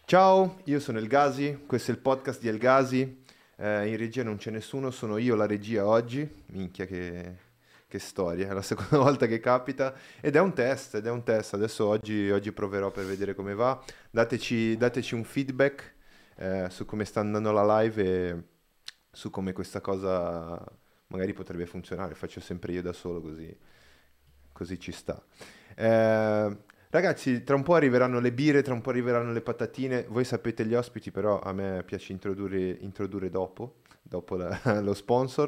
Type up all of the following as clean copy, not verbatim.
Ciao, io sono El Gasi, questo è il podcast di El Gasi. In regia non c'è nessuno, sono io la regia oggi. Minchia che storia, è la seconda volta che capita. Ed è un test. Adesso oggi proverò per vedere come va. Dateci un feedback su come sta andando la live e su come questa cosa magari potrebbe funzionare. Faccio sempre io da solo così ci sta. Eh, Ragazzi, tra un po' arriveranno le birre, tra un po' arriveranno le patatine. Voi sapete gli ospiti, però a me piace introdurre dopo lo sponsor.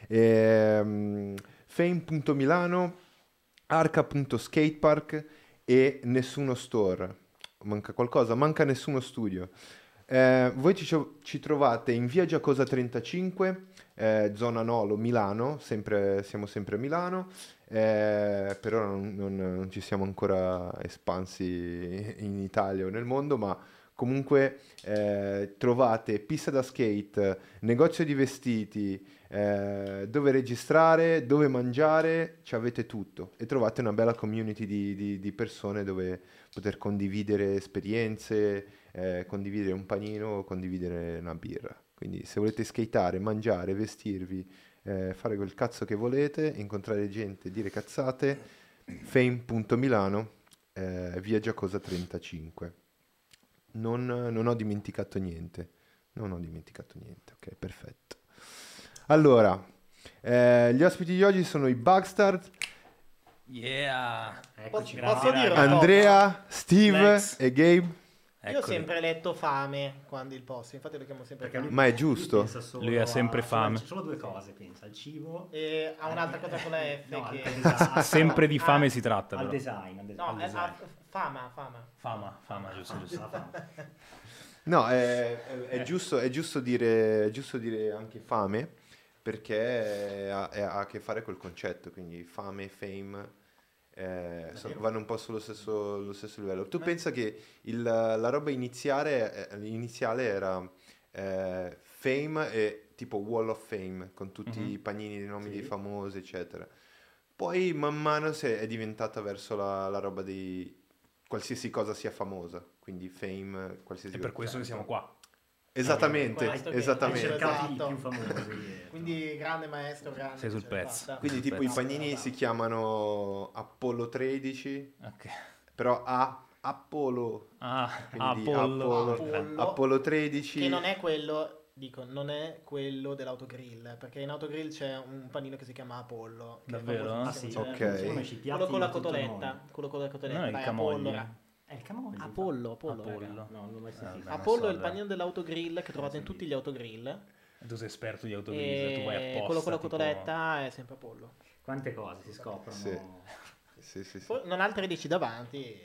Fame.Milano, Arca.Skatepark e Nessuno Store. Manca qualcosa? Manca Nessuno Studio. Voi ci trovate in via Giacosa 35, zona Nolo, Milano, siamo sempre a Milano. Per ora non ci siamo ancora espansi in Italia o nel mondo, ma comunque trovate pista da skate, negozio di vestiti, dove registrare, dove mangiare, ci avete tutto e trovate una bella community di persone dove poter condividere esperienze, condividere un panino, condividere una birra. Quindi se volete skateare, mangiare, vestirvi, fare quel cazzo che volete, incontrare gente, dire cazzate, fame.milano, via Giacosa 35. Non ho dimenticato niente. Non ho dimenticato niente, ok, perfetto. Allora, gli ospiti di oggi sono i Bugstart, Yeah, Eccoci, Posso dire una Andrea, Steve Lex. e Gabe. Io ho eccoli. sempre letto fame quando il posto, infatti lo chiamo sempre Perché fame. Ma è giusto. pensa solo Lui ha sempre fame. Solo due cose, pensa, al cibo E ha un'altra cosa con la F no, che... al design, Sempre di fame Ah, si tratta, al però. design, No, al design. fama. Fama, giusto. La fame. No, è giusto dire anche fame perché ha a che fare col concetto, quindi fame, fame vanno un po' sullo stesso livello. Tu pensa che la roba iniziale era fame e tipo Wall of Fame con tutti i panini, i nomi Sì. dei famosi, eccetera. Poi man mano è diventata verso la roba di qualsiasi cosa sia famosa, quindi fame, qualsiasi È per cosa. questo che siamo qua. Esattamente, Questo che- Hai esattamente. cercato i Esatto. più famosi. Quindi grande maestro, grande. Sei sul ce l'hai pezzo. fatta. Quindi tipo i panini si chiamano Apollo 13, Ok. però Apollo, quindi di Apollo. Apollo 13. Che non è quello, dico, non è quello dell'autogrill, perché in autogrill c'è un panino che si chiama Apollo. Che è Davvero? famosissimo, Ah sì, cioè, Ok. secondo me ci piatti Quello con la di tutto il mondo. cotoletta, quello con la cotoletta, Non è il dai, Camogli? Apollo. È il Camogli. Apollo, Apollo. raga. No, non l'ho mai sentito. Vabbè. Apollo so, è il dai. panino dell'autogrill che trovate in tutti gli autogrill. Tu sei esperto di autogrill, tu vai E apposta. quello con la tipo- cotoletta è sempre Apollo. Quante cose si scoprono. Sì. Poi non ha il 13 davanti.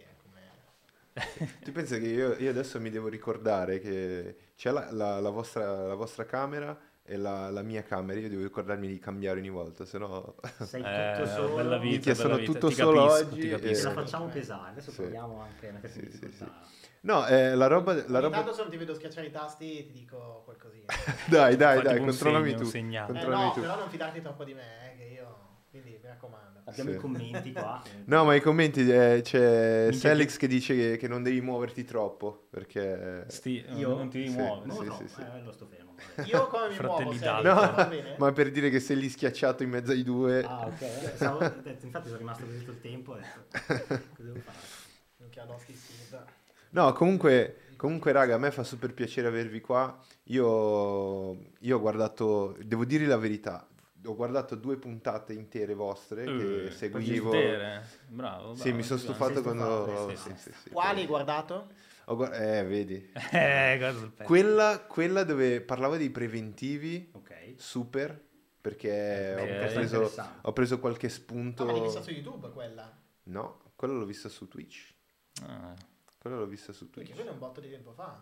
Come... Tu pensi che io adesso mi devo ricordare che c'è la vostra camera e la mia camera, io devo ricordarmi di cambiare ogni volta, se no Sei tutto solo. bella vita, Minchia, bella sono vita. tutto Ti solo capisco, oggi ti e- Ce capisco. la facciamo pesare. Adesso Sì. proviamo anche una Sì, difficoltà. No, la roba... Ogni tanto se non ti vedo schiacciare i tasti ti dico qualcosina. Dai, Fa tipo un controllami segno, tu. un segnale. Controllami No, tu. però non fidarti troppo di me, che io... Quindi mi raccomando. Abbiamo Sì. i commenti qua. No, ma i commenti c'è Minchia, Selix che dice che non devi muoverti troppo, perché... Io? Non ti Sì. rimuovi. No, Sì, no, sì, sì. lo sto fermo. Io come mi Fratelli muovo? d'Italia. Sergio, No, va bene? ma per dire che sei lì schiacciato in mezzo ai due... Ah, ok. Infatti sono rimasto così tutto il tempo. Ho detto, cosa devo fare? Minchia, Loschi Steve. No, comunque raga, a me fa super piacere avervi qua. Io ho guardato, devo dire la verità, ho guardato 2 puntate intere vostre che seguivo. Bravo. Sì, mi sono stufato sei quando... stufato, Sì. Quali hai guardato? Vedi. Guarda sul pezzo. Quella dove parlava dei preventivi, Ok. super, perché Beh, ho preso qualche No, spunto. ma l'hai vista su YouTube quella? No, quello l'ho vista su Twitch. Ah, Quello l'ho vista su Perché Twitch. quello è un botto di tempo fa.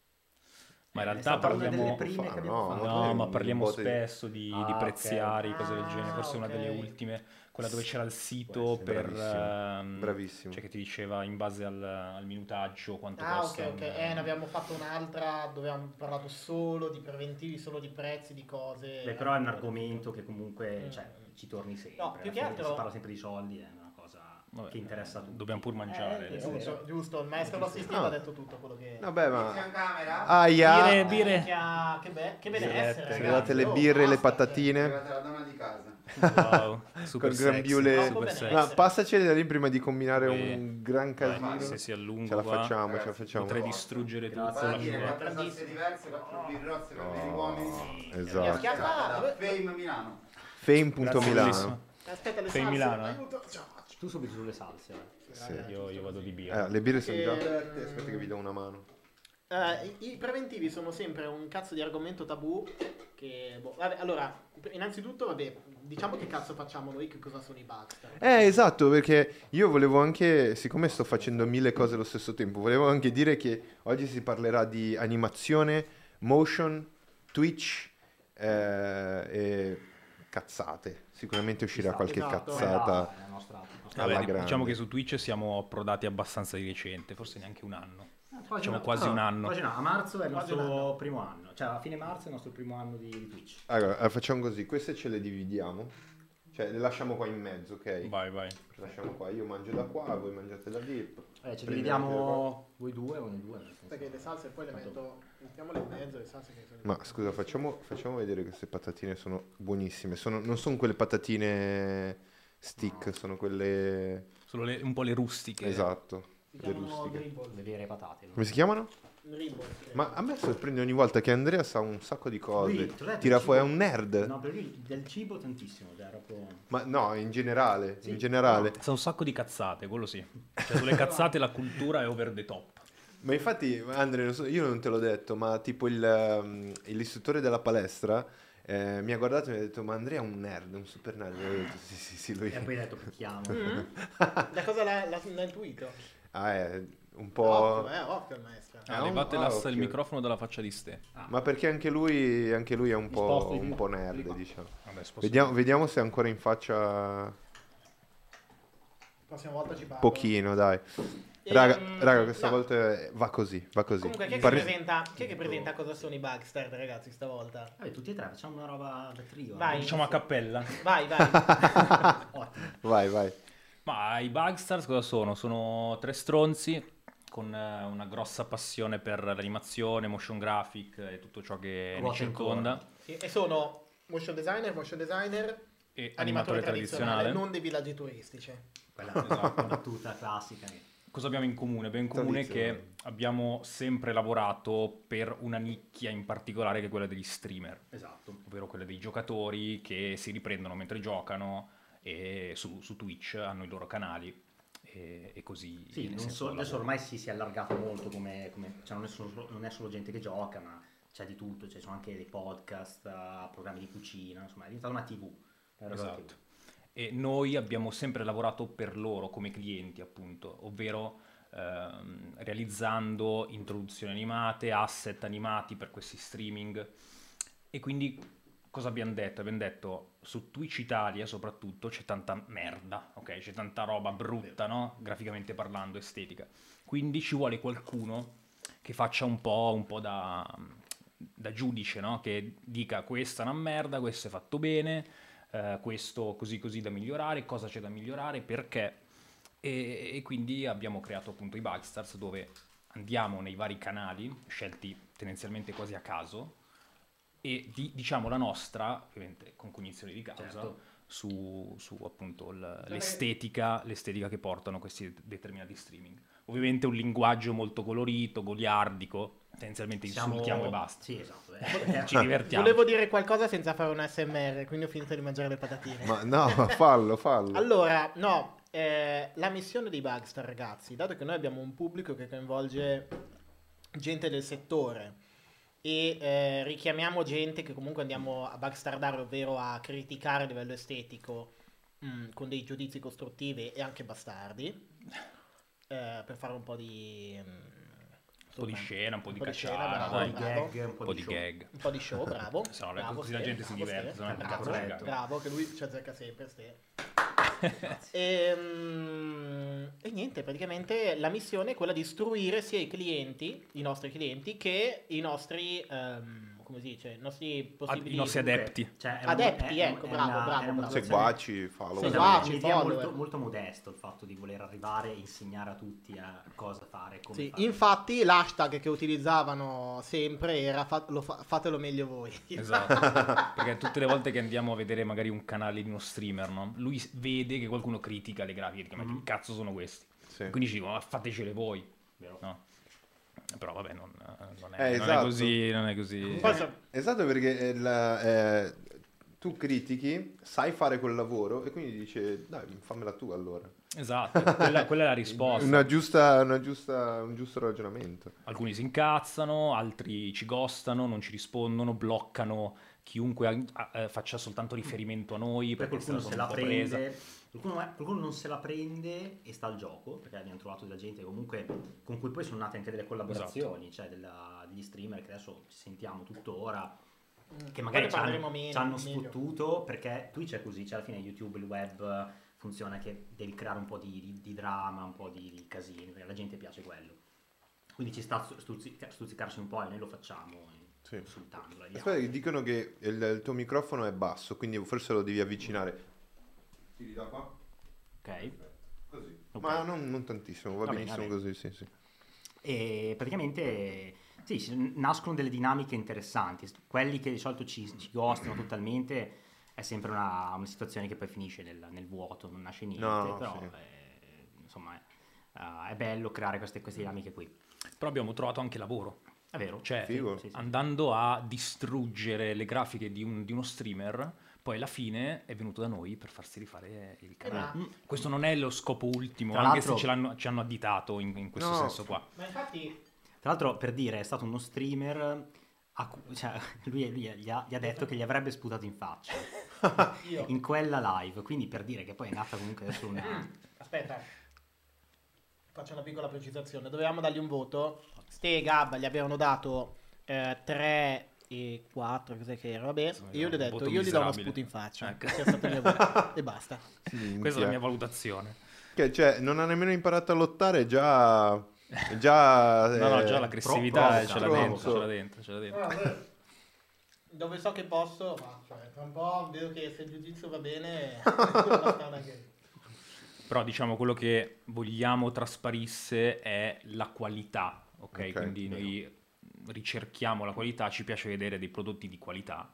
Ma in È realtà stata una parliamo... delle prime che abbiamo fatto. No, ma un parliamo botto di- spesso di Ah, preziari, ok. cose del genere. Forse è una delle ok. ultime, quella dove c'era il sito Può essere, per... bravissimo, bravissimo. Cioè che ti diceva in base al minutaggio quanto Ah, costa. ok. Ne abbiamo fatto un'altra dove abbiamo parlato solo di preventivi, solo di prezzi, di cose. Beh, però è un argomento che comunque Mm. ci torni sempre. No, più che Alla fine altro- Si parla sempre di soldi, è una cosa... Vabbè, che interessa a tutti. dobbiamo pur mangiare. Giusto, il maestro assistito ha detto tutto quello che... Vabbè, ma... Inizia in camera. Aia! Birre. Che benessere, Dirette. Sono arrivate le birre e le patatine. È arrivata la donna di casa. Wow, super Col sexy, grembiule. Troppo super bene. sexy. Ma passaceli da lì prima di combinare Poi- un gran casino. Se si allunga Ce la qua, facciamo, ce la Ragazzi, facciamo. potrei distruggere tutto. Grazie. Vale a dire, lascio- 4 salse diverse, 4 birrozze per i uomini. Esatto. Da Fame Milano. Fame.milano. bellissimo. Aspetta, le Fai salse, Milano, aiuto. Tu subito sulle salse. Sì. Io vado di birra. Le birre sono già aperte, aspetta che vi do una mano. I preventivi sono sempre un cazzo di argomento tabù che... vabbè, allora, innanzitutto, diciamo che cazzo facciamo noi, che cosa sono i Baxter. Esatto, perché io volevo anche, siccome sto facendo 1000 cose allo stesso tempo, volevo anche dire che oggi si parlerà di animazione, motion, Twitch e cazzate. Sicuramente uscirà qualche esatto. cazzata. È la nostra alla Vabbè, grande. diciamo che su Twitch siamo approdati abbastanza di recente, forse neanche un anno. Quasi Diciamo quasi un anno. Quasi no, a marzo è il Quasi un nostro anno. primo anno. Cioè, a fine marzo è il nostro primo anno di Twitch. Allora, facciamo così, queste ce le dividiamo, cioè le lasciamo qua in mezzo, ok? Vai, vai. Le lasciamo qua, io mangio da qua, voi mangiate da lì. Ci Prendiamo dividiamo voi due o noi due. nel senso. Perché le salse poi le mettiamole in mezzo, le salse che sono... Ma scusa, facciamo vedere queste patatine, sono buonissime, non sono quelle patatine stick, sono quelle... Solo un po' le rustiche. Esatto, Si le chiamano rustiche. dribble. Le vere patate. no? Come si chiamano? Dribble, sì. Ma a me sorprende ogni volta che Andrea sa un sacco di cose, Lui, te l'ho detto, tira il fuori, è cibo- un nerd. No, per lui del cibo tantissimo. Cioè, proprio... Ma no, in generale, Sì. in generale. Sa un sacco di cazzate, quello sì. Cioè, sulle cazzate la cultura è over the top. Ma infatti, Andrea, io non te l'ho detto, ma tipo l'istruttore della palestra mi ha guardato e mi ha detto, ma Andrea è un nerd, un super nerd. Io ho detto, sì, lui. E poi hai detto picchiamo. Da cosa l'ha intuito? È un po'... Occhio il maestro. Levate l'assa occhio. il microfono dalla faccia di ste. Ma perché anche lui è un po', Sposti un di- po' di nerd, qua. diciamo. Vabbè, sposto- Vediamo se è ancora in faccia La prossima volta ci parlo. pochino, dai. E, Raga, questa no. volta va così, va così. Comunque, chi è Parli- che presenta cosa sono i Bugster, ragazzi, stavolta? Tutti e tre facciamo una roba da trio. Vai. Diciamo a cappella. Vai. Ottimo. Vai. Ma i Bugstars cosa sono? Sono tre stronzi con una grossa passione per l'animazione, motion graphic e tutto ciò che ne Ruota circonda. Sì, e sono motion designer, E animatore tradizionale, tradizionale. non dei villaggi turistici. Quella Esatto. battuta classica. Cosa abbiamo in comune? Abbiamo in comune Tradizionale. che abbiamo sempre lavorato per una nicchia in particolare che è quella degli streamer, Esatto. ovvero quella dei giocatori che si riprendono mentre giocano e su Twitch hanno i loro canali e così. Sì, nel non senso, so, adesso lavoro. ormai si è allargato molto cioè non è solo gente che gioca, ma c'è di tutto, cioè, ci sono anche dei podcast, programmi di cucina, insomma è diventata una TV. Esatto. E noi abbiamo sempre lavorato per loro come clienti, appunto, ovvero realizzando introduzioni animate, asset animati per questi streaming. E quindi cosa abbiamo detto? Abbiamo detto su Twitch Italia soprattutto c'è tanta merda, ok? C'è tanta roba brutta, no? Graficamente parlando, estetica. Quindi ci vuole qualcuno che faccia un po' da giudice, no? Che dica questa è una merda, questo è fatto bene, questo così da migliorare, cosa c'è da migliorare, perché. E quindi abbiamo creato appunto i Bugstars, dove andiamo nei vari canali, scelti tendenzialmente quasi a caso, e diciamo la nostra, ovviamente con cognizione di causa, Certo. su appunto l'estetica che portano questi determinati streaming. Ovviamente un linguaggio molto colorito, goliardico, tendenzialmente insultiamo e basta. Sì, esatto. Ci divertiamo. Volevo dire qualcosa senza fare un ASMR, quindi ho finito di mangiare le patatine. Ma no, fallo. Allora, no, la missione dei Bugster, ragazzi, dato che noi abbiamo un pubblico che coinvolge gente del settore e richiamiamo gente che comunque andiamo a bugstardare, ovvero a criticare a livello estetico con dei giudizi costruttivi e anche bastardi, per fare un po' di... Un po' di scena, un po' di scena, cacciara, bravo, dai. bravo. Gag, Un po' di show. gag. Un po' di show, bravo. Se no, bravo, così la Ste, gente si bravo, diverte, Ste, se no è un bravo, cazzo di bravo, che lui ci azzecca sempre, Ste. E niente, praticamente la missione è quella di istruire sia i clienti, i nostri clienti, che i nostri come si dice, i nostri possibili... I nostri adepti. Cioè, Adepti, ecco, bravo. Seguaci, follow. Sì, Seguaci, è un'idea follower. molto, molto modesto il fatto di voler arrivare e insegnare a tutti a cosa fare, come Sì, fare. infatti l'hashtag che utilizzavano sempre era fatelo meglio voi. Esatto, perché tutte le volte che andiamo a vedere magari un canale di uno streamer, no? Lui vede che qualcuno critica le grafiche, ma che cazzo sono questi? Sì. Quindi ci dicono, "Ma fatecele voi", Vero. no? Però vabbè, non è, non è Esatto. così, non è così. Esatto, perché tu critichi, sai fare quel lavoro e quindi dici, dai, fammela tu allora. Esatto, quella è la risposta. Un giusto ragionamento. Alcuni si incazzano, altri ci ghostano, non ci rispondono, bloccano chiunque faccia soltanto riferimento a noi, Poi perché qualcuno sono se la un po' presa. prende, qualcuno non se la prende e sta al gioco, perché abbiamo trovato della gente comunque con cui poi sono nate anche delle collaborazioni, cioè degli streamer che adesso ci sentiamo tuttora, che magari Poi ne parleremo ci hanno meglio. sfottuto, perché Twitch è così, cioè alla fine YouTube, il web funziona che devi creare un po' di drama, un po' di casini, perché alla gente piace quello. Quindi ci sta stuzzicarsi un po' e noi lo facciamo. Sì. Insultandola. Aspetta, che dicono che il tuo microfono è basso, quindi forse lo devi avvicinare. Tiri da qua? Ok. Così. Ok. Ma non tantissimo, va Va bene, benissimo va bene. così, sì. E praticamente sì, nascono delle dinamiche interessanti. Quelli che di solito ci ghostano totalmente è sempre una situazione che poi finisce nel vuoto, non nasce niente, No, però sì. insomma è bello creare queste dinamiche qui. Però abbiamo trovato anche lavoro. È vero. Cioè, Figo. Sì. andando a distruggere le grafiche di uno streamer, poi alla fine è venuto da noi per farsi rifare il canale. Questo non è lo scopo ultimo, Tra anche l'altro- se ci hanno additato in questo No. senso qua. Ma infatti... Tra l'altro, per dire, è stato uno streamer cioè, lui gli ha detto che gli avrebbe sputato in faccia Io... in quella live, quindi per dire che poi è nata comunque adesso una... Aspetta, faccio una piccola precisazione. Dovevamo dargli un voto. Ste e Gab gli avevano dato 3 e 4, cos'è che era? Vabbè, Insomma, io gli ho un detto, voto io gli do uno miserabile. sputo in faccia. Ecco. Sia stato il mio voto. E basta. Questa è la mia valutazione. Cioè, non ha nemmeno imparato a lottare, già No, già eh, l'aggressività provoca, ce l'ha provoca. dentro, ce l'ha dentro. Dove so che posso, faccio. Tra un po' vedo che se il jiu-jitsu va bene, basta anche. Però diciamo quello che vogliamo trasparisse è la qualità, ok? Ok, Quindi vero. noi ricerchiamo la qualità, ci piace vedere dei prodotti di qualità.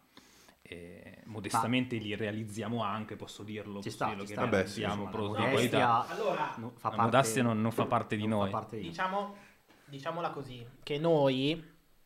E modestamente li realizziamo anche, posso dirlo, Ci posso sta, dirlo ci che sta. realizziamo Insomma, la prodotti di modestia qualità. Allora, fa La modestia non fa parte di non noi. fa parte di noi. diciamola così, che noi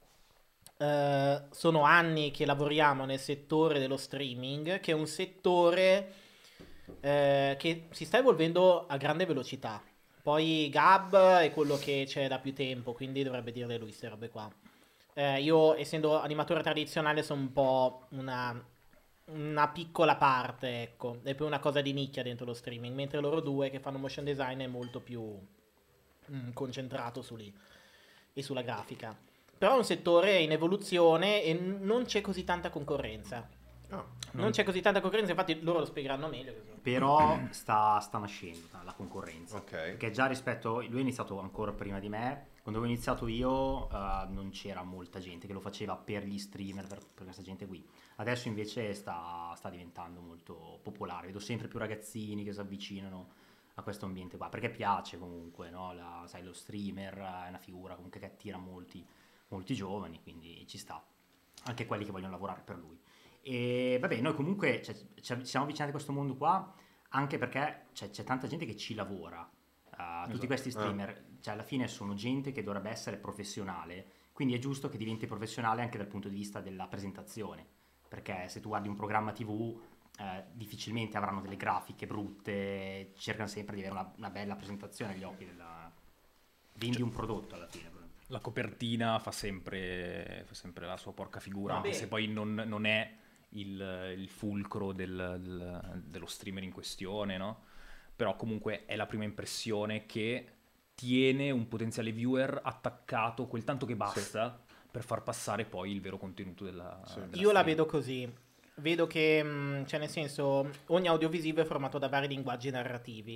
sono anni che lavoriamo nel settore dello streaming, che è un settore che si sta evolvendo a grande velocità. Poi Gab è quello che c'è da più tempo, quindi dovrebbe dirle lui queste robe qua. Io, essendo animatore tradizionale, sono un po' una piccola parte, ecco, è più una cosa di nicchia dentro lo streaming, mentre loro due che fanno motion design è molto più concentrato su lì e sulla grafica. Però è un settore in evoluzione e non c'è così tanta concorrenza. Non c'è così tanta concorrenza, infatti loro lo spiegheranno meglio. Però sta nascendo la concorrenza. Ok. Perché già rispetto... Lui è iniziato ancora prima di me. Quando ho iniziato io non c'era molta gente che lo faceva per gli streamer, per questa gente qui. Adesso invece sta diventando molto popolare. Vedo sempre più ragazzini che si avvicinano a questo ambiente qua. Perché piace comunque, no? Sai, lo streamer è una figura comunque che attira molti giovani, quindi ci sta. Anche quelli che vogliono lavorare per lui. E vabbè, noi comunque ci siamo avvicinati a questo mondo qua anche perché c'è tanta gente che ci lavora. Tutti questi streamer, cioè alla fine sono gente che dovrebbe essere professionale, quindi è giusto che diventi professionale anche dal punto di vista della presentazione, perché se tu guardi un programma TV difficilmente avranno delle grafiche brutte, cercano sempre di avere una bella presentazione agli occhi vendi un prodotto alla fine. La copertina fa sempre la sua porca figura, Vabbè. anche se poi non è il fulcro dello streamer in questione, no? Però comunque è la prima impressione che tiene un potenziale viewer attaccato quel tanto che basta per far passare poi il vero contenuto della Io la stream. vedo così. Vedo che, cioè nel senso, ogni audiovisivo è formato da vari linguaggi narrativi.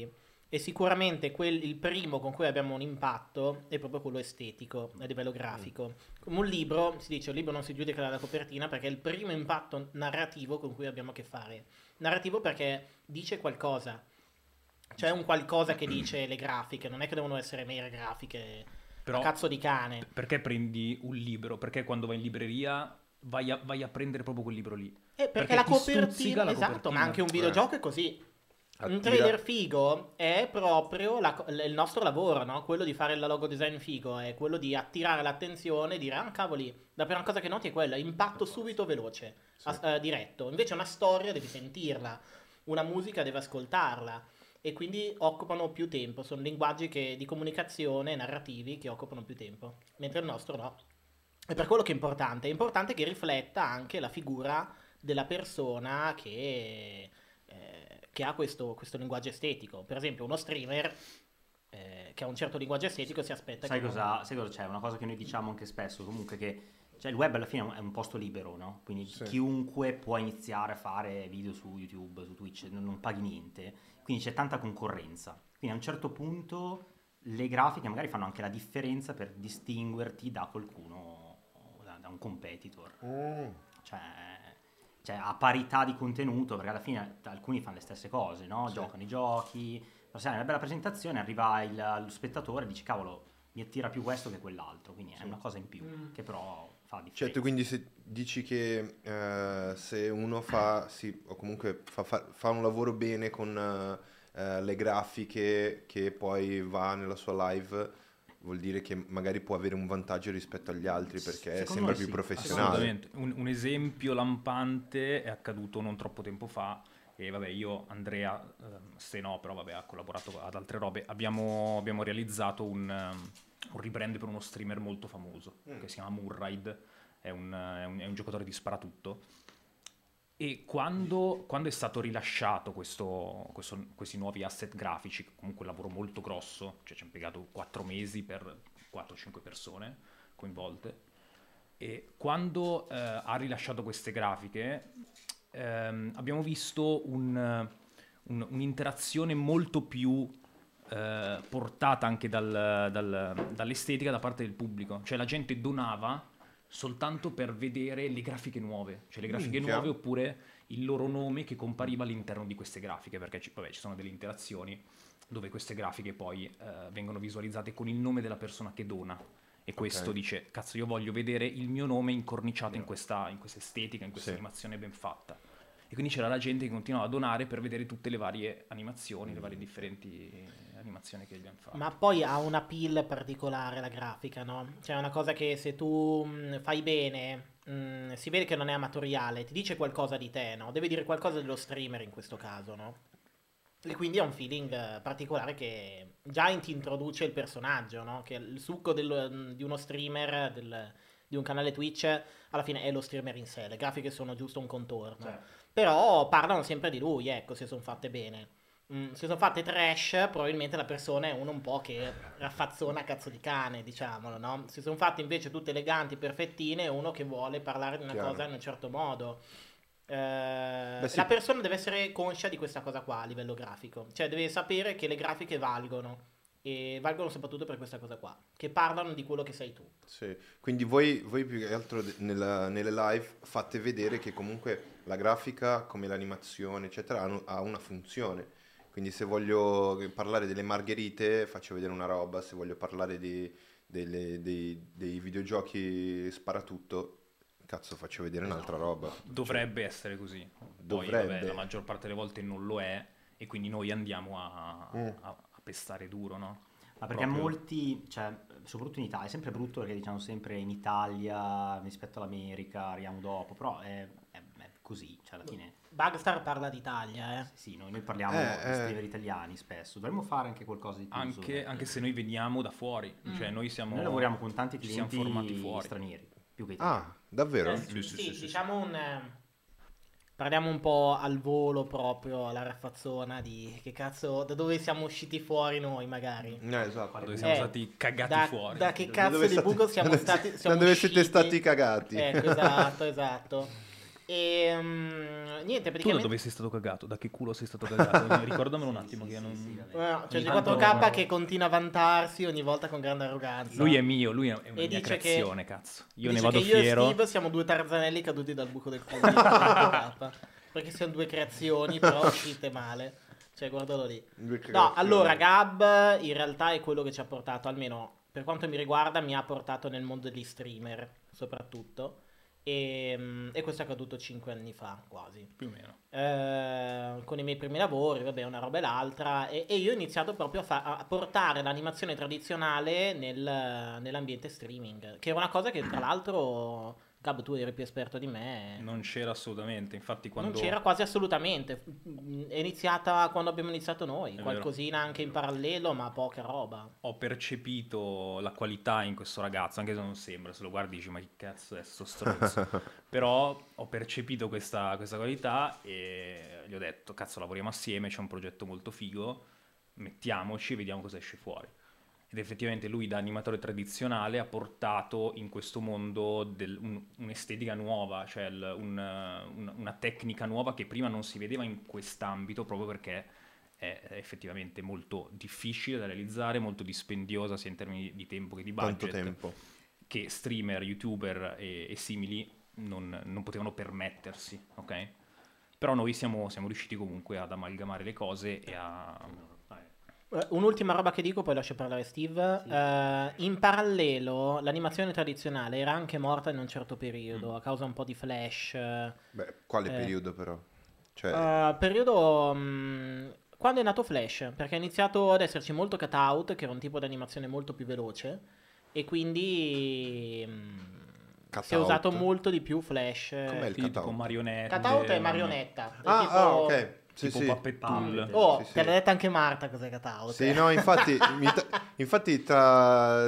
E sicuramente il primo con cui abbiamo un impatto è proprio quello estetico, a livello grafico. Come un libro, si dice, un libro non si giudica dalla copertina perché è il primo impatto narrativo con cui abbiamo a che fare. Narrativo perché dice qualcosa. C'è un qualcosa che dice le grafiche, non è che devono essere mere grafiche Però a cazzo di cane. perché prendi un libro? Perché quando vai in libreria vai a prendere proprio quel libro lì? Perché la ti stuzzica copertina, la esatto, copertina. ma anche un videogioco è così. Un Attira- trailer figo è proprio il nostro lavoro, no? Quello di fare il logo design figo, è quello di attirare l'attenzione e dire, ah cavoli, la prima cosa che noti è quella, impatto subito veloce, diretto. Invece una storia devi sentirla, una musica devi ascoltarla e quindi occupano più tempo, sono linguaggi di comunicazione narrativi che occupano più tempo, mentre il nostro no. E per quello che è importante che rifletta anche la figura della persona che ha questo linguaggio estetico. Per esempio uno streamer che ha un certo linguaggio estetico si aspetta Sai che cosa c'è? Una cosa che noi diciamo anche spesso, comunque, che cioè il web alla fine è un posto libero, no? Quindi Sì. chiunque può iniziare a fare video su YouTube, su Twitch, non paghi niente, quindi c'è tanta concorrenza. Quindi a un certo punto le grafiche magari fanno anche la differenza per distinguerti da qualcuno, da un competitor. Cioè a parità di contenuto, perché alla fine alcuni fanno le stesse cose, no? Sì. Giocano i giochi, ma sai, una bella presentazione, arriva lo spettatore e dice cavolo, mi attira più questo che quell'altro, quindi è una cosa in più che però fa la differenza. Certo, quindi se dici che se uno fa, sì, o comunque fa un lavoro bene con le grafiche che poi va nella sua live, vuol dire che magari può avere un vantaggio rispetto agli altri perché Secondo sembra me più sì, professionale. Assolutamente. Un esempio lampante è accaduto non troppo tempo fa. E vabbè, io, Andrea, se no, però vabbè, ha collaborato ad altre robe. Abbiamo realizzato un rebrand per uno streamer molto famoso che si chiama Murride. È un giocatore di sparatutto. E quando è stato rilasciato questi nuovi asset grafici, comunque un lavoro molto grosso, cioè ci ha impiegato 4 mesi per 4-5 persone coinvolte, e quando ha rilasciato queste grafiche abbiamo visto un'interazione molto più portata anche dall'estetica da parte del pubblico, cioè la gente donava soltanto per vedere le grafiche nuove, cioè le grafiche Minchia. nuove oppure il loro nome che compariva all'interno di queste grafiche, perché ci sono delle interazioni dove queste grafiche poi vengono visualizzate con il nome della persona che dona. E questo dice, cazzo, io voglio vedere il mio nome incorniciato in questa estetica, in questa Sì. animazione ben fatta. E quindi c'era la gente che continuava a donare per vedere tutte le varie animazioni, le varie differenti animazioni che abbiamo fatto. Ma poi ha una appeal particolare la grafica, no? Cioè è una cosa che se tu fai bene, si vede che non è amatoriale, ti dice qualcosa di te, no? Deve dire qualcosa dello streamer in questo caso, no? E quindi ha un feeling particolare che già ti introduce il personaggio, no? Che il succo di uno streamer, di un canale Twitch, alla fine è lo streamer in sé, le grafiche sono giusto un contorno. Certo. Però parlano sempre di lui, ecco, se sono fatte bene. Se sono fatte trash, probabilmente la persona è uno un po' che raffazzona a cazzo di cane, diciamolo, no? Se sono fatte invece tutte eleganti, perfettine, è uno che vuole parlare di una Chiaro. cosa in un certo modo. Sì. La persona deve essere conscia di questa cosa qua a livello grafico, cioè deve sapere che le grafiche valgono, e valgono soprattutto per questa cosa qua, che parlano di quello che sei tu. Sì. Quindi voi più che altro nelle live fate vedere che comunque la grafica, come l'animazione, eccetera, ha una funzione. Quindi se voglio parlare delle margherite faccio vedere una roba, se voglio parlare dei videogiochi sparatutto, cazzo, faccio vedere un'altra roba. Dovrebbe essere così. Poi, Dovrebbe. vabbè, la maggior parte delle volte non lo è, e quindi noi andiamo a pestare duro, no? Ma perché Proprio. molti, cioè, soprattutto in Italia, è sempre brutto perché diciamo sempre in Italia rispetto all'America arriviamo dopo, però è così, cioè alla fine Bugstar parla d'Italia, sì, noi parliamo di streamer italiani spesso, dovremmo fare anche qualcosa di più Anche se noi veniamo da fuori, cioè noi lavoriamo con tanti ci siamo clienti formati fuori. stranieri, più che italiani. Ah, davvero? Sì, diciamo parliamo un po' al volo proprio, la raffazzona di che cazzo, da dove siamo usciti fuori noi magari. Esatto. Dove siamo stati cagati da, fuori. Da che Da cazzo dove di state- buco siamo stati? da Siamo dove siete usciti? stati cagati? Ecco, esatto. E niente, Tu da praticamente dove sei stato cagato? Da che culo sei stato cagato? Ricordamelo un attimo che io non... Sì, vabbè. c'è Ogni G4K tanto- che continua a vantarsi ogni volta con grande arroganza. Lui è mio, lui è una E mia dice creazione, cazzo. Io ne dice vado che io fiero. e Steve siamo due tarzanelli caduti dal buco del culo di G4K, perché siamo due creazioni però uscite male. Cioè, guardalo lì. No, allora Gab in realtà è quello che ci ha portato, almeno per quanto mi riguarda, mi ha portato nel mondo degli streamer, soprattutto. E questo è accaduto 5 anni fa, quasi. Più o meno. Con i miei primi lavori, vabbè, una roba e l'altra. E io ho iniziato proprio a portare l'animazione tradizionale nell'ambiente streaming, che era una cosa che, tra l'altro, Gab, tu eri più esperto di me. Non c'era assolutamente, infatti quando... Non c'era quasi assolutamente. È iniziata quando abbiamo iniziato noi. È Qualcosina anche in parallelo, ma poca roba. Ho percepito la qualità in questo ragazzo, anche se non sembra, se lo guardi dici ma che cazzo è sto stronzo. Però ho percepito questa qualità e gli ho detto cazzo lavoriamo assieme, c'è un progetto molto figo, mettiamoci e vediamo cosa esce fuori. Ed effettivamente lui da animatore tradizionale ha portato in questo mondo un'estetica nuova, cioè una tecnica nuova che prima non si vedeva in quest'ambito proprio perché è effettivamente molto difficile da realizzare, molto dispendiosa sia in termini di tempo che di budget. Quanto tempo? Che streamer, youtuber e simili non potevano permettersi, ok? Però noi siamo riusciti comunque ad amalgamare le cose e a... Un'ultima roba che dico, poi lascio parlare Steve. In parallelo, l'animazione tradizionale era anche morta in un certo periodo a causa un po' di flash. Beh, quale periodo però? Cioè, Periodo quando è nato Flash, perché ha iniziato ad esserci molto cutout, che era un tipo di animazione molto più veloce, e quindi si è Cutout? usato molto di più Flash. Com'è il tipo cutout? marionette. Cutout è marionetta. È Ah, tipo... ah, ok. Sì, Tipo sì. Puppet Tool. Oh, Sì, sì. te l'ha detta anche Marta cos'è cutout. Sì, no, infatti, infatti tra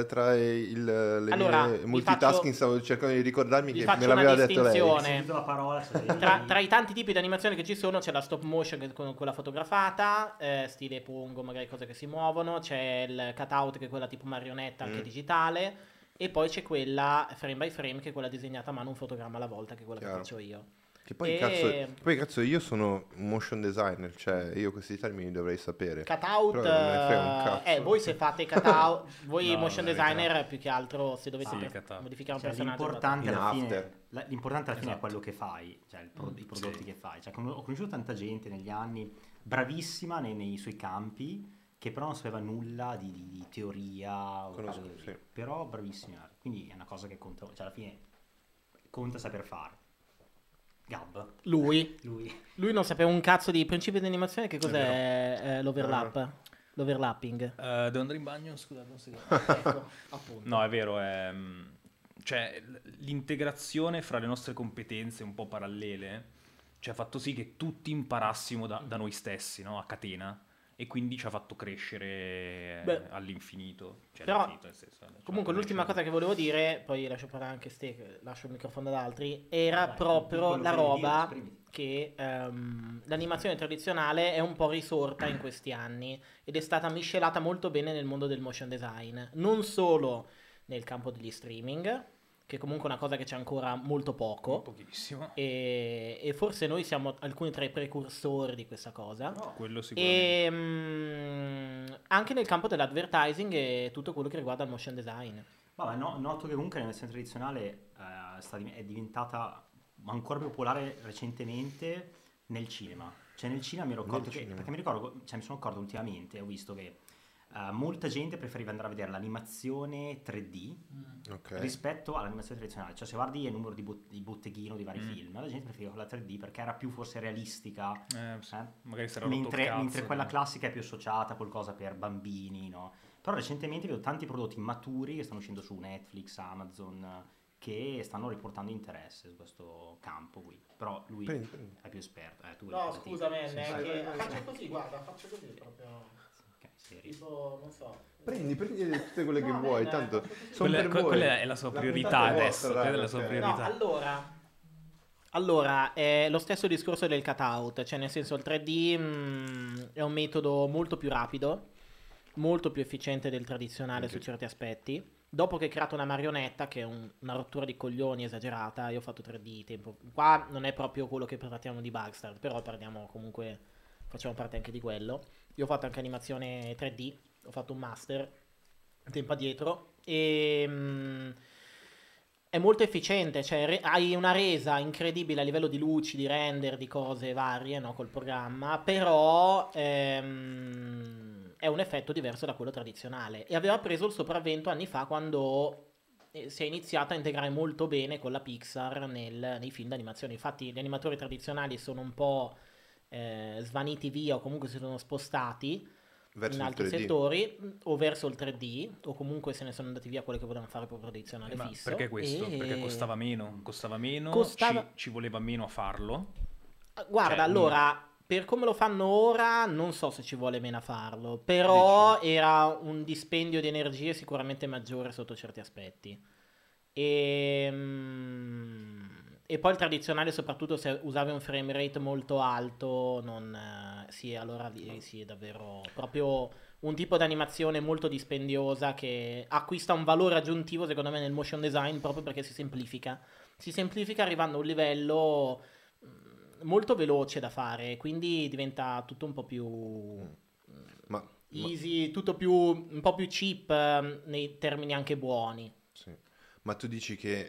le Allora, mie vi multitasking faccio- stavo cercando di ricordarmi vi che faccio me l'aveva una detto lei. distinzione. Ho sentito la parola, cioè, Tra i tanti tipi di animazione che ci sono c'è la stop motion con quella fotografata, stile Pongo, magari cose che si muovono, c'è il cutout che è quella tipo marionetta anche digitale, e poi c'è quella frame by frame che è quella disegnata a mano, un fotogramma alla volta, che è quella Chiaro. che faccio io. Che poi, cazzo, io sono un motion designer, cioè io questi termini dovrei sapere. Cutout, Però non me ne frega un cazzo. voi se fate cutout, voi No, motion la verità. designer più che altro se dovete Sì, cutout. modificare un Cioè, personaggio. l'importante In alla fine, after. l'importante alla fine è Esatto. quello che fai, cioè i prodotti Sì. che fai. Cioè, ho conosciuto tanta gente negli anni bravissima nei suoi campi, che però non sapeva nulla di teoria o Conosco, cose così. sì. Però bravissima, quindi è una cosa che conta, cioè alla fine conta saper fare. Gab, Lui lui non sapeva un cazzo di principio di animazione, che cos'è l'overlap? L'overlapping. Devo andare in bagno, scusate un secondo. Ecco, appunto. No, è vero, cioè l'integrazione fra le nostre competenze un po' parallele ci ha fatto sì che tutti imparassimo da noi stessi, no? A catena, e quindi ci ha fatto crescere Beh, all'infinito. Cioè, però, all'infinito, nel senso, ci ha Comunque fatto l'ultima cosa crescere. che volevo dire, poi lascio parlare anche Ste, lascio il microfono ad altri, era Dai, proprio quello la che devi dire, roba esprimi. che l'animazione tradizionale è un po' risorta in questi anni ed è stata miscelata molto bene nel mondo del motion design, non solo nel campo degli streaming, che comunque è una cosa che c'è ancora molto poco, Pochissimo. e forse noi siamo alcuni tra i precursori di questa cosa. Quello sicuramente. E anche nel campo dell'advertising e tutto quello che riguarda il motion design. Vabbè, noto che comunque l'animazione tradizionale è diventata ancora più popolare recentemente nel cinema. Cioè nel cinema mi ero accorto che, cinema. perché mi ricordo, cioè mi sono accorto ultimamente, ho visto che molta gente preferiva andare a vedere l'animazione 3D Ok. rispetto all'animazione tradizionale. Cioè se guardi il numero di botteghino di vari film, la gente preferiva la 3D perché era più forse realistica. Sì, magari si era rotto il Mentre cazzo, quella no? classica è più associata a qualcosa per bambini, no? Però recentemente vedo tanti prodotti maturi che stanno uscendo su Netflix, Amazon, che stanno riportando interesse su questo campo qui. Però lui Prendi. è più esperto. Tu No, ripeti. scusa, me, Sì, neanche... sì. Faccio così, guarda, faccio così proprio. Ok, serio. Tipo, non so. Prendi tutte quelle che No, vuoi, bene, tanto faccio così. sono per voi. Quella è la sua priorità puntata è adesso. vostra, Quella è la sua cioè. priorità. Allora, è lo stesso discorso del cutout, cioè nel senso il 3D è un metodo molto più rapido molto più efficiente del tradizionale su certi aspetti. Dopo che ho creato una marionetta, che è una rottura di coglioni esagerata, io ho fatto 3D tempo. Qua non è proprio quello che trattiamo di Bugstar, però parliamo comunque, facciamo parte anche di quello. Io ho fatto anche animazione 3D, ho fatto un master tempo addietro e è molto efficiente, cioè hai una resa incredibile a livello di luci, di render, di cose varie, no, col programma, però è un effetto diverso da quello tradizionale e aveva preso il sopravvento anni fa quando si è iniziato a integrare molto bene con la Pixar nei film d'animazione. Infatti gli animatori tradizionali sono un po' svaniti via o comunque si sono spostati Verso in il altri 3D. settori o verso il 3D o comunque se ne sono andati via quelli che volevano fare proprio tradizionale Ma fisso. perché questo? E- Perché costava meno, Costava- ci voleva meno a farlo. Guarda, Cioè, allora, per come lo fanno ora, non so se ci vuole meno a farlo, però era un dispendio di energie sicuramente maggiore sotto certi aspetti. E poi il tradizionale, soprattutto se usavi un frame rate molto alto, sì, allora lì sì, è davvero proprio un tipo di animazione molto dispendiosa che acquista un valore aggiuntivo, secondo me, nel motion design proprio perché si semplifica. Si semplifica arrivando a un livello molto veloce da fare, quindi diventa tutto un po' più Ma, easy, tutto un po' più cheap nei termini anche buoni. sì. Ma tu dici che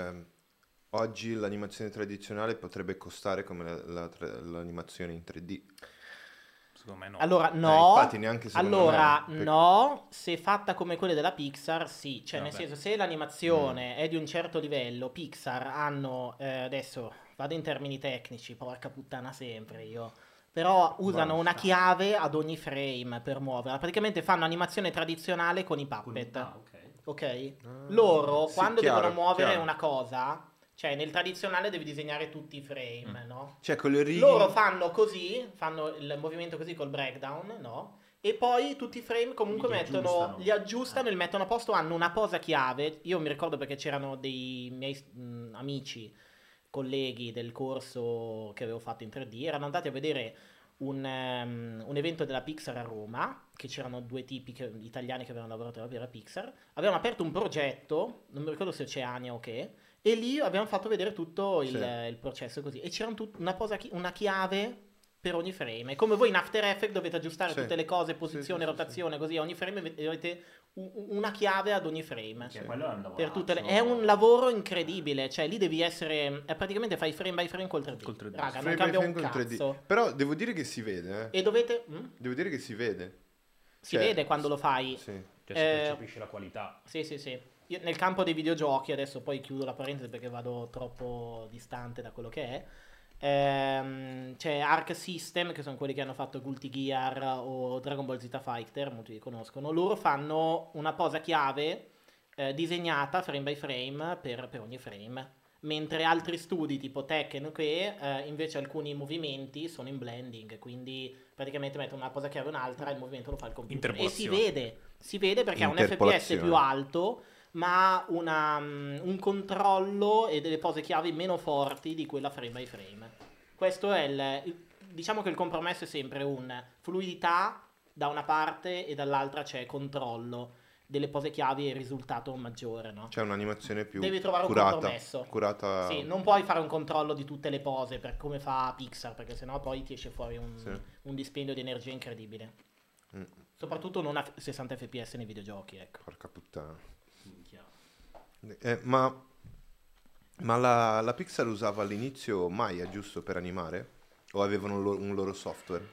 oggi l'animazione tradizionale potrebbe costare come l'animazione in 3D? Secondo me no. Allora, no. Infatti neanche secondo allora, me, no, se fatta come quelle della Pixar, sì. Cioè, nel Vabbè. senso, se l'animazione è di un certo livello, Pixar hanno, adesso vado in termini tecnici, porca puttana sempre io, però usano una chiave ad ogni frame per muoverla. Praticamente fanno animazione tradizionale con i puppet. Ah, ok. Ok? Loro, sì, quando chiaro, devono muovere chiaro. una cosa, cioè nel tradizionale devi disegnare tutti i frame, no? Cioè, con le righe... Loro fanno così, fanno il movimento così col breakdown, no? E poi tutti i frame comunque li aggiustano e li mettono a posto, hanno una posa chiave. Io mi ricordo perché c'erano dei miei amici, colleghi del corso che avevo fatto in 3D, erano andati a vedere un evento della Pixar a Roma, che c'erano due tipi italiani che avevano lavorato per la Pixar, avevano aperto un progetto, non mi ricordo se Oceania o che, e lì abbiamo fatto vedere tutto il processo così, e c'era una chiave per ogni frame. È come voi in After Effects dovete aggiustare Sì. tutte le cose, posizione, Sì, sì, rotazione, così a ogni frame avete una chiave ad ogni frame. Che quello è un lavoro. Per è un lavoro incredibile, cioè lì devi essere praticamente fai frame by frame col 3D. Col 3D. Raga, non frame by cambia un frame col 3D. cazzo. Però devo dire che si vede, E dovete Devo dire che si vede. si Cioè, vede quando lo fai. Sì. Cioè, si percepisce la qualità. Sì, sì, sì. Io nel campo dei videogiochi, adesso poi chiudo la parentesi perché vado troppo distante da quello che è. C'è Arc System, che sono quelli che hanno fatto Guilty Gear o Dragon Ball Z Fighter, molti li conoscono. Loro fanno una posa chiave disegnata frame by frame per ogni frame, mentre altri studi tipo Tekken che invece alcuni movimenti sono in blending, quindi praticamente mettono una posa chiave e un'altra e il movimento lo fa il computer e si vede perché ha un FPS Interpolazione. più alto, ma ha un controllo e delle pose chiavi meno forti di quella frame by frame. Questo è diciamo che il compromesso è sempre un fluidità da una parte e dall'altra c'è controllo delle pose chiavi e il risultato maggiore, no? C'è un'animazione più Devi trovare un curata. compromesso. Curata. Sì, non puoi fare un controllo di tutte le pose per come fa Pixar, perché sennò poi ti esce fuori Sì. un dispendio di energia incredibile. Mm. Soprattutto non a 60 fps nei videogiochi, ecco. Porca puttana. Minchia. Ma la Pixar usava all'inizio Maya, giusto, per animare? O avevano un loro software?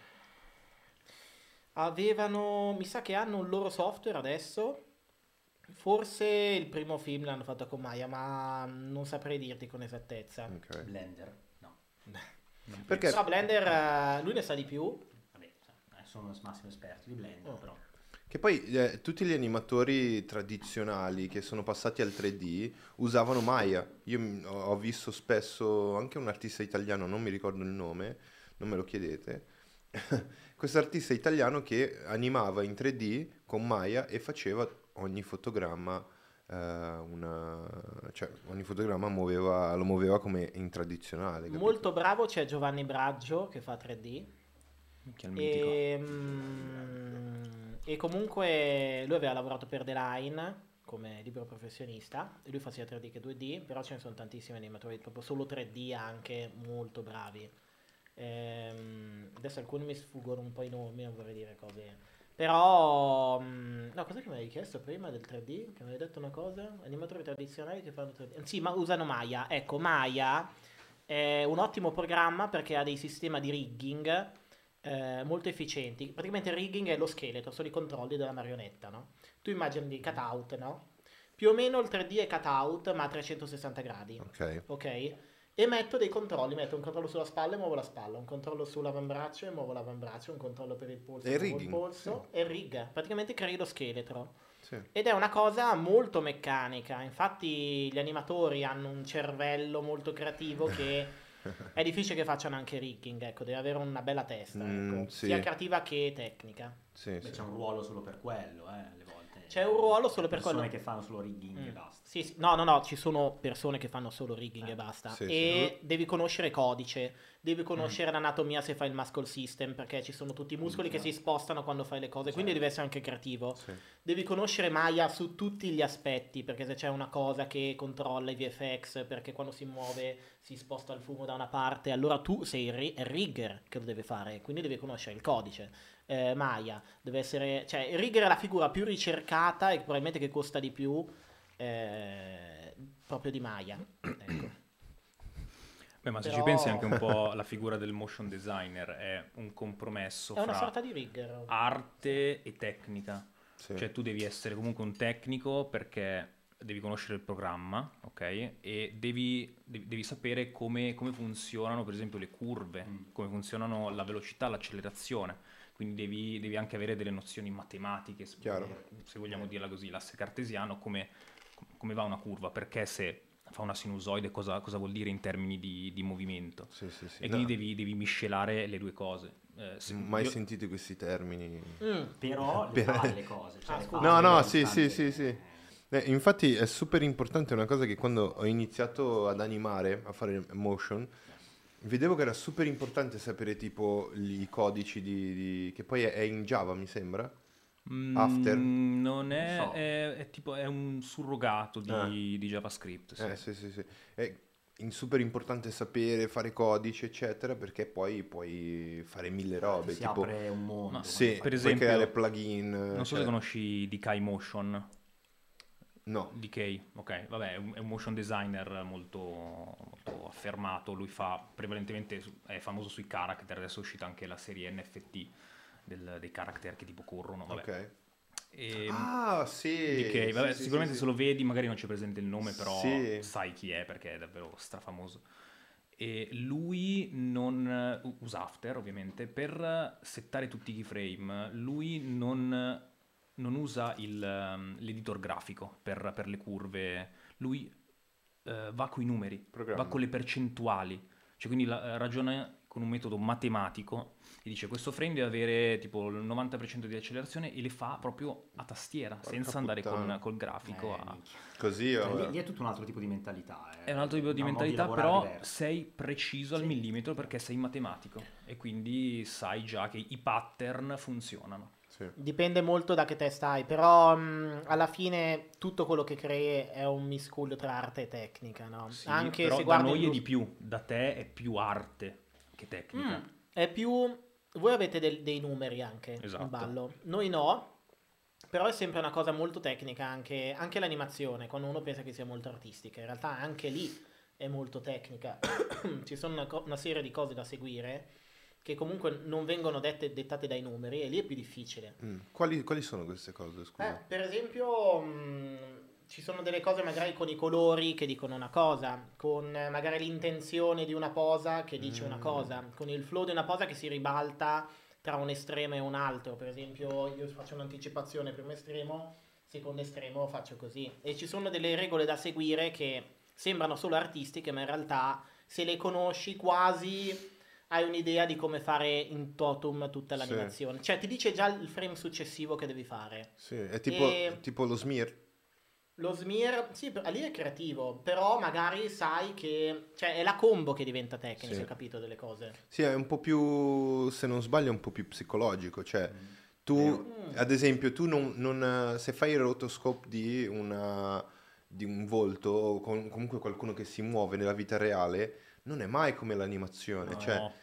Mi sa che hanno un loro software adesso. Forse il primo film l'hanno fatto con Maya, ma non saprei dirti con esattezza. Ok. Blender? No. Perché Però Blender, lui ne sa di più. Vabbè, sono il massimo esperto di Blender, però. che poi tutti gli animatori tradizionali che sono passati al 3D usavano Maya. Io ho visto spesso anche un artista italiano, non mi ricordo il nome, non me lo chiedete. Questo artista italiano che animava in 3D con Maya e faceva ogni fotogramma, cioè ogni fotogramma lo muoveva come in tradizionale. capito? Molto bravo c'è Giovanni Braggio che fa 3D. Che è il mitico. E comunque lui aveva lavorato per The Line come libero professionista e lui fa sia 3D che 2D, però ce ne sono tantissimi animatori proprio solo 3D anche molto bravi. Adesso alcuni mi sfuggono un po' i nomi, non vorrei dire cose. Però no, cos'è che mi avevi chiesto prima del 3D? Che mi avevi detto una cosa? Animatori tradizionali che fanno 3D. Sì, ma usano Maya. Ecco, Maya è un ottimo programma perché ha dei sistemi di rigging molto efficienti. Praticamente il rigging è lo scheletro, sono i controlli della marionetta, no? Tu immagini di cutout, no? Più o meno il 3D è cutout, ma a 360 gradi. Ok. Ok? E metto dei controlli, metto un controllo sulla spalla e muovo la spalla, un controllo sull'avambraccio e muovo l'avambraccio, un controllo per il polso E e muovo il rigging, polso e rig. Praticamente crei lo scheletro. Sì. Ed è una cosa molto meccanica, infatti gli animatori hanno un cervello molto creativo che è difficile che facciano anche rigging, ecco, deve avere una bella testa, ecco, sì. sia creativa che tecnica. Sì, Beh, sì. c'è un ruolo solo per quello, le volte. C'è un ruolo solo per persone quello. che fanno solo rigging e basta. Sì, sì. No, ci sono persone che fanno solo rigging e basta. Sì, E devi conoscere codice, devi conoscere l'anatomia se fai il muscle system, perché ci sono tutti i muscoli che si spostano quando fai le cose, quindi devi essere anche creativo. Sì. Devi conoscere Maya su tutti gli aspetti, perché se c'è una cosa che controlla i VFX, perché quando si muove si sposta il fumo da una parte, allora tu sei il rigger che lo deve fare, quindi devi conoscere il codice. Maya deve essere, cioè il rigger è la figura più ricercata e probabilmente che costa di più proprio di Maya, ecco. Beh, ma se Però- ci pensi anche un po' la figura del motion designer è un compromesso È una fra sorta di rigger. arte e tecnica. Sì. Cioè tu devi essere comunque un tecnico perché devi conoscere il programma, ok? E devi sapere come funzionano per esempio le curve, come funzionano la velocità, l'accelerazione. Quindi devi anche avere delle nozioni matematiche, Chiaro. se vogliamo dirla così, l'asse cartesiano, come va una curva, perché se fa una sinusoide cosa vuol dire in termini di movimento. Sì, sì, sì. E No, quindi devi miscelare le due cose. mai io- sentito questi termini? Però le fa le cose. Cioè le scusa. fa No, le sì, stanze. sì, sì. Infatti è super importante, una cosa che quando ho iniziato ad animare, a fare motion, vedevo che era super importante sapere tipo i codici che poi è in Java, mi sembra. After. Non è, Non so. è tipo è un surrogato di JavaScript. Sì. Sì, sì, sì. È super importante sapere fare codici, eccetera, perché poi puoi fare mille robe. Si Tipo, apre un mondo. Ma sì, per puoi esempio, creare plugin. Non so se conosci DK Motion. No. DK, ok, vabbè, è un motion designer molto, molto affermato. Lui fa prevalentemente, è famoso sui character. Adesso è uscita anche la serie NFT dei character che tipo corrono. Vabbè. Ok. E, Ah, sì. DK, vabbè, sì, sicuramente sì, se lo vedi magari non c'è presente il nome, però Sì. sai chi è perché è davvero strafamoso. E lui non usa After ovviamente per settare tutti i keyframe. Lui non usa l'editor grafico per le curve. Lui va con i numeri, Programma. va con le percentuali, cioè quindi ragiona con un metodo matematico e dice questo frame deve avere tipo il 90% di accelerazione e le fa proprio a tastiera, senza andare puttana. col grafico a... minchia. Così Cioè, lì è tutto un altro tipo di mentalità. È un altro tipo di Un modo mentalità, lavorare però diverso. sei preciso al millimetro perché sei matematico e quindi sai già che i pattern funzionano. Sì. Dipende molto da che testa hai, però alla fine tutto quello che crei è un miscuglio tra arte e tecnica, no? Sì, Anche però se da guardi noi è di più, da te è più arte che tecnica. è più... Voi avete dei numeri anche Esatto. in ballo, noi no, però è sempre una cosa molto tecnica, anche l'animazione, quando uno pensa che sia molto artistica, in realtà anche lì è molto tecnica. Ci sono una serie di cose da seguire che comunque non vengono dettate dai numeri e lì è più difficile. Quali sono queste cose, scusa? Per esempio, ci sono delle cose magari con i colori che dicono una cosa, con magari l'intenzione di una posa che dice una cosa, con il flow di una posa che si ribalta tra un estremo e un altro. Per esempio, io faccio un'anticipazione primo estremo, secondo estremo faccio così. E ci sono delle regole da seguire che sembrano solo artistiche, ma in realtà se le conosci quasi hai un'idea di come fare in totum tutta Sì. l'animazione. Cioè ti dice già il frame successivo che devi fare. Sì, è tipo, E- tipo lo smear. Lo smear, sì, lì è creativo, però magari sai che... Cioè è la combo che diventa tecnica, Sì. se ho capito delle cose. Sì, è un po' più, se non sbaglio, è un po' più psicologico, cioè Tu, ad esempio, tu se fai il rotoscope di un volto o comunque qualcuno che si muove nella vita reale, non è mai come l'animazione. No. Cioè,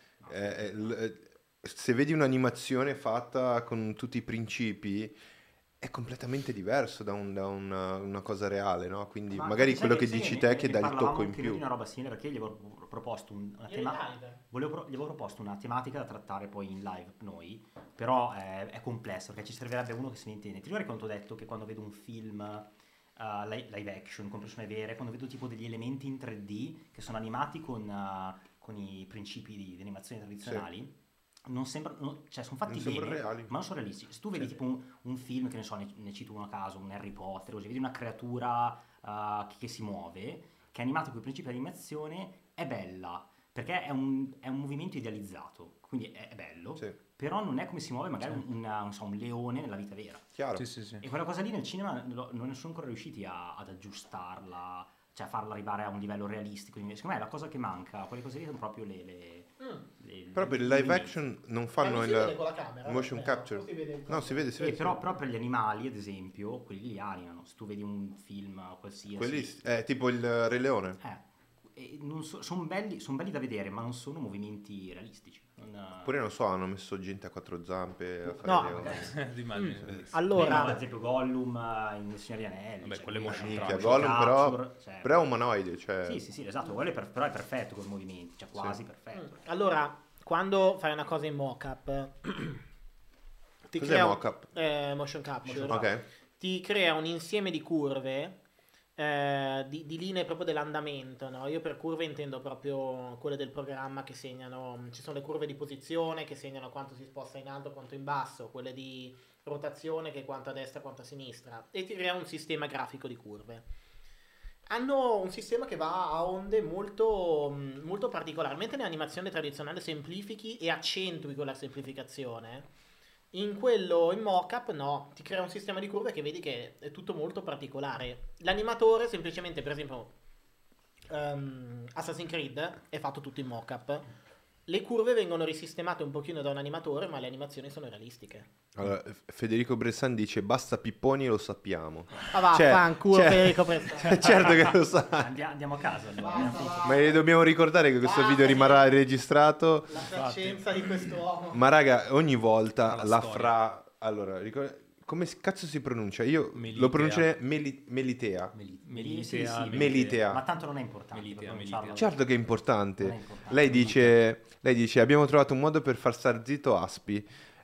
se vedi un'animazione fatta con tutti i principi, è completamente diverso da una cosa reale, no? Quindi Ma magari sai quello che sai dici ne- te ne che dà il parlavamo tocco in anche noi più. di una roba simile, perché io gli avevo proposto una Ieri live. gli avevo proposto una tematica da trattare poi in live noi, però è complesso perché ci servirebbe uno che se ne intende. Ti ricordi quando ho detto che quando vedo un film live action con persone vere, quando vedo tipo degli elementi in 3D che sono animati con i principi di animazione tradizionali, non sembrano, cioè sono fatti Non sembrano bene, reali. ma non sono realistici. Se tu vedi tipo un film, che ne so, ne cito uno a caso, un Harry Potter, così, vedi una creatura che si muove, che è animata con i principi di animazione, è bella, perché è un movimento idealizzato, quindi è bello, Sì, però non è come si muove magari non so, un leone nella vita vera. chiaro. Sì. E quella cosa lì nel cinema non sono ancora riusciti ad aggiustarla, cioè a farla arrivare a un livello realistico. Quindi, secondo me è la cosa che manca, quelle cose lì sono proprio Però per il live action non fanno non si vede il con la camera, motion aspetta, capture. o si vede il No, si vede, si vede. però per gli animali, ad esempio, quelli li animano. Se tu vedi un film qualsiasi, Quelli, tipo il Re Leone. sono belli da vedere, ma non sono movimenti realistici. Oppure non so, hanno messo gente a quattro zampe a fare No. le leoni. Ti immagini? Allora, ad esempio Gollum in Signore degli Anelli. Vabbè, cioè, quelle motion quindi- Minchia, capture. Gollum però è umanoide, cioè... Sì, esatto, quello però è perfetto con i movimenti, cioè quasi perfetto. allora, quando fai una cosa in mock-up, ti Cos'è crea mock-up? motion capture. Ok. Ti crea un insieme di curve, di linee proprio dell'andamento, no? Io per curve intendo proprio quelle del programma che segnano, ci sono le curve di posizione che segnano quanto si sposta in alto, quanto in basso, quelle di rotazione che è quanto a destra, quanto a sinistra, e ti crea un sistema grafico di curve. Hanno un sistema che va a onde molto, molto particolare, mentre nell'animazione tradizionale semplifichi e accentui quella semplificazione. In quello in mockup no, ti crea un sistema di curve che vedi che è tutto molto particolare. L'animatore semplicemente, per esempio Assassin's Creed è fatto tutto in mockup. Le curve vengono risistemate un pochino da un animatore, ma le animazioni sono realistiche. Allora, Federico Bressan dice basta pipponi, lo sappiamo. Ah Cioè- vaffanculo cioè- Federico Presta. Certo che lo sa. Andiamo a casa allora. abbiamo finito. Ma dobbiamo ricordare che questo video rimarrà registrato. La sapienza di quest'uomo. Ma raga, ogni volta La la storia. fra... Allora, come cazzo si pronuncia? Io Melitea. lo pronuncerei Melitea. Melitea. Melitea. Ma tanto non è importante. Melitea, pronunciarlo. Melitea. Certo che è importante. Non è importante. Lei dice abbiamo trovato un modo per far star zitto Aspi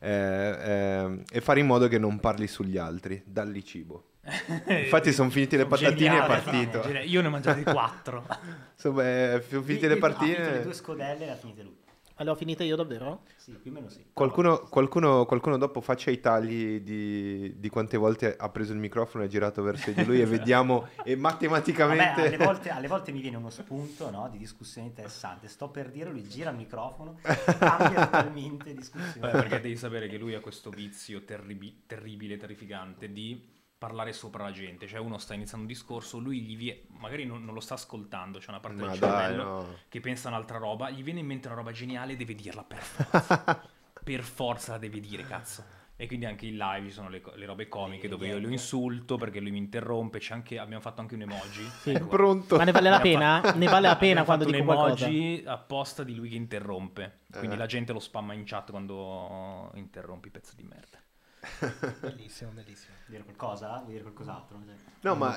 e fare in modo che non parli sugli altri. Dalli cibo. Infatti sono finite le patatine e è geniale, partito. Io ne ho mangiati 4. Insomma, sono finite le Ha finito le partine. 2 scodelle e le ha finite lui. Allora, finite io davvero? Sì, più o meno sì. Qualcuno dopo faccia i tagli di quante volte ha preso il microfono e ha girato verso di lui e vediamo e matematicamente... Vabbè, alle volte mi viene uno spunto, no, di discussione interessante. Sto per dire, lui gira il microfono, cambia totalmente discussione. Perché devi sapere che lui ha questo vizio terribile, terrificante di parlare sopra la gente. Cioè uno sta iniziando un discorso, lui magari non lo sta ascoltando, c'è una parte Ma del dai, cervello no. che pensa a un'altra roba, gli viene in mente una roba geniale e deve dirla per forza. Per forza la deve dire, cazzo. E quindi anche in live ci sono le robe comiche dove io lo insulto perché lui mi interrompe. Abbiamo fatto anche un emoji. Ecco, Pronto? Ma ne vale la pena? Ne vale la pena abbiamo quando fatto dico un qualcosa? emoji apposta di lui che interrompe. Quindi la gente lo spamma in chat quando interrompi, pezzo di merda. Bellissimo, bellissimo. Vuoi dire qualcosa? Vuoi dire qualcos'altro? No, ma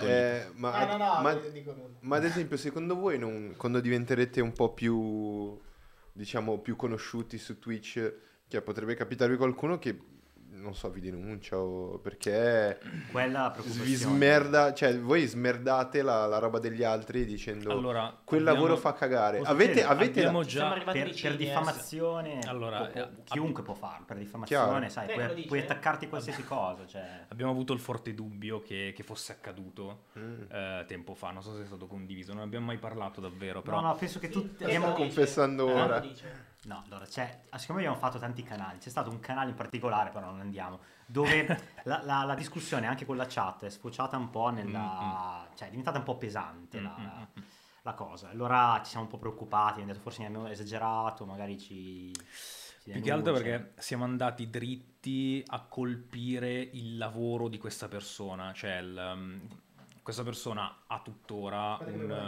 dico nulla. ma ad esempio, secondo voi quando diventerete un po' più, diciamo, più conosciuti su Twitch, che potrebbe capitarvi qualcuno che, non so, vi denuncia o perché Quella vi preoccupazione. smerda, cioè voi smerdate la roba degli altri dicendo Allora, quel lavoro fa cagare. Posso Avete chiedere? abbiamo Siamo già arrivati Per vicini, diffamazione, Allora, chiunque può farlo. Per diffamazione, Chiaro. sai, Te lo puoi dice? attaccarti a qualsiasi cosa. Cioè. abbiamo avuto il forte dubbio che fosse accaduto tempo fa. Non so se è stato condiviso, non abbiamo mai parlato davvero. Però No, penso che tutti Sto confessando ora. No, allora, siccome abbiamo fatto tanti canali, c'è stato un canale in particolare, però non andiamo, dove la discussione anche con la chat è sfociata un po' nella... cioè è diventata un po' pesante la cosa. Allora ci siamo un po' preoccupati, abbiamo detto forse ne abbiamo esagerato, magari ci più che altro denuncia. perché siamo andati dritti riusciti a colpire il lavoro di questa persona, cioè questa persona ha tuttora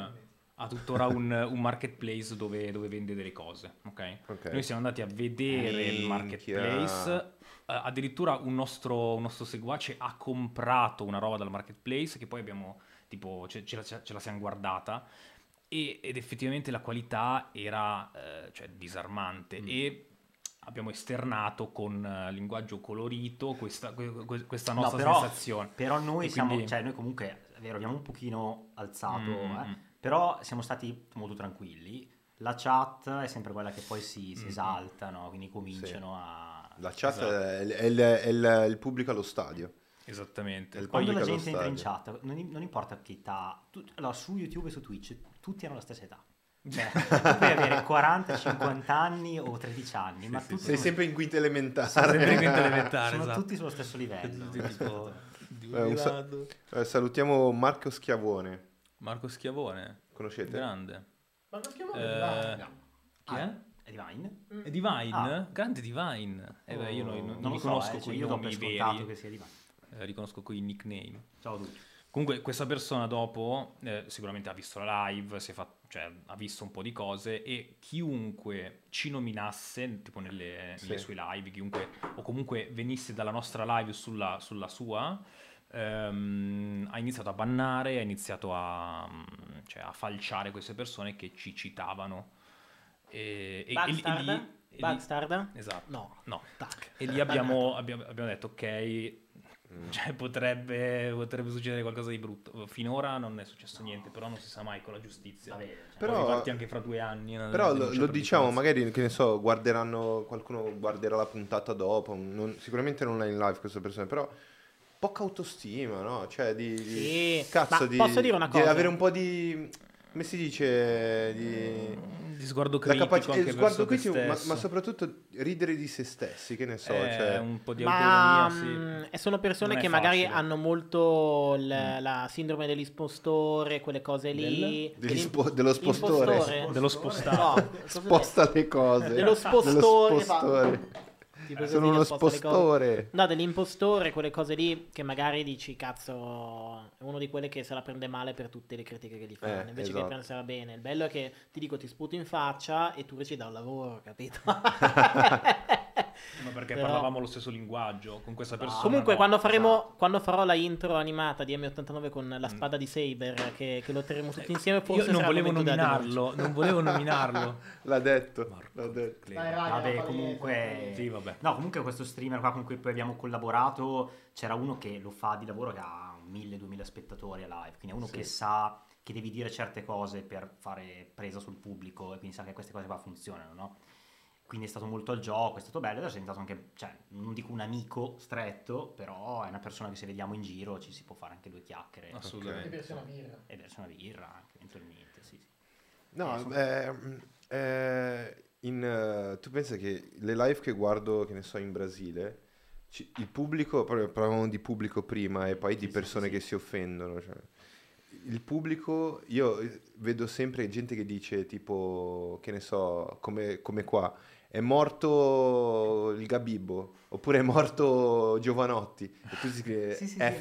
un marketplace dove vende delle cose, ok? Noi siamo andati a vedere il marketplace, addirittura un nostro seguace ha comprato una roba dal marketplace che poi abbiamo, tipo, ce la siamo guardata ed effettivamente la qualità era cioè, disarmante e abbiamo esternato con linguaggio colorito questa nostra sensazione. Però noi E siamo, quindi- cioè noi comunque, è vero, abbiamo un pochino alzato, però siamo stati molto tranquilli. La chat è sempre quella che poi si esalta, no? Quindi cominciano a... La chat Esatto. è il pubblico allo stadio. Esattamente. Il Quando la pubblico gente allo entra in stadio. chat, non importa che età, allora su YouTube e su Twitch tutti hanno la stessa età. Cioè, tu puoi avere 40, 50 anni o 13 anni, ma tutti Sei sono, sempre in quinta elementare. Sempre in quinta elementare, sono esatto. tutti sullo stesso livello. Tipo, Salutiamo Marco Schiavone. Marco Schiavone, Conoscete? grande. Ma non schiamo Chi è? È Divine? È Divine? Ah. Grande Divine. Beh, io non lo li so, conosco cioè, con i io do per nomi scontato veri, che sia Divine. riconosco con i nickname. Ciao a tutti. Comunque questa persona dopo sicuramente ha visto la live, cioè, ha visto un po' di cose e chiunque ci nominasse, tipo nelle sue live, chiunque o comunque venisse dalla nostra live sulla sua, ha iniziato a bannare, ha iniziato cioè, a falciare queste persone che ci citavano. E lì- Backstarda? Esatto. No. Tac. E lì abbiamo detto, ok, cioè potrebbe succedere qualcosa di brutto. Finora non è successo niente, però non si sa mai con la giustizia. Vabbè, cioè, Però- Può arrivarti anche fra 2 anni. Però lo diciamo, magari, che ne so, qualcuno guarderà la puntata dopo, sicuramente non è in live questa persona, però poca autostima, no? Cioè Sì, cazzo, ma posso dire una di cosa? avere un po' di, come si dice, di sguardo la critico capacità, anche sguardo verso te critico, ma stesso. soprattutto ridere di se stessi, che ne so, È cioè, un po' di Ma autonomia, sì. sono persone Non è che magari facile. hanno molto la sindrome dell'impostore, quelle cose lì. dello spostore. Impostore? Dello spostato. No, cosa Sposta le cose. Dello spostore. spostore. Tipo così, Sono uno sposta le cose. spostore. No, dell'impostore, quelle cose lì che magari dici, cazzo, è uno di quelli che se la prende male per tutte le critiche che gli fanno, invece esatto. che prendersela bene. Il bello è che ti dico, ti sputo in faccia e tu invece dai un lavoro, capito? Ma perché Però- parlavamo lo stesso linguaggio con questa persona. Comunque, no. quando farò la intro animata di M89 con la spada di Saber, che lotteremo tutti insieme, forse Io non sarà il volevo momento della nominarlo, non volevo nominarlo. L'ha detto. Marco L'ha detto. Dai, raga, Vabbè, fa comunque... Sì, vabbè. No, comunque questo streamer qua con cui poi abbiamo collaborato, c'era uno che lo fa di lavoro che ha 1000-2000 spettatori a live, quindi è uno che sa che devi dire certe cose per fare presa sul pubblico e quindi sa che queste cose qua funzionano, no? Quindi è stato molto al gioco, è stato bello, adesso è diventato anche, cioè, non dico un amico stretto, però è una persona che se vediamo in giro ci si può fare anche due chiacchiere. Assolutamente. E verso una birra. E verso una birra anche eventualmente, sì. No, tu pensa che le live che guardo, che ne so, in Brasile, il pubblico, proprio parlavamo di pubblico prima e poi di persone che si offendono, cioè, il pubblico, io vedo sempre gente che dice tipo, che ne so, come qua, è morto il Gabibbo, oppure è morto Giovanotti, e tu si scrive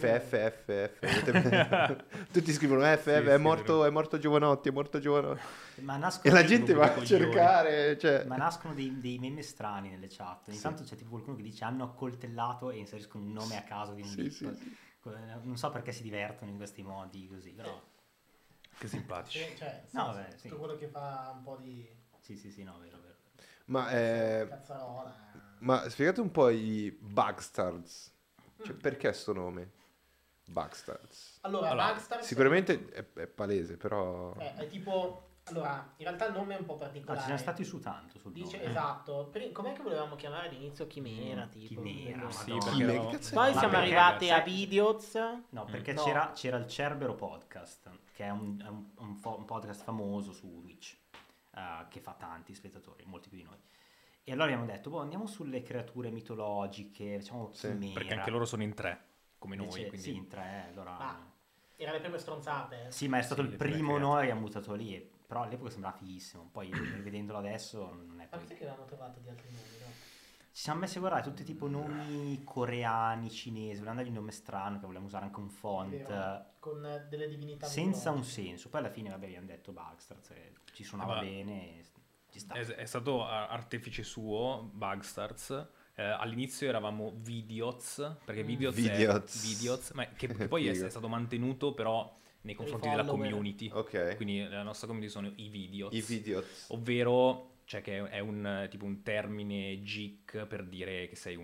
F. Tutti scrivono F, è morto Giovanotti, è morto Giovanotti. Ma E nascono la dei- gente va a coglioni. cercare, cioè... Ma nascono dei meme strani nelle chat. Ogni tanto c'è tipo qualcuno che dice hanno accoltellato e inseriscono un nome a caso di un Sì, beep. sì. Non so perché si divertono in questi modi così, però... Che simpatici. Cioè, No, no, vabbè, sì. tutto quello che fa un po' di Sì, no, vero. Ma, cazzarola. ma spiegate un po' i Bugstars, cioè perché sto nome? Bugstars. Allora, Allora, Backstar Sicuramente è palese, però... è tipo... Allora, in realtà il nome è un po' No, particolare. ci siamo stati su tanto sul Dice, nome. esatto. Com'è che volevamo chiamare all'inizio Chimera? Tipo, Chimera, Sì, Madonna. perché Che cazzo è? Poi Ma siamo perché? arrivati a Sai- Videos. No, perché No. c'era il Cerbero Podcast, che è un podcast famoso su Twitch, che fa tanti spettatori, molti più di noi. E allora abbiamo detto, andiamo sulle creature mitologiche, facciamo Sì, Chimera. Perché anche loro sono in 3, come noi. Invece, Quindi... Sì, in tre, allora... Ah. Erano le prime stronzate. Sì, ma è stato Sì, il le prime primo creature. noi, abbiamo buttato lì, però all'epoca sembrava fighissimo, poi rivedendolo adesso non è Ma poi... cos'è che avevamo trovato di altri nomi, no? Ci siamo messi a guardare tutti tipo nomi coreani, cinesi, volevamo dargli un nome strano che volevamo usare anche un font Con delle divinità senza un mitologiche. senso. Poi alla fine vabbè abbiamo detto Bugstars, ci suonava Ma- bene, ci sta. È stato artefice suo, Bugstars. All'inizio eravamo Vidiots, perché Vidiots è Vidiots. Vidiots, ma che poi è Figo. stato mantenuto però nei confronti della follower. community. Ok. Quindi la nostra community sono i Vidiots. I video. Ovvero, cioè che è tipo un termine geek per dire che sei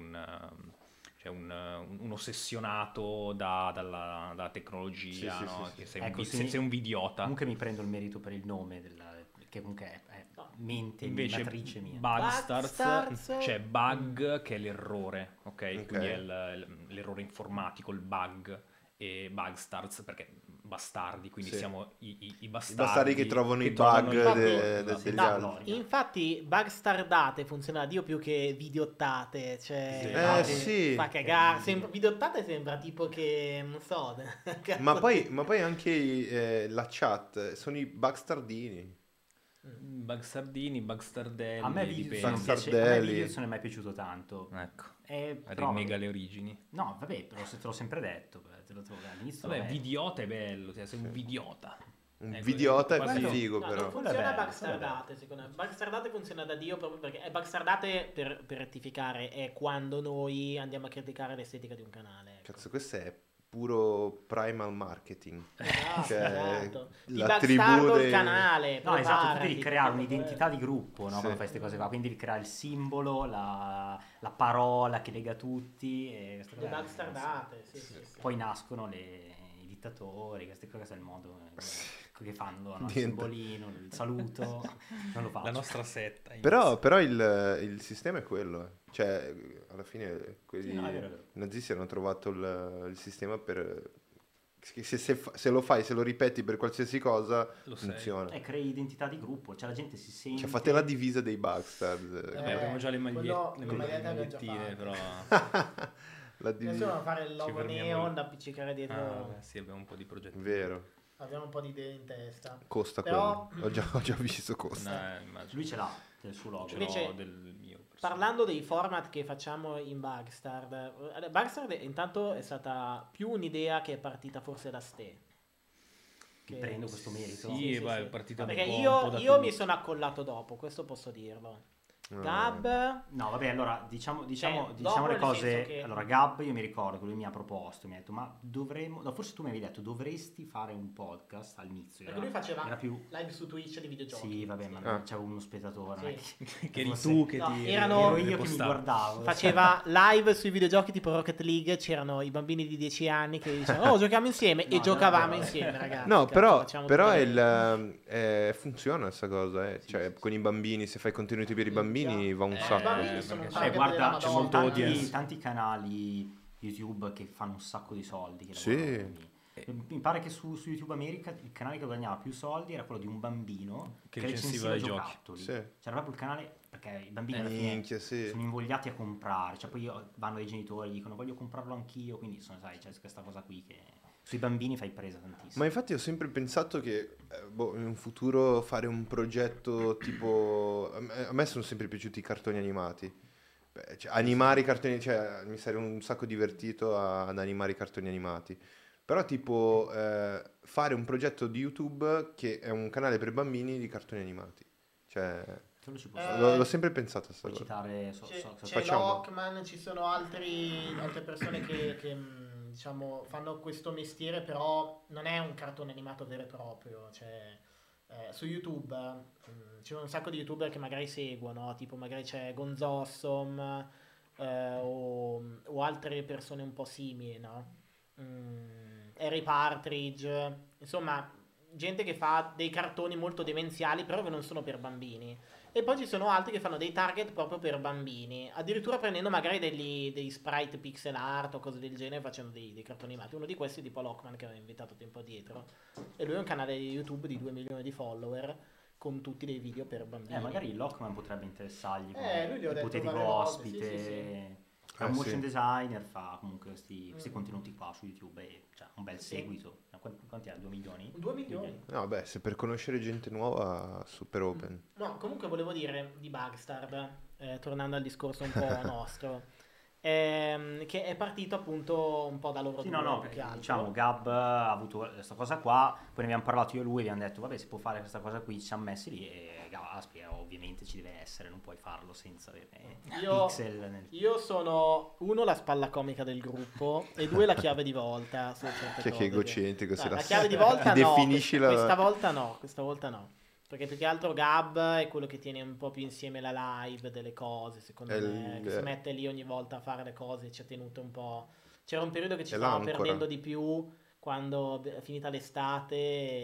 un ossessionato dalla tecnologia, Sì, no? sì, sì, Che sì. sei, Ecco, un, sì. sei un vidiota. Comunque mi prendo il merito per il nome, che comunque è mente Invece matrice mia. Bugstars, Bugstars. c'è bug che è l'errore, ok? Ok. Quindi è l'errore informatico, il bug, e Bugstars perché bastardi, quindi Sì. siamo i bastardi. I bastardi che trovano i trovano bug i- degli No, altri. infatti bugstardate funziona da Dio più che videottate, cioè Sì. fate- Sì. fa cagare, videottate sembra tipo che non so, Ma poi anche la chat sono i bugstardini. Bugstardini, Bugstardelli, A me dipende. Bugstardelli. Video non è mai piaciuto tanto. Ecco, Però, rinnega le origini. no, vabbè, però se te l'ho sempre detto, te lo trovo all'inizio. Vabbè, vabbè. vidiota è bello, cioè sei un vidiota. Un Ecco, videota è quasi- più figo No, però. non Quello è funziona bello, Bugstardate, secondo me. Bugstardate funziona da Dio proprio perché Bugstardate, per rettificare, è quando noi andiamo a criticare l'estetica di un canale. Ecco. Cazzo, questo è puro primal marketing. Esatto, Cioè, esatto. Ti la tribù bugstardo il dei- canale. No, esatto, tu preparati, devi creare tutto un'identità di gruppo, no? Sì. Quando fai queste cose qua, quindi devi creare il simbolo, la parola che lega tutti. E queste Le cose- bugstardate, sì, sì, sì. Poi nascono i dittatori, queste cose, questo è il modo che fanno, no? Il Niente. simbolino, il saluto, non lo faccio. La nostra setta. Però il sistema è quello. Cioè, alla fine quelli Sì, no, è vero, è vero. nazisti hanno trovato il sistema per... Se lo fai, se lo ripeti per qualsiasi cosa, Lo sai. funziona. Crei identità di gruppo, cioè la gente si sente... Cioè, fate la divisa dei Bugstars. Vabbè, abbiamo già le quello- le le magliette abbiamo già magliettine, fatte. però... La Adesso divisa. dobbiamo fare il logo fermiamo neon lì. da appiccicare dietro. Ah, vabbè, sì, abbiamo un po' di progetti. Vero. Abbiamo un po' di idee in testa. Costa Però- quello. Ho già visto costa. Immagino. Lui ce l'ha del suo logo. Ce Invece, l'ho del mio personale. Parlando dei format che facciamo in Bugstard, Bugstard intanto è stata più un'idea che è partita forse da Ste. Mi prendo questo merito. Sì, vai, è partita Perché un po' io, da io tu. mi sono accollato dopo, questo posso dirlo. No. Gab, No, vabbè, allora diciamo dopo le nel cose. senso che- Allora, Gab, io mi ricordo che lui mi ha proposto, mi ha detto, ma dovremmo. No, forse tu mi avevi detto, dovresti fare un podcast all'inizio. perché lui faceva era più. live su Twitch di videogiochi. Sì, vabbè, ma Ah. c'avevo uno spettatore. non è Sì. Che eri Forse- tu che No, ti... erano- Ero io che mi postavi. guardavo. Faceva live sui videogiochi tipo Rocket League, c'erano i bambini di 10 anni che dicevano "Oh, giochiamo insieme" e No, giocavamo no, no. insieme, ragazzi. No, Cazzo, però, facciamo però tutte è le- funziona questa cosa, Sì, cioè sì, con i bambini, se fai contenuti per i bambini va un I sacco. bambini sono un perché target guarda, della ci sono Madonna. tanti canali YouTube che fanno un sacco di soldi. Che Sì. lavorano quindi. Mi pare che su YouTube America il canale che guadagnava più soldi era quello di un bambino Che che recensiva recensiva i giochi. giocattoli. Sì. C'era proprio il canale perché i bambini alla fine Minchia, sì. sono invogliati a comprare, cioè poi vanno dai genitori e dicono voglio comprarlo anch'io, quindi sai, c'è questa cosa qui che sui bambini fai presa tantissimo. Ma infatti ho sempre pensato che in un futuro fare un progetto tipo... A me sono sempre piaciuti i cartoni animati. Beh, cioè, animare i cartoni... Cioè, mi sarei un sacco divertito ad animare i cartoni animati. Però tipo fare un progetto di YouTube che è un canale per bambini di cartoni animati. Cioè, Quello ci può l'ho sempre pensato a sta puoi cosa. citare C'è Facciamo. Lockman, ci sono altre persone che diciamo fanno questo mestiere, però non è un cartone animato vero e proprio. Cioè, su YouTube ci sono un sacco di youtuber che magari seguono, tipo magari c'è Gonzosom o altre persone un po' simili, no? Harry Partridge, insomma, gente che fa dei cartoni molto demenziali, però che non sono per bambini. E poi ci sono altri che fanno dei target proprio per bambini, addirittura prendendo magari degli sprite pixel art o cose del genere, facendo dei cartoni animati. Uno di questi è tipo Lockman, che aveva invitato tempo addietro, e lui ha un canale di YouTube di 2 milioni di follower con tutti dei video per bambini. magari il Lockman potrebbe interessargli lui gli ho detto ipotetico varie volte, ospite. sì, sì. È un motion sì. designer, fa comunque questi contenuti qua su YouTube e c'ha un bel seguito, quanti ha? 2 milioni? 2 milioni. No, beh, se per conoscere gente nuova, super open. No, comunque volevo dire di Bugstard, tornando al discorso un po' nostro, che è partito appunto un po' da loro Sì, due, no, più che altro. diciamo Gab ha avuto questa cosa qua, poi ne abbiamo parlato io e lui e abbiamo detto vabbè, si può fare questa cosa qui, ci siamo messi lì e Gaspia ovviamente ci deve essere, non puoi farlo senza avere Io- pixel Io sono, uno, la spalla comica del gruppo e due, la chiave di volta su certe Che cose. egocentrico, se No, la la chiave di volta ti no, definisci la... questa volta no. Perché più che altro Gab è quello che tiene un po' più insieme la live delle cose, secondo È me, il- che si mette lì ogni volta a fare le cose, ci ha tenuto un po'. C'era un periodo che ci È stava l'ancora. perdendo di più quando è finita l'estate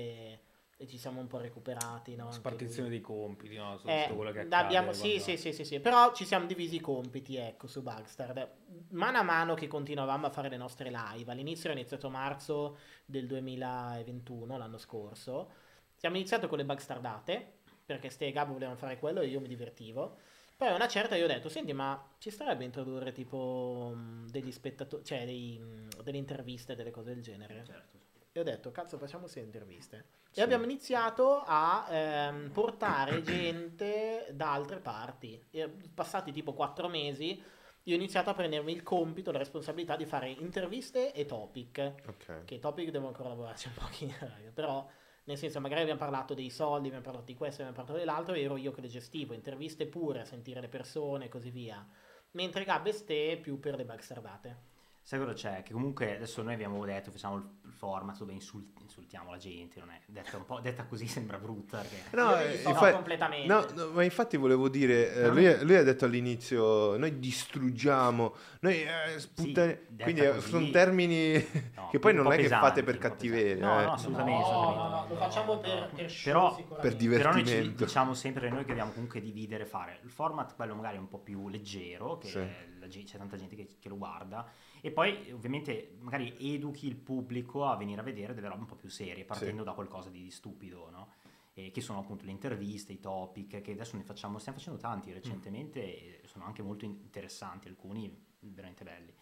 e ci siamo un po' recuperati, no? Anche Spartizione lui. dei compiti, no? Su tutto quello che accade. Abbiamo, sì, quando- sì, però ci siamo divisi i compiti, ecco, su Bugstard. Mano a mano che continuavamo a fare le nostre live, all'inizio era iniziato marzo del 2021, l'anno scorso, siamo iniziato con le Bugstardate, perché Ste e Gabbo volevano fare quello e io mi divertivo. Poi a una certa io ho detto, senti, ma ci starebbe introdurre tipo degli spettatori, cioè delle interviste, delle cose del genere? certo. E ho detto, cazzo, facciamo queste interviste. Sì. E abbiamo iniziato a portare gente da altre parti. E passati tipo 4 mesi, io ho iniziato a prendermi il compito, la responsabilità di fare interviste e topic. Ok. Che i topic devo ancora lavorarci un pochino, però nel senso magari abbiamo parlato dei soldi, abbiamo parlato di questo, abbiamo parlato dell'altro, e ero io che le gestivo, interviste pure, a sentire le persone e così via. Mentre Gab e Ste più per le bugstardate. Sai cosa c'è? Che comunque adesso noi abbiamo detto facciamo il format dove insultiamo la gente, non è detta un po' detta così sembra brutta perché No, Io li so infa- completamente. no, ma infatti volevo dire, Però lui ha detto all'inizio, noi distruggiamo, noi detta quindi così- sono termini No, che poi un non po' è che pesanti, fate per un po' cattiveria, pesanti. No, eh. no, assolutamente, No, assolutamente. lo facciamo per show Però- sicuramente. per divertirsi. Però noi ci Divertimento. diciamo sempre noi che dobbiamo comunque dividere, fare il format quello magari un po' più leggero, che Sì. c'è tanta gente che lo guarda, e poi ovviamente magari educhi il pubblico a venire a vedere delle robe un po' più serie, partendo da qualcosa di stupido, no? Che sono appunto le interviste, i topic, che adesso stiamo facendo tanti recentemente, e sono anche molto interessanti, alcuni veramente belli.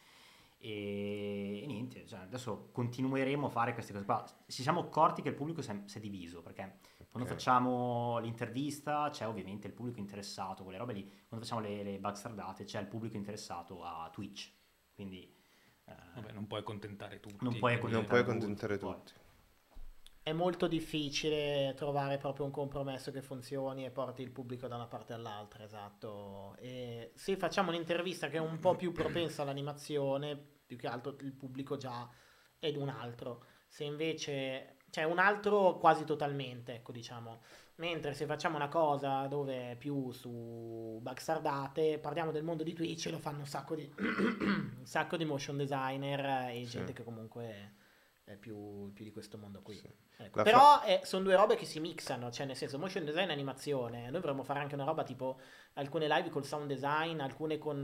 E niente, cioè, adesso continueremo a fare queste cose qua. Ci siamo accorti che il pubblico si è diviso, perché quando Ok. facciamo l'intervista c'è ovviamente il pubblico interessato a quelle robe lì, quando facciamo le bugstardate c'è il pubblico interessato a Twitch, quindi Vabbè, non puoi accontentare tutti. non puoi quindi- Non puoi accontentare accontentare tutti, tutti. È molto difficile trovare proprio un compromesso che funzioni e porti il pubblico da una parte all'altra, esatto. E se facciamo un'intervista che è un po' più propensa all'animazione, più che altro il pubblico già è un altro. Se invece, cioè un altro quasi totalmente, ecco, diciamo. Mentre se facciamo una cosa dove è più su bugstardate, parliamo del mondo di Twitch e lo fanno un sacco di, un sacco di motion designer e Sì. gente che comunque è più di questo mondo qui. Sì. Ecco. La Però sono due robe che si mixano, cioè nel senso motion design e animazione. Noi vorremmo fare anche una roba tipo alcune live col sound design, alcune con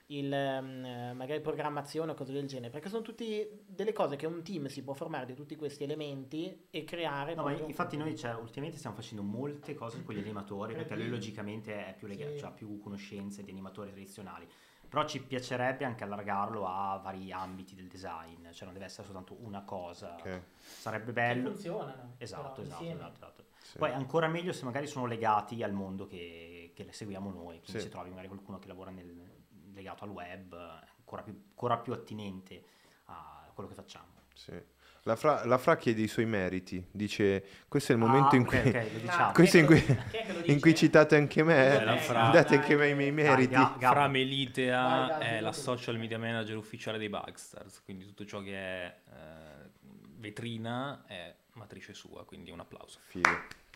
magari programmazione o cose del genere, perché sono tutte delle cose che un team si può formare di tutti questi elementi e creare. No, ma proprio un infatti noi contenuto. ultimamente stiamo facendo molte cose con gli animatori, perché lui logicamente è più legato, Sì. cioè ha più conoscenze di animatori tradizionali. Però ci piacerebbe anche allargarlo a vari ambiti del design, cioè non deve essere soltanto una cosa. Ok. Sarebbe Che bello. funzionano. Esatto, però, esatto, insieme. esatto. Sì. Poi ancora meglio se magari sono legati al mondo che le seguiamo noi, quindi Sì. se trovi magari qualcuno che lavora legato al web, ancora più attinente a quello che facciamo. Sì. La Fra chiede i suoi meriti, dice questo è il momento in cui, ok, lo diciamo. questo in cui, Chi è che lo dice? in cui citate anche me, la Fra. date anche me i miei meriti. Gabbo. Fra Vai, Melitea Gabbo, è la Gabbo. social media manager ufficiale dei Bugstars, quindi tutto ciò che è vetrina è matrice sua, quindi un applauso. Figo.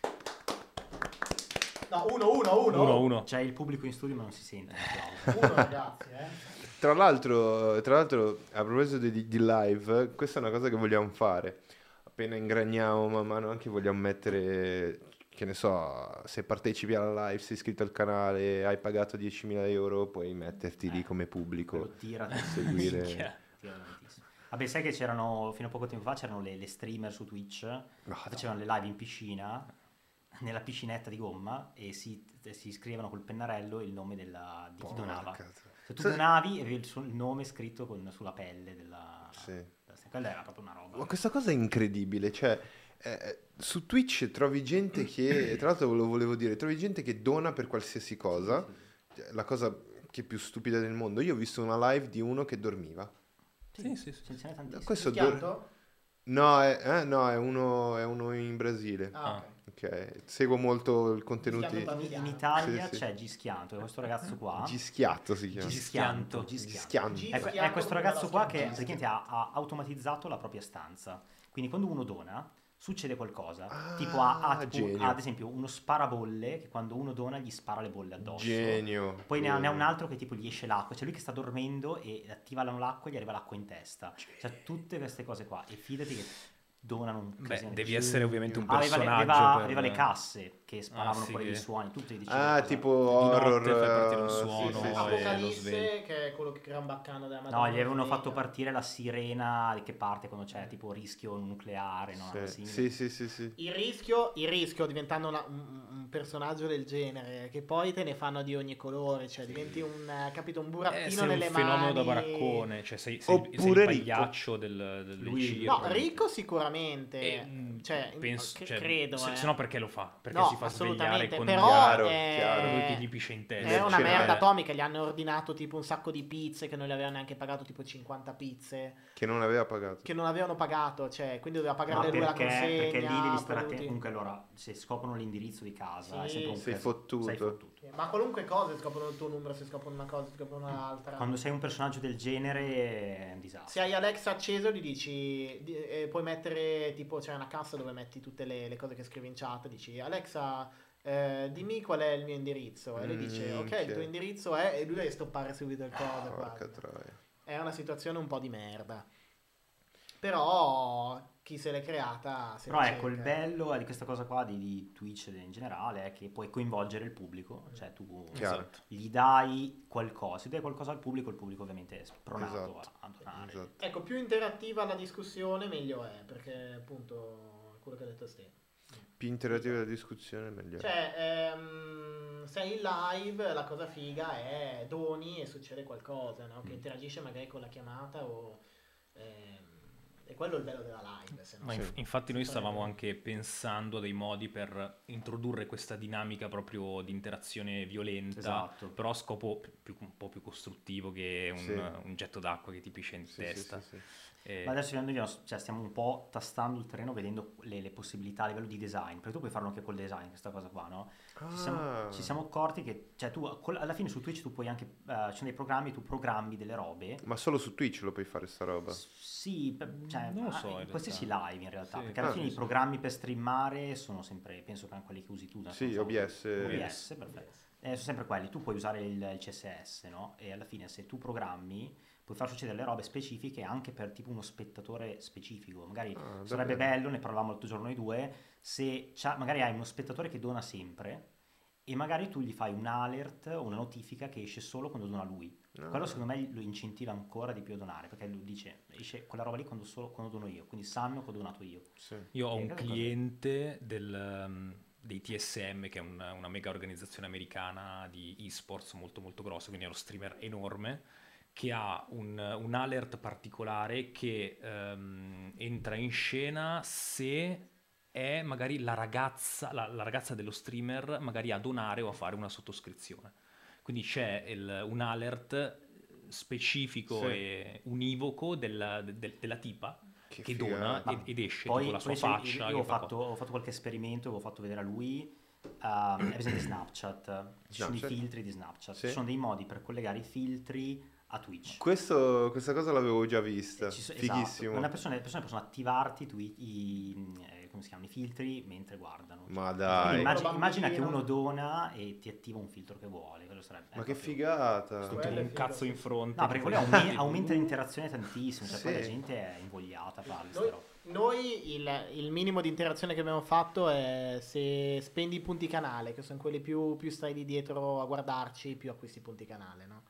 No, uno. 1-1. C'è il pubblico in studio ma non si sente. Uno, ragazzi, Tra l'altro, a proposito di live, questa è una cosa che vogliamo fare. Appena ingraniamo man mano, anche vogliamo mettere, che ne so, se partecipi alla live, sei iscritto al canale, hai pagato 10.000 euro, puoi metterti lì come pubblico. Quello tira seguire. Minchia. tira tantissimo. Vabbè, sai che c'erano, fino a poco tempo fa, c'erano le streamer su Twitch, che facevano le live in piscina, nella piscinetta di gomma, e si scrivevano col pennarello il nome di chi donava. Porca Se tu Sa- donavi avevi il nome scritto sulla pelle della... Sì. Quella era proprio una roba. Ma questa cosa è incredibile, cioè su Twitch trovi gente che, tra l'altro lo volevo dire, trovi gente che dona per qualsiasi cosa, la cosa che è più stupida del mondo. Io ho visto una live di uno che dormiva. Sì. Ce ne sono tantissimi. Questo Schianto? No, è uno in Brasile. Ah, ok. Ok, seguo molto il contenuti. Schianto In Italia Sì, sì. c'è Gischianto, questo ragazzo qua. Gischiatto si chiama. Gischianto. Gischianto. È questo ragazzo qua che praticamente ha automatizzato la propria stanza. Quindi quando uno dona, succede qualcosa. Tipo ha genio. ad esempio uno sparabolle che quando uno dona gli spara le bolle addosso. Genio. Poi ne ha un altro che tipo gli esce l'acqua. C'è lui che sta dormendo e attivano l'acqua e gli arriva l'acqua in testa. Cioè tutte queste cose qua. E fidati che donano un casino. Devi essere ovviamente un Aveva personaggio aveva le casse che sparavano sì. poi dei suoni, tutti dicevano cosa- Tipo notte horror. fai partire un sì, suono. sì, sì. lo svegli. Apocalisse, che è quello che crea un baccano della Madonna. No, gli avevano sveglia. fatto partire la sirena che parte quando c'è tipo rischio nucleare, no? Una Sì, simile. sì. Il rischio diventando un personaggio del genere, che poi te ne fanno di ogni colore, cioè diventi un burattino sei nelle un fenomeno mani. da baraccone, cioè sei Oppure il Ricco. pagliaccio del Lui- circo. No, Ricco sicuramente, Cioè, credo. se no perché lo fa? Perché No, si fa svegliare assolutamente, con però Chiaro, è, chiaro. lui che gli piscia in testa. è una Cioè, merda atomica, gli hanno ordinato tipo un sacco di pizze che non gli avevano neanche pagato, tipo 50 pizze Che non aveva pagato. che non avevano pagato, cioè quindi doveva Ma pagare lui la consegna. perché lì devi stare poi attento. tutti- Comunque allora, se scoprono l'indirizzo di casa, è Sì. sempre un Sei casino. fottuto. Sei fottuto. Ma qualunque cosa, scoprono il tuo numero, se scoprono una cosa, se scoprono un'altra. Quando sei un personaggio del genere è un disastro. Se hai Alexa acceso gli dici, puoi mettere tipo c'è una cassa dove metti tutte le cose che scrivi in chat, dici Alexa dimmi qual è il mio indirizzo e lui dice ok, il tuo indirizzo è, e lui deve stoppare subito il coso. Porca guarda. troia. È una situazione un po' di merda, però chi se l'è creata se Però la ecco, il cerca. bello di questa cosa qua di Twitch in generale è che puoi coinvolgere il pubblico, cioè tu Chiaro. gli dai qualcosa, se dai qualcosa al pubblico, il pubblico ovviamente è spronato Esatto. a donare. Esatto. Ecco, più interattiva la discussione meglio è, perché appunto è quello che ha detto Ste. Più interattiva la discussione, meglio. Cioè, sei in live, la cosa figa è doni e succede qualcosa, no? Che interagisce magari con la chiamata o... e quello è il bello della live. Se no Ma infatti noi stavamo anche pensando a dei modi per introdurre questa dinamica proprio di interazione violenta, Esatto. però a scopo un po' più costruttivo che Sì. un getto d'acqua che ti piscia in Sì, testa. sì. Ma adesso cioè, stiamo un po' tastando il terreno, vedendo le possibilità a livello di design, perché tu puoi farlo anche col design, questa cosa qua, no? Ci siamo accorti che, cioè, tu alla fine su Twitch tu puoi anche, ci sono dei programmi, tu programmi delle robe. Ma solo su Twitch lo puoi fare sta roba? Sì, cioè, Non lo so, in in qualsiasi realtà. live in realtà, Sì. perché alla fine sì, i programmi per streamare sono sempre, penso che anche quelli che usi tu. Sì, non so. OBS. OBS, perfetto. Sono sempre quelli, tu puoi usare il CSS, no? E alla fine se tu programmi puoi far succedere le robe specifiche anche per tipo uno spettatore specifico. Magari sarebbe davvero? bello, ne parlavamo l'altro giorno noi due, se magari hai uno spettatore che dona sempre e magari tu gli fai un alert o una notifica che esce solo quando dona lui. Quello secondo me lo incentiva ancora di più a donare, perché lui dice esce quella roba lì quando dono io, quindi sanno che ho donato io. Sì. Io ho E un cosa- cliente dei TSM, che è una mega organizzazione americana di esports molto molto grossa, quindi è uno streamer enorme, che ha un alert particolare che entra in scena se è magari la ragazza dello streamer magari a donare o a fare una sottoscrizione. Quindi c'è un alert specifico Sì. e univoco della tipa Che che figata. dona ed esce Poi, tipo la sua poi faccia. io che ho fa fatto qualche esperimento, avevo fatto vedere a lui, è presente Snapchat, ci sono i Snapchat? filtri di Snapchat, Sì. ci sono dei modi per collegare i filtri a Twitch. Questa cosa l'avevo già vista. Esatto. Fighissimo. Le persone possono attivarti come si chiamano, i filtri mentre guardano. Ma Quindi dai. immagina che Bambino. uno dona e ti attiva un filtro che vuole. Quello sarebbe Ma che proprio- figata. tutto Quello è un figo, cazzo sì. in fronte. No, perché che quello poi- aumenta l'interazione tantissimo, cioè poi Sì. la gente è invogliata a fare queste Noi, robe. noi il minimo di interazione che abbiamo fatto è se spendi i punti canale, che sono quelli più stai lì dietro a guardarci, più acquisti punti canale, no?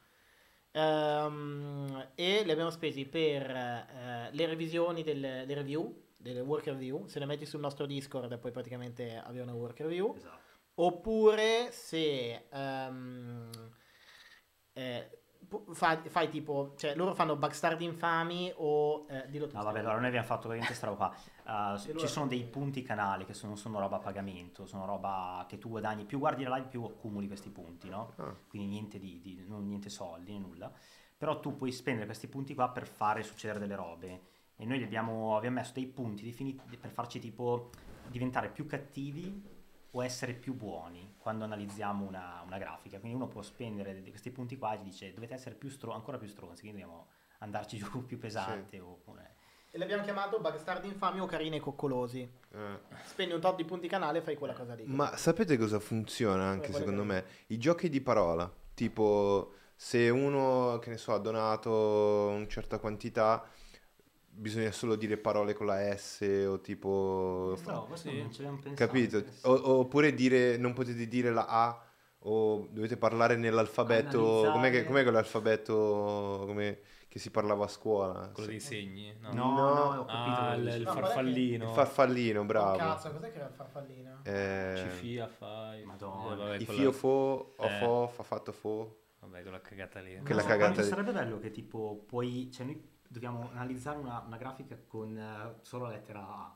E li abbiamo spesi per le revisioni le review, delle work review. Se le metti sul nostro Discord poi praticamente aveva una work review. Esatto. Oppure se fai tipo, cioè loro fanno Bugstard Infami o dillo tu. No, vabbè, allora noi abbiamo fatto veramente sta roba qua. E loro Ci sono fanno- dei punti canale che non sono roba a pagamento, sono roba che tu guadagni, più guardi la live più accumuli questi punti, no? Ah. Quindi niente non niente soldi, né nulla. Però tu puoi spendere questi punti qua per fare succedere delle robe. E noi abbiamo messo dei punti definiti per farci tipo diventare più cattivi o essere più buoni quando analizziamo una grafica. Quindi uno può spendere questi punti qua e ti dice dovete essere ancora più stronzi, quindi dobbiamo andarci giù più pesante. Oppure... E l'abbiamo chiamato Bugstard Infami o Carini e Coccolosi. Eh. Spendi un tot di punti canale e fai quella cosa lì. Ma sapete cosa funziona anche Quale secondo cosa? me? I giochi di parola. Tipo, se uno, che ne so, ha donato una certa quantità, bisogna solo dire parole con la S o tipo... No, questo Sì. non ci abbiamo pensato. Capito? interessante. Oppure dire, non potete dire la A o dovete parlare nell'alfabeto... Analizzare. Com'è quell'alfabeto che si parlava a scuola? Quello dei segni, no? No, ho capito. Ah, quello che il dici. No, farfallino. Il farfallino, Oh, bravo. cazzo, cos'è che era il farfallino? Cifia, fai. Madonna. Vabbè, I quella- fio fo, o Eh. fo, fa fatto fo. Vabbè, quella cagata lì. Che la No, cagata quanto di- sarebbe bello che tipo puoi, cioè noi dobbiamo analizzare una grafica con solo la lettera A,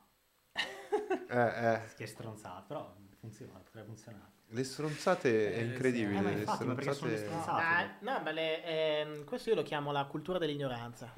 che è stronzata, però funziona, potrebbe funzionare. Le stronzate è sì. incredibile. Ma le infatti, ma perché sono le stronzate... stronzate? No, questo io lo chiamo la cultura dell'ignoranza.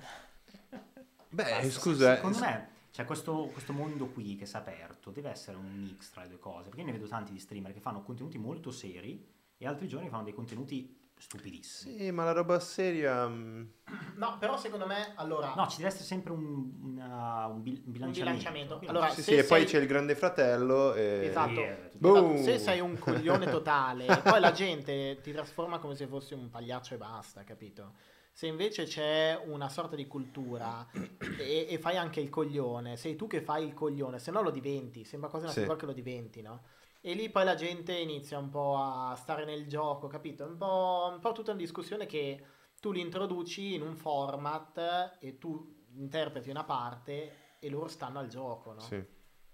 Beh, scusa, Secondo me, cioè questo mondo qui che si è aperto deve essere un mix tra le due cose, perché io ne vedo tanti di streamer che fanno contenuti molto seri e altri giorni fanno dei contenuti stupidissimi. sì, ma la roba seria... No, però secondo me, allora... No, ci deve essere sempre un un bilanciamento. bilanciamento. Allora, Sì, se sì, e poi sei- c'è il grande fratello e... Esatto. tutto- Boom! Se sei un coglione totale, poi la gente ti trasforma come se fossi un pagliaccio e basta, capito? Se invece c'è una sorta di cultura e fai anche il coglione, sei tu che fai il coglione, se no lo diventi, sembra quasi una Sì. figura che lo diventi, no? E lì poi la gente inizia un po' a stare nel gioco, capito? Un po' tutta una discussione che tu li introduci in un format e tu interpreti una parte e loro stanno al gioco, no? Sì.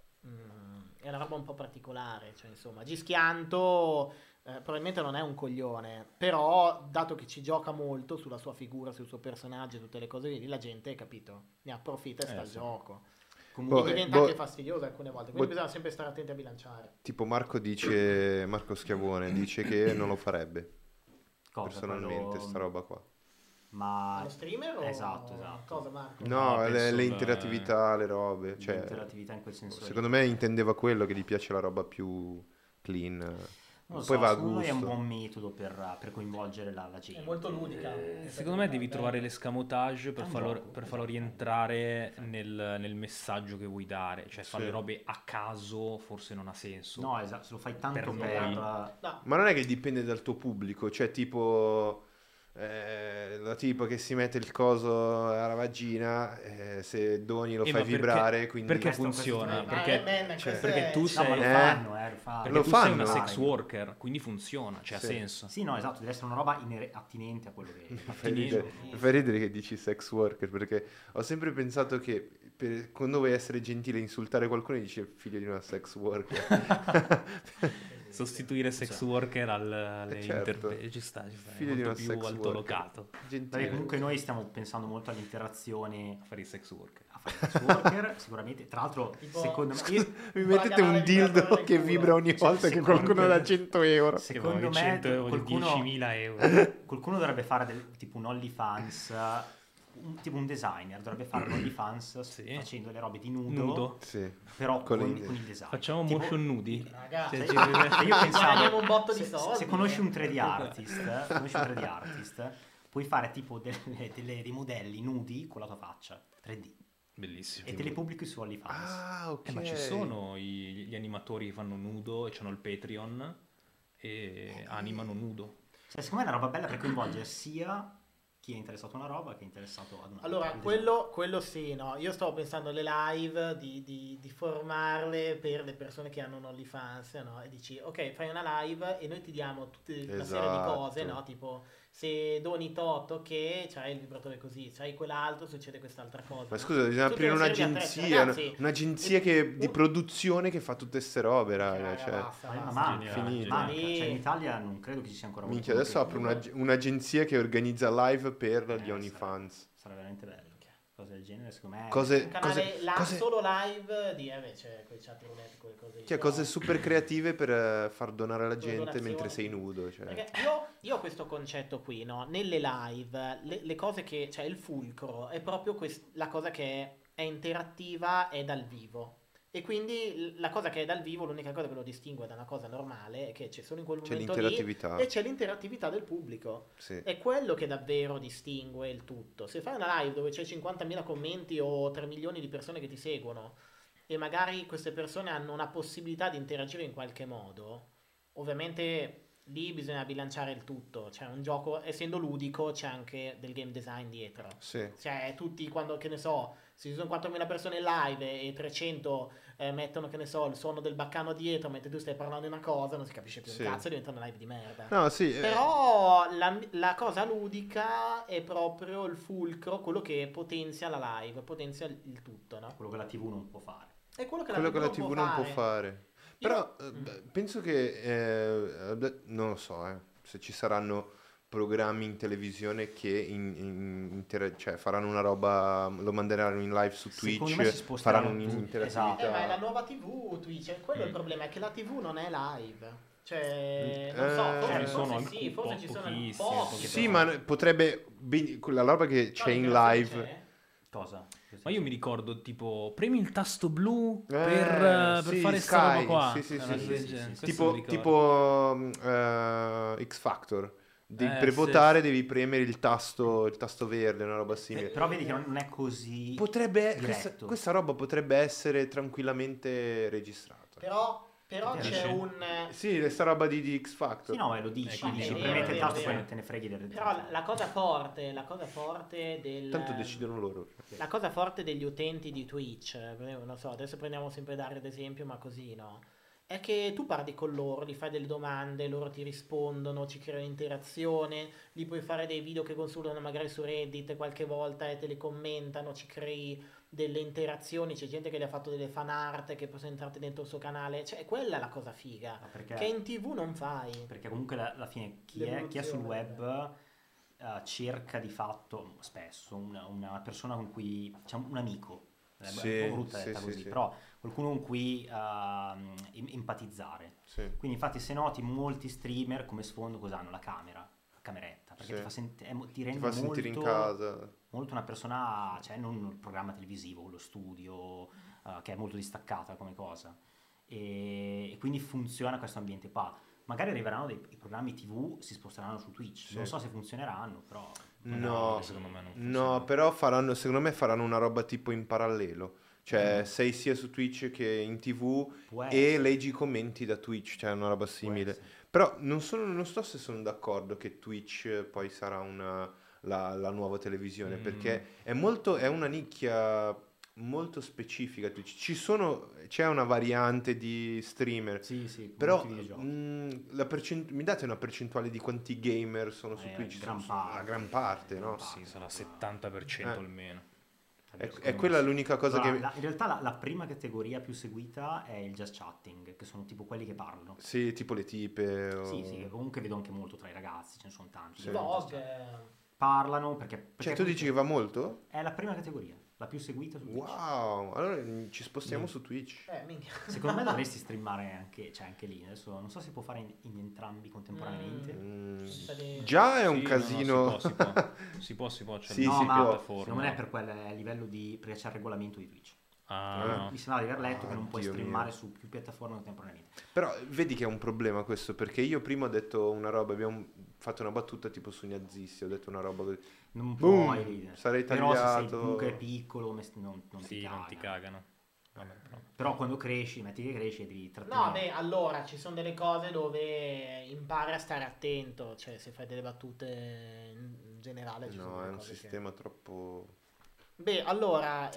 È una roba un po' particolare, cioè insomma, Gischianto probabilmente non è un coglione, però dato che ci gioca molto sulla sua figura, sul suo personaggio, tutte le cose lì, la gente, capito, ne approfitta e sta al sì. gioco. Comunque, E diventa boh. anche fastidioso alcune volte, quindi Boh. bisogna sempre stare attenti a bilanciare. Tipo Marco Schiavone dice che non lo farebbe cosa, personalmente quello- sta roba qua. Ma Lo streamer o esatto. cosa, Marco? No, No, penso le il- interattività, le robe, cioè l'interattività in quel senso. lì. secondo me intendeva quello, che gli piace la roba più clean. Non lo Poi so, va a secondo me è un gusto. buon metodo per coinvolgere la gente. È molto ludica. Secondo me devi trovare l'escamotage per È un farlo, gioco, per farlo esatto. rientrare nel messaggio che vuoi dare. Cioè fare Sì. le robe a caso forse non ha senso. No, esatto, se lo fai tanto Per per... noi. No, Ma non è che dipende dal tuo pubblico, cioè tipo la tipa che si mette il coso alla vagina, se doni lo Ma fai perché- vibrare, quindi perché Questo- funziona? questo- Perché, questo perché è- tu No, sei, ma lo Eh. fanno, lo fanno. perché Lo tu sei una fanno. sex worker, quindi funziona, cioè Sì. ha senso. Sì, no, esatto, deve essere una roba attinente a quello che... Mi fai ridere che dici sex worker, perché ho sempre pensato che quando vuoi essere gentile e insultare qualcuno dici figlio di una sex worker. Sostituire sex worker alle certo. interpreti ci sta, è Figlio di molto una più sex altolocato Gentile. Vabbè, comunque noi stiamo pensando molto all'interazione a fare i sex worker. a fare sex worker, sicuramente. Tra l'altro, Tipo- secondo me... Mi Guarda mettete un canale dildo vibratore che nel culo. vibra ogni volta che secondo qualcuno me- dà 100 euro. Secondo me 100 euro, qualcuno, 10.000 euro. qualcuno dovrebbe fare tipo un OnlyFans, tipo un designer dovrebbe fare un OnlyFans Sì. facendo le robe di nudo, Nudo. Sì. però Con con, le- con il design. Facciamo Tipo- motion nudi. Ragazzi, Cioè, Cioè, io guadagniamo pensavo, un botto di se, soldi, se conosci un 3D eh. artist, puoi fare tipo dei modelli nudi con la tua faccia 3D Bellissimo. e te li pubblichi su OnlyFans. Ah, ok. Ma ci sono gli animatori che fanno nudo e hanno il Patreon e animano nudo. Cioè, secondo me è una roba bella per coinvolgere sia chi è interessato a una roba che è interessato ad una Allora, al quello sì, no? Io stavo pensando alle live di formarle per le persone che hanno un OnlyFans, no? E dici, ok, fai una live e noi ti diamo tutta una serie di cose, Esatto. no? Tipo, se doni tot, che c'hai il vibratore così, c'hai quell'altro, succede quest'altra cosa. Ma scusa, bisogna Tutte aprire una serie di un'agenzia, attrezzi, ragazzi. un'agenzia di produzione che fa tutte ste robe, raga. Raga, Cioè, basta, Ma basta. manca, finito. manca. Sì. Cioè, in Italia non credo che ci sia ancora minchia, qualcuno adesso che- apro un'agenzia che organizza live per gli OnlyFans. Sarebbe veramente bello. Cose del genere, secondo me. Cose, Un canale cose- solo live di c'è quei chat roulette, quelle cose lì, cioè, però- cose super creative per far donare alla Con gente donazioni. mentre sei nudo. Cioè. Perché io ho questo concetto qui, no? Nelle live, le cose che, cioè il fulcro è proprio la cosa che è interattiva, è dal vivo. E quindi la cosa che è dal vivo, l'unica cosa che lo distingue da una cosa normale è che c'è solo in quel C'è momento lì l'interattività. e c'è l'interattività del pubblico. Sì. È quello che davvero distingue il tutto. Se fai una live dove c'è 50.000 commenti o 3 milioni di persone che ti seguono e magari queste persone hanno una possibilità di interagire in qualche modo, ovviamente lì bisogna bilanciare il tutto. Cioè un gioco, essendo ludico, c'è anche del game design dietro. Sì. Cioè tutti quando, che ne so, se ci sono 4.000 persone in live e 300 mettono, che ne so, il suono del baccano dietro mentre tu stai parlando di una cosa, non si capisce più Sì. un cazzo, diventa una live di merda. No, sì. Però la cosa ludica è proprio il fulcro, quello che potenzia la live, potenzia il tutto, no? Quello che la TV non può fare. È quello che quello che la la TV TV non può fare. Però Io- penso che, non lo so, se ci saranno programmi in televisione che cioè, faranno una roba, lo manderanno in live su Secondo Twitch, me si sposteranno faranno tutti, un'interattività. ma è la nuova TV Twitch, quello è il problema, è che la TV non è live. Cioè, non so, Ce forse, ne sono sì, forse ci sono pochissimi, pochi. Sì, ma potrebbe, la roba che c'è in live... Cosa? Ma io mi ricordo tipo premi il tasto blu Eh, per sì, fare Sky, sta roba qua. sì, sì, Una sì, cosa sì, del sì, genere. sì, Questo mi tipo, ricordo. X Factor. sì. Per votare devi premere il tasto verde, una roba simile. Però vedi che non è così Potrebbe, diretto. questa roba potrebbe essere tranquillamente registrata. Però Dici? c'è un... Sì, questa roba di X Factor. Sì, no, ma lo dici, quindi dici, è premete vero, il tasto è vero. poi te ne freghi del Però la cosa forte del... Tanto decidono loro. La cosa forte degli utenti di Twitch, non so, adesso prendiamo sempre Dario ad esempio, ma così, no? È che tu parli con loro, gli fai delle domande, loro ti rispondono, ci creano interazione, gli puoi fare dei video che consultano magari su Reddit qualche volta e te li commentano, ci crei delle interazioni, c'è gente che gli ha fatto delle fan art che possono entrare dentro il suo canale, cioè quella è la cosa figa, che in TV non fai. Perché comunque alla fine chi è sul web cerca di fatto spesso una persona con cui, diciamo, un amico, è Sì, un po' brutta sì, detta sì, così, sì. però qualcuno con cui empatizzare. Sì. Quindi infatti se noti molti streamer come sfondo cosa hanno? La cameretta, perché Sì. ti rende Ti fa sentire in molto, casa. molto una persona, cioè non un programma televisivo, lo studio, che è molto distaccata come cosa. E quindi funziona questo ambiente qua. Magari arriveranno i programmi TV, si sposteranno su Twitch. Sì. Non so se funzioneranno, però... No, secondo me non no, funziona. però secondo me faranno una roba tipo in parallelo. Cioè, sei sia su Twitch che in TV Può e essere. leggi i commenti da Twitch, cioè una roba simile. essere. Però non so se sono d'accordo che Twitch poi sarà la nuova televisione, perché è una nicchia molto specifica Twitch. C'è una variante di streamer, Sì, sì, però molti videogiochi. mi date una percentuale di quanti gamer sono su Twitch? gran Sono parte. la gran parte, no? Sì, sarà 70% almeno. È quella l'unica cosa Allora, che... in realtà la prima categoria più seguita è il just chatting, che sono tipo quelli che parlano. Sì, tipo le tipe. Sì, che comunque vedo anche molto tra i ragazzi, ce ne sono tanti. Sì. che fanno just Vlog, chatting. Parlano perché Cioè, tu dici che va molto? è la prima categoria, la più seguita su Twitch. Wow, allora ci spostiamo su Twitch. minchia. Secondo me dovresti streamare anche lì. Adesso non so se può fare in entrambi contemporaneamente. Già è un Sì, no, casino. si può, c'è Sì, No, si ma può. piattaforma. secondo me è per quel livello di... perché c'è il regolamento di Twitch. Ah, Mi sembra di aver letto che non puoi Dio streamare mio. su più piattaforme contemporaneamente. Però vedi che è un problema questo, perché io prima ho detto una roba, abbiamo fatto una battuta tipo su nazisti, ho detto una roba così. Non Boom, puoi... sarei Però se sei tagliato. comunque piccolo non sì, ti non ti caga. cagano. Vabbè, però. Però quando cresci, metti che cresci e devi trattenere. No, beh, allora ci sono delle cose dove impari a stare attento, cioè se fai delle battute in generale ci sono No, è delle un cose sistema troppo... Beh, allora,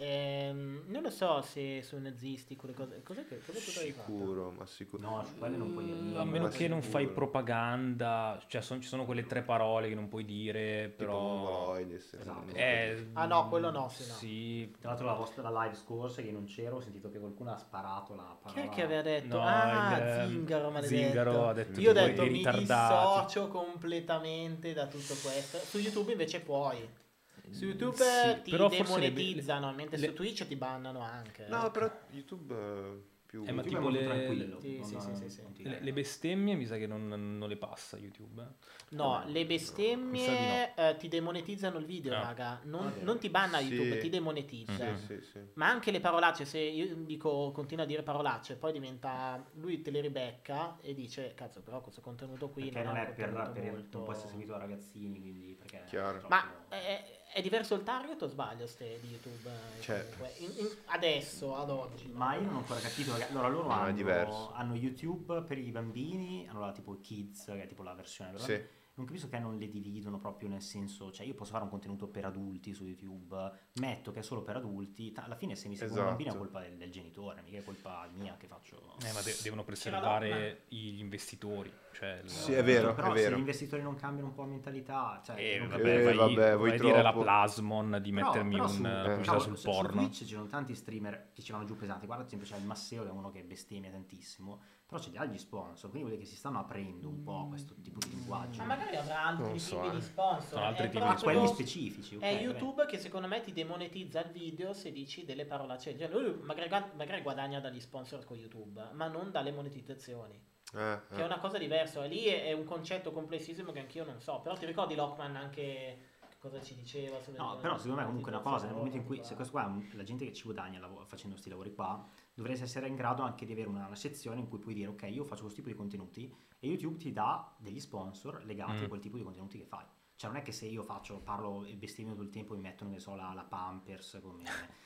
non lo so se sono nazisti quelle cose. Cosa potrei fare? Sicuro, ma sicuro. No, su quelle non puoi dire niente. A meno ma che non sicuro. fai propaganda, cioè ci sono quelle 3 parole che non puoi dire, Tipo però... mongoloides. Esatto. Ah no, quello no, sì, no. Sì, Tra l'altro la live scorsa che non c'era, ho sentito che qualcuno ha sparato la Chi parola. è che aveva detto? No, Zingaro, maledetto. Zingaro ha detto Io ho tipo detto i mi ritardati. dissocio completamente da tutto questo. Su YouTube invece puoi. Su YouTube Sì, ti però forse demonetizzano, mentre le- su Twitch ti bannano anche. No, però YouTube più... Ma YouTube tipo è molto le- tranquillo. Sì, sì, non- sì, sì. non ti- Le bestemmie mi sa che non le passa YouTube. No, le Mi sa bestemmie ti demonetizzano il video, Ah. raga. Ok. Non ti banna Sì. YouTube, ti demonetizza. Sì, sì. Ma anche le parolacce, se io dico continua a dire parolacce, poi diventa lui te le ribecca e dice cazzo, però questo contenuto qui Perché non è è un per, contenuto molto... non può essere seguito da ragazzini, quindi perché Chiaro. troppo- Ma è diverso il target o sbaglio ste di YouTube? Cioè- Comunque? Adesso, ad oggi. Ma io non ho ancora capito, perché allora loro No, è diverso. hanno YouTube per i bambini, allora tipo Kids, che è tipo la versione per Sì. bambini. Non capisco che non le dividono proprio nel senso, cioè io posso fare un contenuto per adulti su YouTube, metto che è solo per adulti, alla fine se mi seguono Esatto. bambini è colpa del genitore, mica è colpa mia che faccio... Ma devono preservare gli investitori. Cioè Sì, è vero, Però è se vero. gli investitori non cambiano un po' mentalità, cioè... non vabbè, capisco. vabbè, vai voi a dire alla troppo. Plasmon di mettermi Però una pubblicità cavolo, sul su porno. Twitch ci sono tanti streamer che ci vanno giù pesanti. Guarda, ad esempio, c'è il Masseo che è uno che bestemmia tantissimo, però c'è gli sponsor, quindi vuol dire che si stanno aprendo un po' questo tipo di linguaggio. Ma magari avrà altri Non so, tipi di eh. sponsor. Sono altri È tipi di Ma proprio- quelli specifici, ok, È vabbè. YouTube che secondo me ti demonetizza il video se dici delle parolacce. Cioè, lui magari guadagna dagli sponsor con YouTube, ma non dalle monetizzazioni. Che è una cosa diversa. E lì è un concetto complessissimo che anch'io non so. Però ti ricordi Lockman anche che cosa ci diceva? No, però secondo me comunque è una cosa, nel momento in cui, se questo qua è la gente che ci guadagna facendo questi lavori qua, dovresti essere in grado anche di avere una sezione in cui puoi dire ok, io faccio questo tipo di contenuti e YouTube ti dà degli sponsor legati a quel tipo di contenuti che fai. Cioè non è che se io parlo e bestemmio tutto il tempo mi mettono, che so, la Pampers come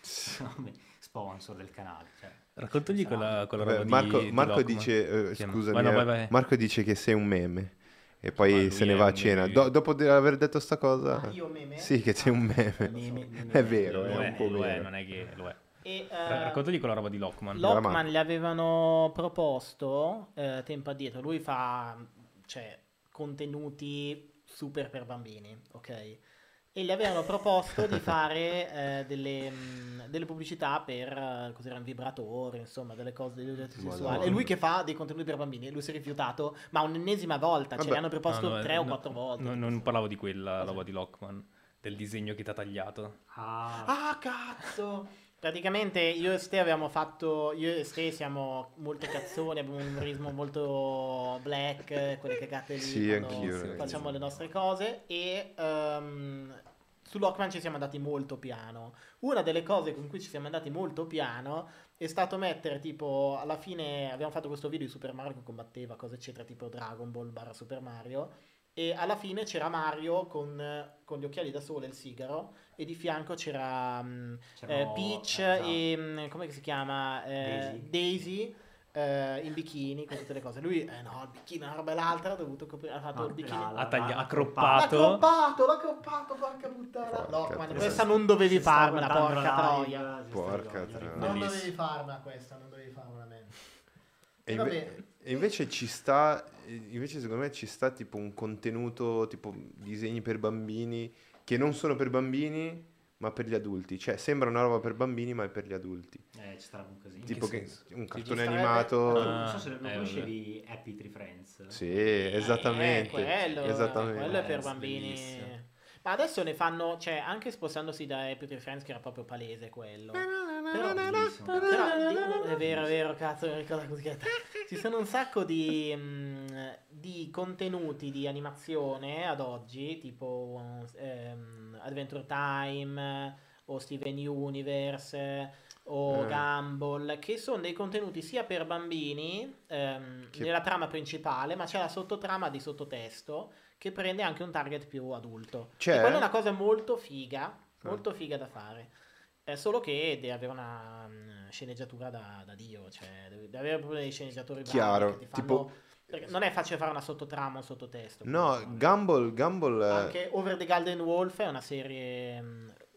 sponsor del canale. Cioè, Raccontagli quella Vabbè, roba Marco, di Marco Lockman. dice, Che- scusami, vai. Marco dice che sei un meme e poi Ma lui se ne è va a un cena. meme. Dopo di aver detto sta cosa, Io meme? sì, che sei un meme. È vero, è un po' lo è, vero. non è che lo è. E, Raccontagli quella roba di Lockman. Lockman gli avevano proposto tempo addietro. Lui fa contenuti super per bambini, ok? E gli avevano proposto di fare delle pubblicità per cos'erano vibratori, insomma, delle cose degli oggetti sessuali. Madonna. E lui che fa dei contenuti per bambini, lui si è rifiutato, ma un'ennesima volta, ce Vabbè. li hanno proposto No, 3 o no, 4 volte. Non parlavo di quella roba di Lockman, del disegno che ti ha tagliato. Ah, cazzo! Praticamente io e Ste siamo molto cazzoni, abbiamo un umorismo molto black, quelle cagate lì, Sì, quando anch'io, ragazzi. facciamo le nostre cose e su Lockman ci siamo andati molto piano. Una delle cose con cui ci siamo andati molto piano è stato mettere tipo, alla fine abbiamo fatto questo video di Super Mario che combatteva cose eccetera, tipo Dragon Ball / Super Mario, e alla fine c'era Mario con gli occhiali da sole e il sigaro e di fianco c'era Peach esatto. e come si chiama Daisy in bikini con tutte le cose. Lui no, il bikini una roba e l'altra ha dovuto coprire, ha fatto il bikini. Ha croppato. L'ha croppato, porca puttana. Porca Lockman, troia. questa non dovevi farmela, porca troia. Porca troia. Non Bellissimo. dovevi farmela questa, non dovevi farmela me. E vabbè. invece secondo me ci sta tipo un contenuto tipo disegni per bambini che non sono per bambini ma per gli adulti, cioè sembra una roba per bambini ma è per gli adulti, ci sarebbe un casino. tipo che senso? un cartone sarebbe- animato, Non so se lo conoscevi Happy Tree Friends. sì, esattamente, Quello è per Bellissimo. bambini. Ma adesso ne fanno, cioè anche spostandosi da Happy Tree Friends che era proprio palese quello. Bellissimo. Però è vero, cazzo, mi ricordo così che ci sono un sacco di contenuti di animazione ad oggi, tipo Adventure Time o Steven Universe o Gumball, che sono dei contenuti sia per bambini nella trama principale, ma c'è la sottotrama di sottotesto che prende anche un target più adulto. C'è? E quella è una cosa molto figa da fare. Solo che deve avere una sceneggiatura da Dio, cioè deve avere proprio dei sceneggiatori bravi Chiaro, che ti fanno... tipo- perché non è facile fare una sottotrama o un sottotesto. no, Gumball Anche Over the Golden Wolf è una serie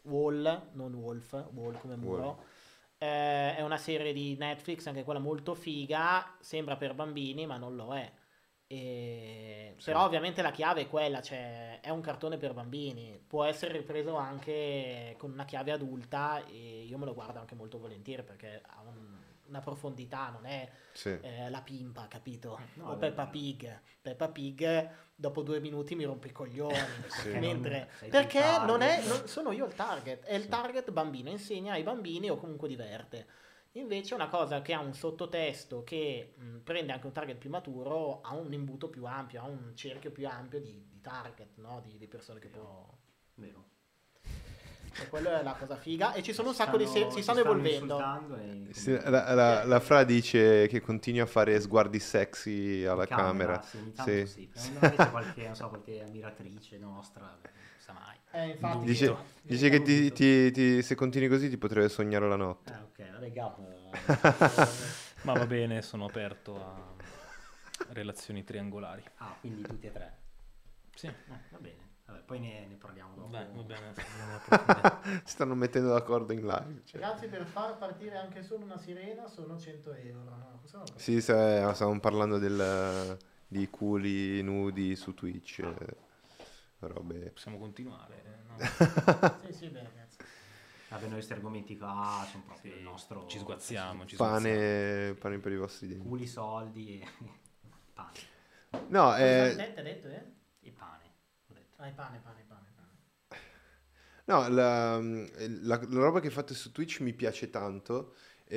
Wall, non Wolf, Wall come muro. È una serie di Netflix, anche quella molto figa, sembra per bambini ma non lo è. Però ovviamente la chiave è quella, cioè è un cartone per bambini, può essere ripreso anche con una chiave adulta e io me lo guardo anche molto volentieri perché ha una profondità, non è la Pimpa, capito? No, O Peppa Pig. Peppa Pig dopo 2 minuti mi rompe i coglioni. Mentre perché sono io il target, è il target bambino, insegna ai bambini o comunque diverte. Invece una cosa che ha un sottotesto che prende anche un target più maturo ha un imbuto più ampio, ha un cerchio più ampio di target, no? Di persone che può... Vero. E quello è la cosa figa. E ci sono un sacco di serie, si stanno evolvendo. La Fra dice che continui a fare sguardi sexy alla camera. Sì, ogni tanto sì. Magari c'è qualche ammiratrice nostra, non sa mai. Infatti, Dice che se continui così ti potrebbe sognare la notte. Ok, vabbè, Gab. Ma va bene, sono aperto a relazioni triangolari. Ah, quindi tutti e 3. Sì. Va bene. Vabbè, poi ne parliamo dopo. Va bene. Si stanno mettendo d'accordo in live. Cioè. Ragazzi, per far partire anche solo una sirena sono 100 euro. No? Sì, stavamo parlando di culi nudi su Twitch. Robe. Possiamo continuare, no? Sì, bene, ragazzi. Vabbè, noi questi argomenti qua sono proprio il nostro... Ci sguazziamo. Pane per i vostri denti. Culi, soldi e pane. No, Hai detto, E pane. Ah, pane. No, la roba che fate su Twitch mi piace tanto.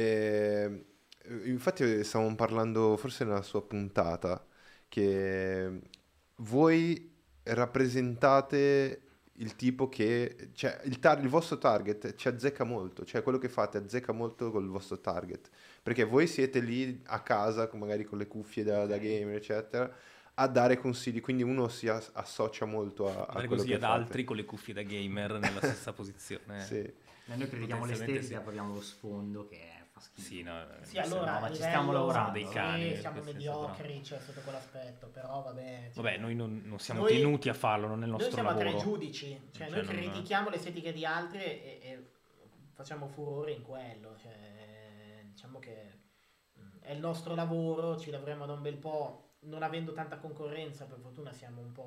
Infatti stavamo parlando forse nella sua puntata che voi rappresentate il tipo che, cioè il vostro target ci azzecca molto, cioè quello che fate azzecca molto col vostro target, perché voi siete lì a casa magari con le cuffie da gamer eccetera a dare consigli, quindi uno si associa molto a quello così che ad fate. altri con le cuffie da gamer nella stessa posizione. Sì. Noi critichiamo Potenzialmente l'estetica, proviamo lo sfondo che fa schifo. Sì, no, Sì, allora ma a ci livello- stiamo lavorando. Dei cani, sì, siamo nel senso, mediocri, cioè, sotto quell'aspetto, però vabbè. Cioè, Vabbè, noi non siamo Noi- tenuti a farlo, non è il noi nostro siamo lavoro. tre giudici, cioè noi non- critichiamo le estetiche di altri e facciamo furore in quello, cioè, diciamo che è il nostro lavoro, ci lavoriamo da un bel po', non avendo tanta concorrenza, per fortuna siamo un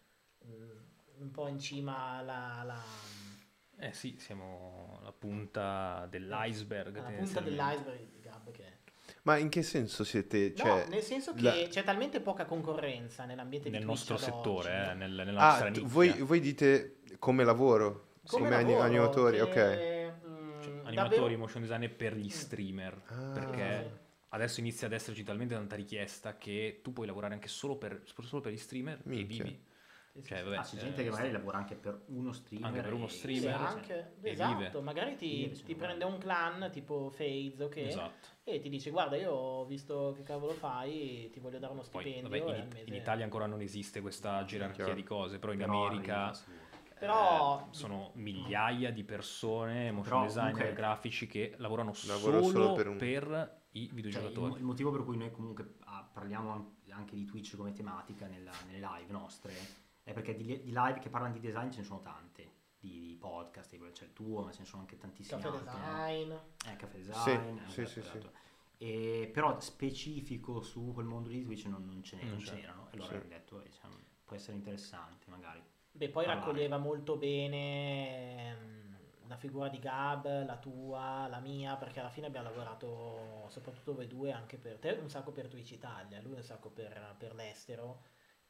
po' in cima alla Sì, siamo alla punta dell'iceberg. punta tendenzialmente. dell'iceberg di Gab che... Ma in che senso siete? No, Cioè, nel senso che c'è talmente poca concorrenza nell'ambiente di Nel Twitch nostro ad settore, oggi. nella nostra nicchia. voi dite come lavoro? Come lavoro, animatori, che, ok. Cioè, animatori, davvero- motion designer per gli streamer, Ah. perché adesso inizia ad esserci talmente tanta richiesta che tu puoi lavorare anche solo per gli streamer e Minchia. vivi. Cioè, vabbè, c'è gente che magari lavora anche per uno streamer. Anche per uno Sì, streamer, anche, e esatto, vive. magari Vive, ti secondo prende me. un clan tipo Fades, ok? Esatto. E ti dice guarda io ho visto che cavolo fai, ti voglio dare uno Poi, stipendio vabbè, e al in mese... Italia ancora non esiste questa gerarchia chiaro. di cose, però in Però America arriva su. Però sono migliaia di persone, motion Però designer, comunque- grafici che lavorano Lavorano solo solo per per i Cioè, videogiocatori. il motivo per cui noi comunque parliamo anche di Twitch come tematica nelle live nostre è perché di live che parlano di design ce ne sono tante, di podcast, c'è il tuo, ma ce ne sono anche tantissimi caffè altri. design, Caffè design, Sì, sì, esatto. Però specifico su quel mondo di Twitch non Non c'è. c'erano. E allora Sì. abbiamo detto diciamo, può essere interessante magari. beh poi parlare. raccoglieva molto bene la figura di Gab, la tua, la mia, perché alla fine abbiamo lavorato soprattutto voi due anche per te, un sacco per Twitch Italia, lui un sacco per l'estero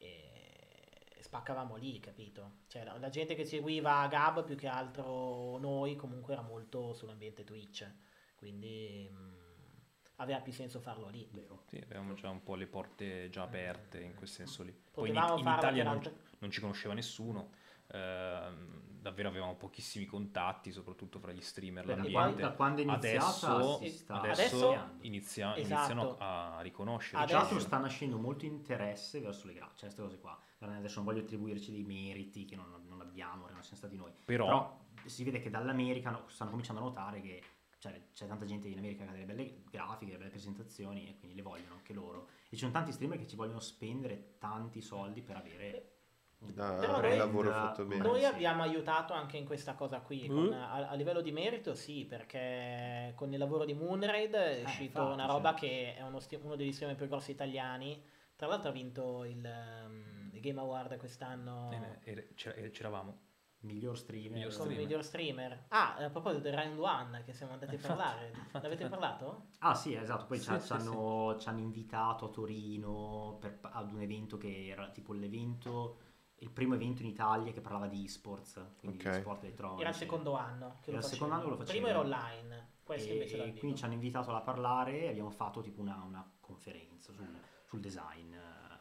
e spaccavamo lì, capito? Cioè la gente che seguiva Gab più che altro noi comunque era molto sull'ambiente Twitch, quindi aveva più senso farlo lì. Vero. Sì, avevamo già un po' le porte già aperte in quel senso lì. Poi in Potevamo farlo Italia per non, altre- non ci conosceva nessuno, davvero avevamo pochissimi contatti, soprattutto fra gli streamer, Beh, e l'ambiente. Da quando è iniziata Adesso, si sta adesso creando. iniziano Esatto. a riconoscere. Tra l'altro Adesso- sta nascendo molto interesse verso le cioè queste cose qua. Adesso non voglio attribuirci dei meriti che non abbiamo, che non siamo stati noi. Però si vede che dall'America stanno cominciando a notare che c'è tanta gente in America che ha delle belle grafiche, delle belle presentazioni e quindi le vogliono anche loro. E ci sono tanti streamer che ci vogliono spendere tanti soldi per avere Però per il noi- lavoro fatto bene. Noi Sì. abbiamo aiutato anche in questa cosa qui, a livello di merito sì, perché con il lavoro di Moonraid è uscito infatti, una roba che è uno degli streamer più grossi italiani, tra l'altro ha vinto il Game Award quest'anno C'eravamo. Miglior streamer. come streamer. miglior streamer. Ah, a proposito del Round One che siamo andati a parlare, l'avete parlato? Ah sì, esatto, poi Sì, ci sì, hanno invitato a Torino ad un evento che era tipo il primo evento in Italia che parlava di esports, quindi Ok. di sport elettronici. Era il secondo anno che Era lo il secondo anno che lo facevano. Il primo era facevano. online, questo invece dal E vivo. quindi ci hanno invitato a parlare e abbiamo fatto tipo una conferenza sul design.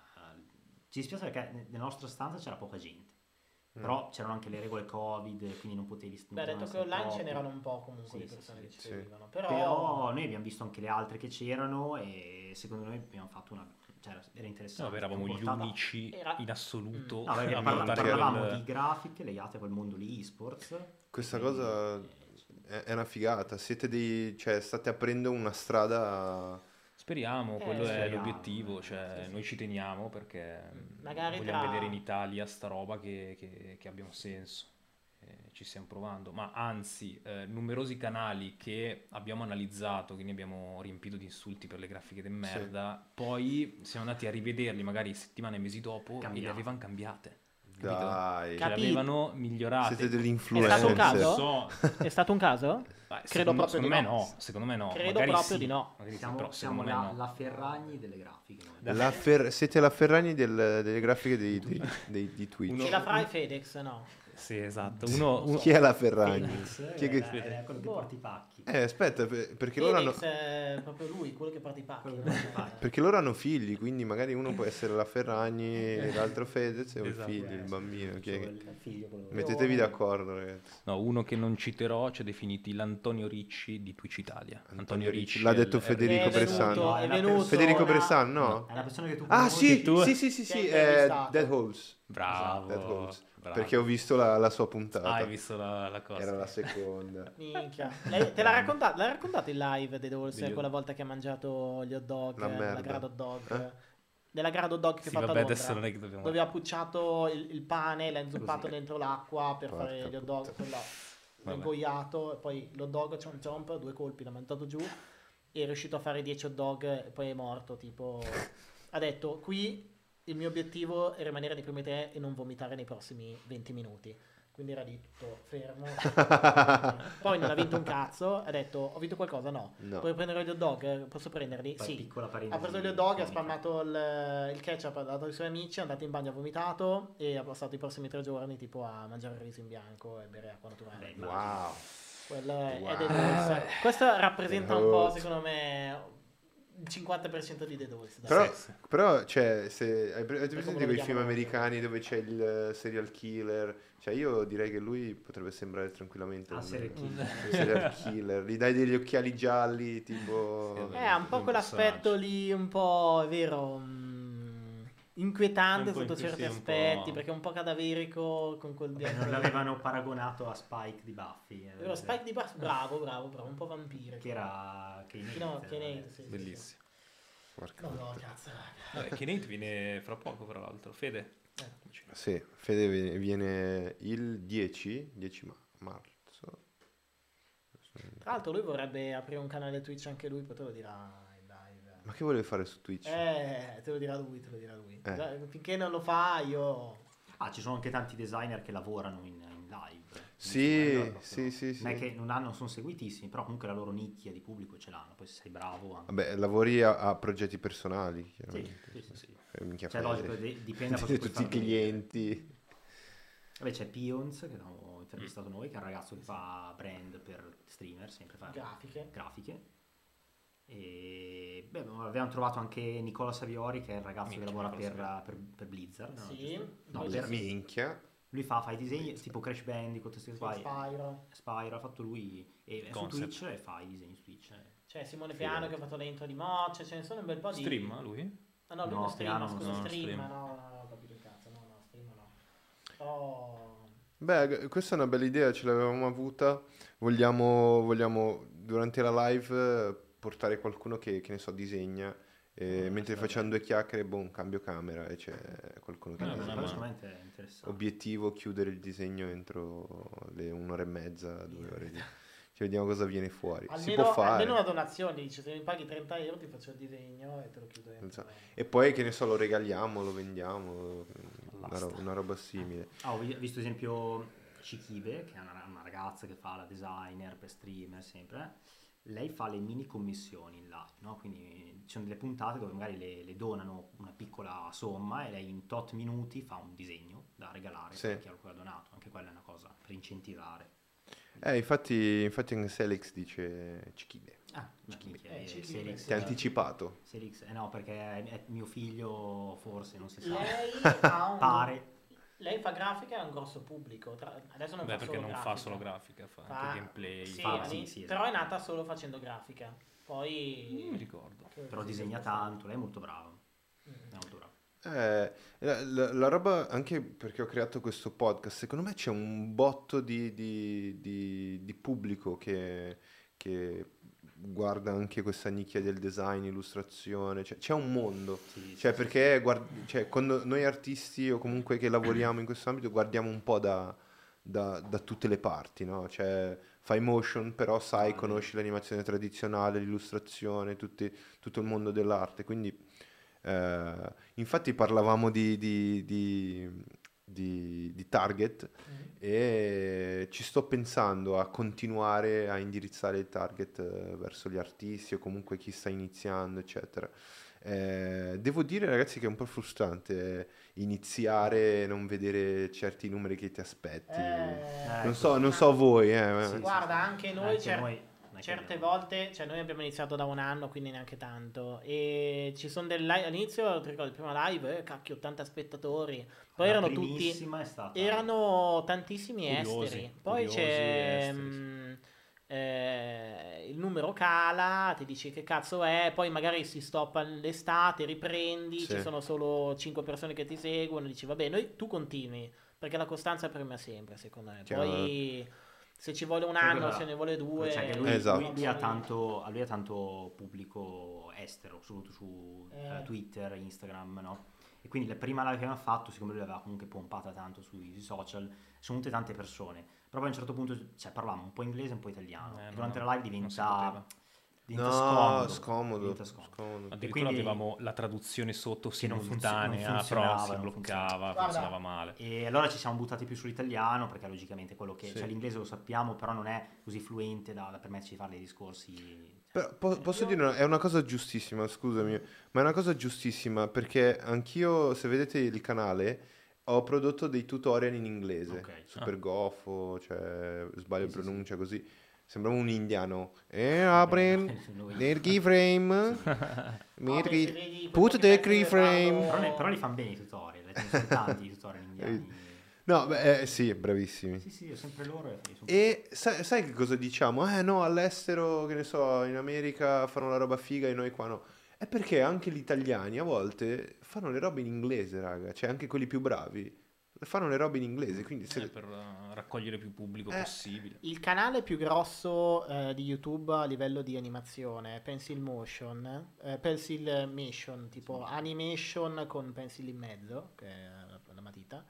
Ci dispiace perché nella nostra stanza c'era poca gente, però c'erano anche le regole Covid, quindi non potevi Beh, ha detto che online ce n'erano un po' comunque Sì, di sì, persone sì, che ci sì. seguivano, Però noi abbiamo visto anche le altre che c'erano e secondo noi abbiamo fatto cioè era interessante. No, eravamo gli Portata- unici Era- in assoluto No, perché a parla- portare parlavamo quel- di grafiche legate a quel mondo lì, esports. Questa Quindi, cosa è una figata. Cioè, state aprendo una strada. Speriamo, quello è speriamo, l'obiettivo, cioè sì, sì. noi ci teniamo perché Magari vogliamo tra- vedere in Italia sta roba che abbia un senso. Ci stiamo provando, ma anzi, numerosi canali che abbiamo analizzato, che ne abbiamo riempito di insulti per le grafiche di merda, poi siamo andati a rivederli magari settimane e mesi dopo e le Cambiate. avevano cambiate. Capito? Dai. Cioè, le avevano migliorate. Siete degli È stato un influencer. caso? So, È stato un caso? Dai, Credo proprio secondo di me no. no, secondo me no. Credo Magari proprio sì, di no. magari sì, Siamo, però siamo secondo me no. la Ferragni delle grafiche. noi. Siete la Ferragni delle grafiche di Twitch. Uno- Ce la farai FedEx? No. Sì, esatto. Uno- Chi è la Ferragni? Felix, Chi è che- è quello che Boh. porta i pacchi. Aspetta, perché loro hanno... FedEx è proprio lui, quello che porta i pacchi. Quello che porta i pacchi. Perché loro hanno figli, quindi magari uno può essere la Ferragni, l'altro Fedez e un Esatto. figlio, il bambino. Chi è che- Il figlio, quello- Mettetevi d'accordo, ragazzi. No, uno che non citerò ci ha definiti l'Antonio Ricci di Twitch Italia. Antonio Ricci. è L'ha il- detto è il- Federico È venuto, Bressano. è Una venuto. persona- Federico una- Bressano, no? È una persona che tu Ah, conosci. sì, tu- sì, Ti ha è intervistato. Dead Holes. Bravo, Dead Holes. bravo. Perché ho visto la sua puntata. Ah, hai visto la cosa? Era la seconda. Minchia. Te l'ha raccontato il live di Dolce Io- quella volta che ha mangiato gli hot dog La nella merda. gara hot dog? Eh? Nella gara hot dog che Sì, ha fatto a vabbè, Londra, adesso non è che dobbiamo... dove ha pucciato il pane, l'ha inzuppato Così. dentro l'acqua per Porca fare gli hot dog, puttana. quello l'ha Vabbè. ingoiato, e poi l'hot dog ciom ciom, 2 colpi, l'ha mandato giù e è riuscito a fare 10 hot dog e poi è morto, tipo... Ha detto, qui il mio obiettivo è rimanere nei primi 3 e non vomitare nei prossimi 20 minuti. Quindi era lì tutto fermo. Poi non ha vinto un cazzo, ha detto, ho vinto qualcosa? No. No. Puoi prendere gli hot dog? Posso prenderli? Poi Sì. piccola Ha parentesi preso gli hot dog, ha comica. spammato il ketchup, ha dato ai suoi amici, è andato in bagno, ha vomitato e ha passato i prossimi 3 giorni tipo a mangiare il riso in bianco e bere acqua naturale. Beh, immagino. Wow. Quello è Wow. The Dolce. Questo rappresenta un po', Dolce. secondo me, il 50% di The Dolce. dai. Però, Sì. però cioè, avete come presente lo quei vediamo film noi. americani dove c'è il serial killer? Cioè, io direi che lui potrebbe sembrare tranquillamente un serial killer. un serial killer. Gli dai degli occhiali gialli, tipo... Sì, Ha un po' un quell'aspetto personaggio. lì, un po', è vero, inquietante Un po' sotto sì, certi un po'. aspetti, perché è un po' cadaverico con quel Beh, non l'avevano paragonato a Spike di Buffy. È vero, Spike di Bass, bravo, un po' vampire. Che era Kane No, Nate, Kane Nate, sì. Bellissimo. Porca No, no, puttana. cazzo. Vabbè, Kinect viene fra poco, fra l'altro. Fede? Sì, Fede viene il 10 marzo. Tra l'altro lui vorrebbe aprire un canale Twitch anche lui, poi te lo dirà in live. Ma che vuole fare su Twitch? Te lo dirà lui, te lo dirà lui. Finché non lo fa io... Ah, ci sono anche tanti designer che lavorano in live. Sì, Quello è sì, sì, Non è sì. che non sono seguitissimi, però comunque la loro nicchia di pubblico ce l'hanno. Poi se sei bravo anche. Vabbè, lavori a progetti personali, chiaramente. Sì, sì, sì. Minchia, Cioè, Fede. logico, dipende da cosa Di puoi tutti i far vedere. clienti. Vabbè, c'è Pions, che abbiamo intervistato noi, che è un ragazzo che fa brand per streamer, sempre fa grafiche. E beh, abbiamo trovato anche Nicola Saviori, che è il ragazzo che lavora per Blizzard. no? Sì. No, Poi per- Minchia. lui fa i disegni tipo Crash Bandicoot, queste cose qua. Spyro. Spyro ha fatto lui e su Concept. Twitch e fa i disegni su Twitch. C'è Simone Piano che ha fatto l'intro di Moccia, ce ne sono un bel po' di... Stream, lui? Ah no, lui No, non stream, Piano scusa, non stream, stream. no, ho capito il cazzo, no, stream no. Però... Beh, questa è una bella idea, ce l'avevamo avuta. Vogliamo durante la live portare qualcuno che ne so, disegna E mentre facciamo due chiacchiere, boh, cambio camera e c'è qualcuno che No, disegna. no, no. Sicuramente è interessante. Obiettivo, chiudere il disegno entro le 1 ora e mezza, 2 ore. Ci vediamo cosa viene fuori. Si può fare. Almeno una donazione, dice se mi paghi 30 euro ti faccio il disegno e te lo chiudo dentro. Esatto. E poi che ne so, lo regaliamo, lo vendiamo, All'asta. una roba simile. Ho visto esempio Cichibe, che è una ragazza che fa la designer per streamer sempre. Lei fa le mini commissioni in live, no? Quindi ci sono delle puntate dove magari le donano una piccola somma e lei in tot minuti fa un disegno da regalare Sì. per chi ha donato. Anche quella è una cosa per incentivare. Infatti anche Selix dice Cichide. Cichibe, Selix, Ti ha anticipato. Selix, no, perché è mio figlio, forse, non si sa. Lei ha Pare. Lei fa grafica e ha un grosso pubblico. Adesso non Beh, fa perché solo non grafica. fa solo grafica, fa anche gameplay. Sì, fa- sì, però esatto. è nata solo facendo grafica. Poi Non mi ricordo. Però disegna tanto, lei è molto brava. È molto brava. La roba, anche perché ho creato questo podcast, secondo me c'è un botto di pubblico che guarda anche questa nicchia del design, illustrazione, cioè, c'è un mondo, Sì, cioè sì, perché quando noi artisti o comunque che lavoriamo in questo ambito guardiamo un po' da tutte le parti, no? Cioè fai motion però sai, conosci l'animazione tradizionale, l'illustrazione, tutto il mondo dell'arte, quindi infatti parlavamo di target e ci sto pensando a continuare a indirizzare il target verso gli artisti o comunque chi sta iniziando, eccetera. Devo dire, ragazzi, che è un po' frustrante iniziare e non vedere certi numeri che ti aspetti. Non so voi, Sì, Guarda, anche noi, Anche noi non è che certe abbiamo- volte, cioè noi abbiamo iniziato da un anno, quindi neanche tanto. E ci sono delle live, all'inizio, ti ricordo, il primo live, cacchio, 80 spettatori. Poi La erano tutti, primissima è stata erano tantissimi Curiosi, esteri. Poi curiosi c'è esteri, il numero cala, ti dici che cazzo è, poi magari si stoppa l'estate, riprendi, Sì. ci sono solo 5 persone che ti seguono, dici vabbè, tu continui, perché la costanza prima sempre, secondo me. Chiaro. Poi se ci vuole un Poi anno, quella- se ne vuole due, cioè che lui, Esatto. lui ha tanto pubblico estero, soprattutto su Twitter, Instagram, no? E quindi la prima live che abbiamo fatto, siccome lui l'aveva comunque pompata tanto sui social, sono venute tante persone. Però poi a un certo punto, cioè, parlavamo un po' inglese e un po' italiano. No, Durante no, la live non si poteva. diventa No, scomodo. Diventa scomodo. Addirittura quindi- avevamo la traduzione sotto Che non simultanea, non però funzionava, si non bloccava, Guarda, funzionava male. E allora ci siamo buttati più sull'italiano, perché logicamente quello che... Sì. Cioè l'inglese lo sappiamo, però non è così fluente da permetterci di fare dei discorsi... Però posso dire, è una cosa giustissima, scusami, ma è una cosa giustissima perché anch'io, se vedete il canale, ho prodotto dei tutorial in inglese, Ok. super goffo, cioè sbaglio Sì, sì, pronuncia così, sembrava un indiano. Apri Noi- nel keyframe, Apri, se vedi quel put po' the che pezzo keyframe. guardo- Però li fanno bene i tutorial, ce ne sono tanti i tutorial indiani. No, beh, sì, bravissimi. Sì, sì, sempre loro. E sai che cosa diciamo? No, all'estero, che ne so, in America fanno la roba figa e noi qua no. È perché anche gli italiani a volte fanno le robe in inglese, raga. Cioè, anche quelli più bravi fanno le robe in inglese. Quindi Per raccogliere più pubblico possibile. Il canale più grosso di YouTube a livello di animazione è Pencil Motion, tipo animation con pencil in mezzo, che è la matita,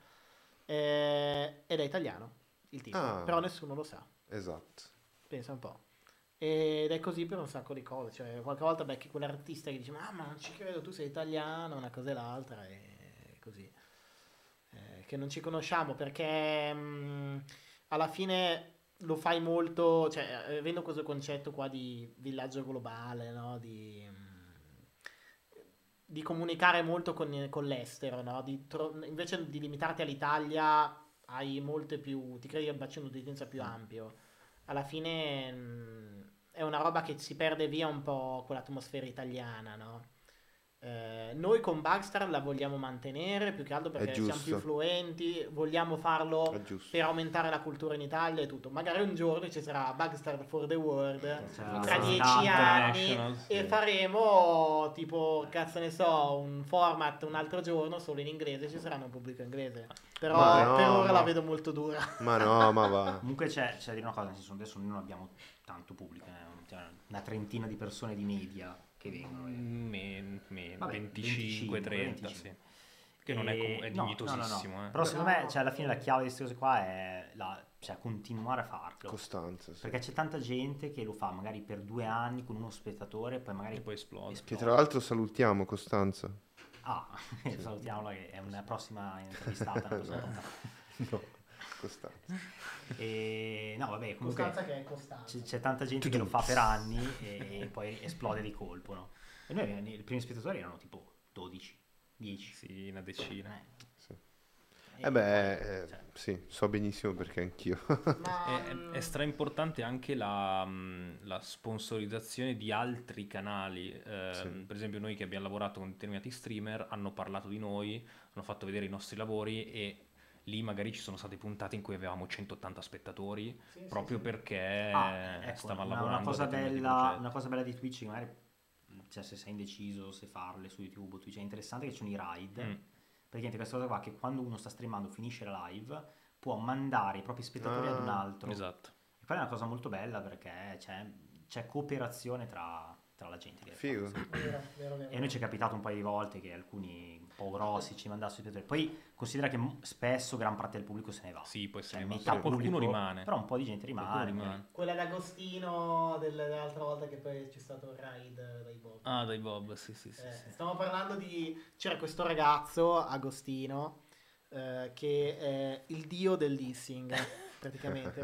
ed è italiano il tipo, Ah. però nessuno lo sa, Esatto. pensa un po'. Ed è così per un sacco di cose, cioè qualche volta becchi quell'artista che dice ma non ci credo, tu sei italiano, una cosa e l'altra, e così. Che non ci conosciamo perché alla fine lo fai molto, cioè avendo questo concetto qua di villaggio globale, no? Di comunicare molto con l'estero, no? Invece di limitarti all'Italia hai molte più, ti crei un bacino di utenza più ampio. Alla fine è una roba che si perde via un po' quell'atmosfera italiana, no? Noi con Bugstar la vogliamo mantenere più che altro perché siamo giusto. più fluenti, vogliamo farlo È giusto. per aumentare la cultura in Italia e tutto. Magari un giorno ci sarà Bugstar for the World Sarà tra la 10 stampa anni international, e sì. faremo tipo, cazzo ne so, un format un altro giorno solo in inglese, ci saranno un pubblico inglese. Però Ma no, per ora ma- la vedo molto dura. Ma no, ma va. Comunque c'è da dire una cosa, nel senso adesso noi non abbiamo tanto pubblico, cioè una trentina di persone di media che vengono. Meno, Vabbè, 25, 30, 25. sì. Che non è, è No, dignitosissimo. no. Eh. Però secondo me la fine, la chiave di queste cose qua è continuare a farlo. Costanza, sì. Perché c'è tanta gente che lo fa magari per 2 anni con uno spettatore, poi magari E poi esplode. Che tra l'altro salutiamo, Costanza. Ah, salutiamola che è una prossima intervistata. una prossima puntata. No, Costanza. E no, vabbè, comunque Costanza che è costante. c'è tanta gente che lo fa per anni e poi esplode di colpo, no? E noi i primi spettatori erano tipo 12, 10. Sì, una decina. Sì. Cioè, Sì, so benissimo perché anch'io. Ma, È stra importante anche la sponsorizzazione di altri canali. Per esempio, noi che abbiamo lavorato con determinati streamer hanno parlato di noi, hanno fatto vedere i nostri lavori e lì magari ci sono state puntate in cui avevamo 180 spettatori proprio perché ecco, stavano una lavorando cosa a determinati bella, progetti. una cosa bella di Twitch che magari, cioè, se sei indeciso se farle su YouTube o Twitch, è interessante che ci sono i raid. Praticamente questa cosa qua che quando uno sta streamando finisce la live può mandare i propri spettatori ad un altro. Esatto. E quella è una cosa molto bella perché c'è cooperazione tra la gente che Figo. fa. vero. E a noi ci è capitato un paio di volte che alcuni un po' grossi ci mandassero i spettatori. Poi considera che spesso gran parte del pubblico se ne va. Sì, poi se Cioè, ne va. metà Però qualcuno pubblico- rimane. Però un po' di gente rimane. Quella d'Agostino dell'altra volta che poi c'è stato il raid dai Bob. Ah, dai Bob, sì. Stiamo parlando c'era questo ragazzo, Agostino, che è il dio del dissing, praticamente.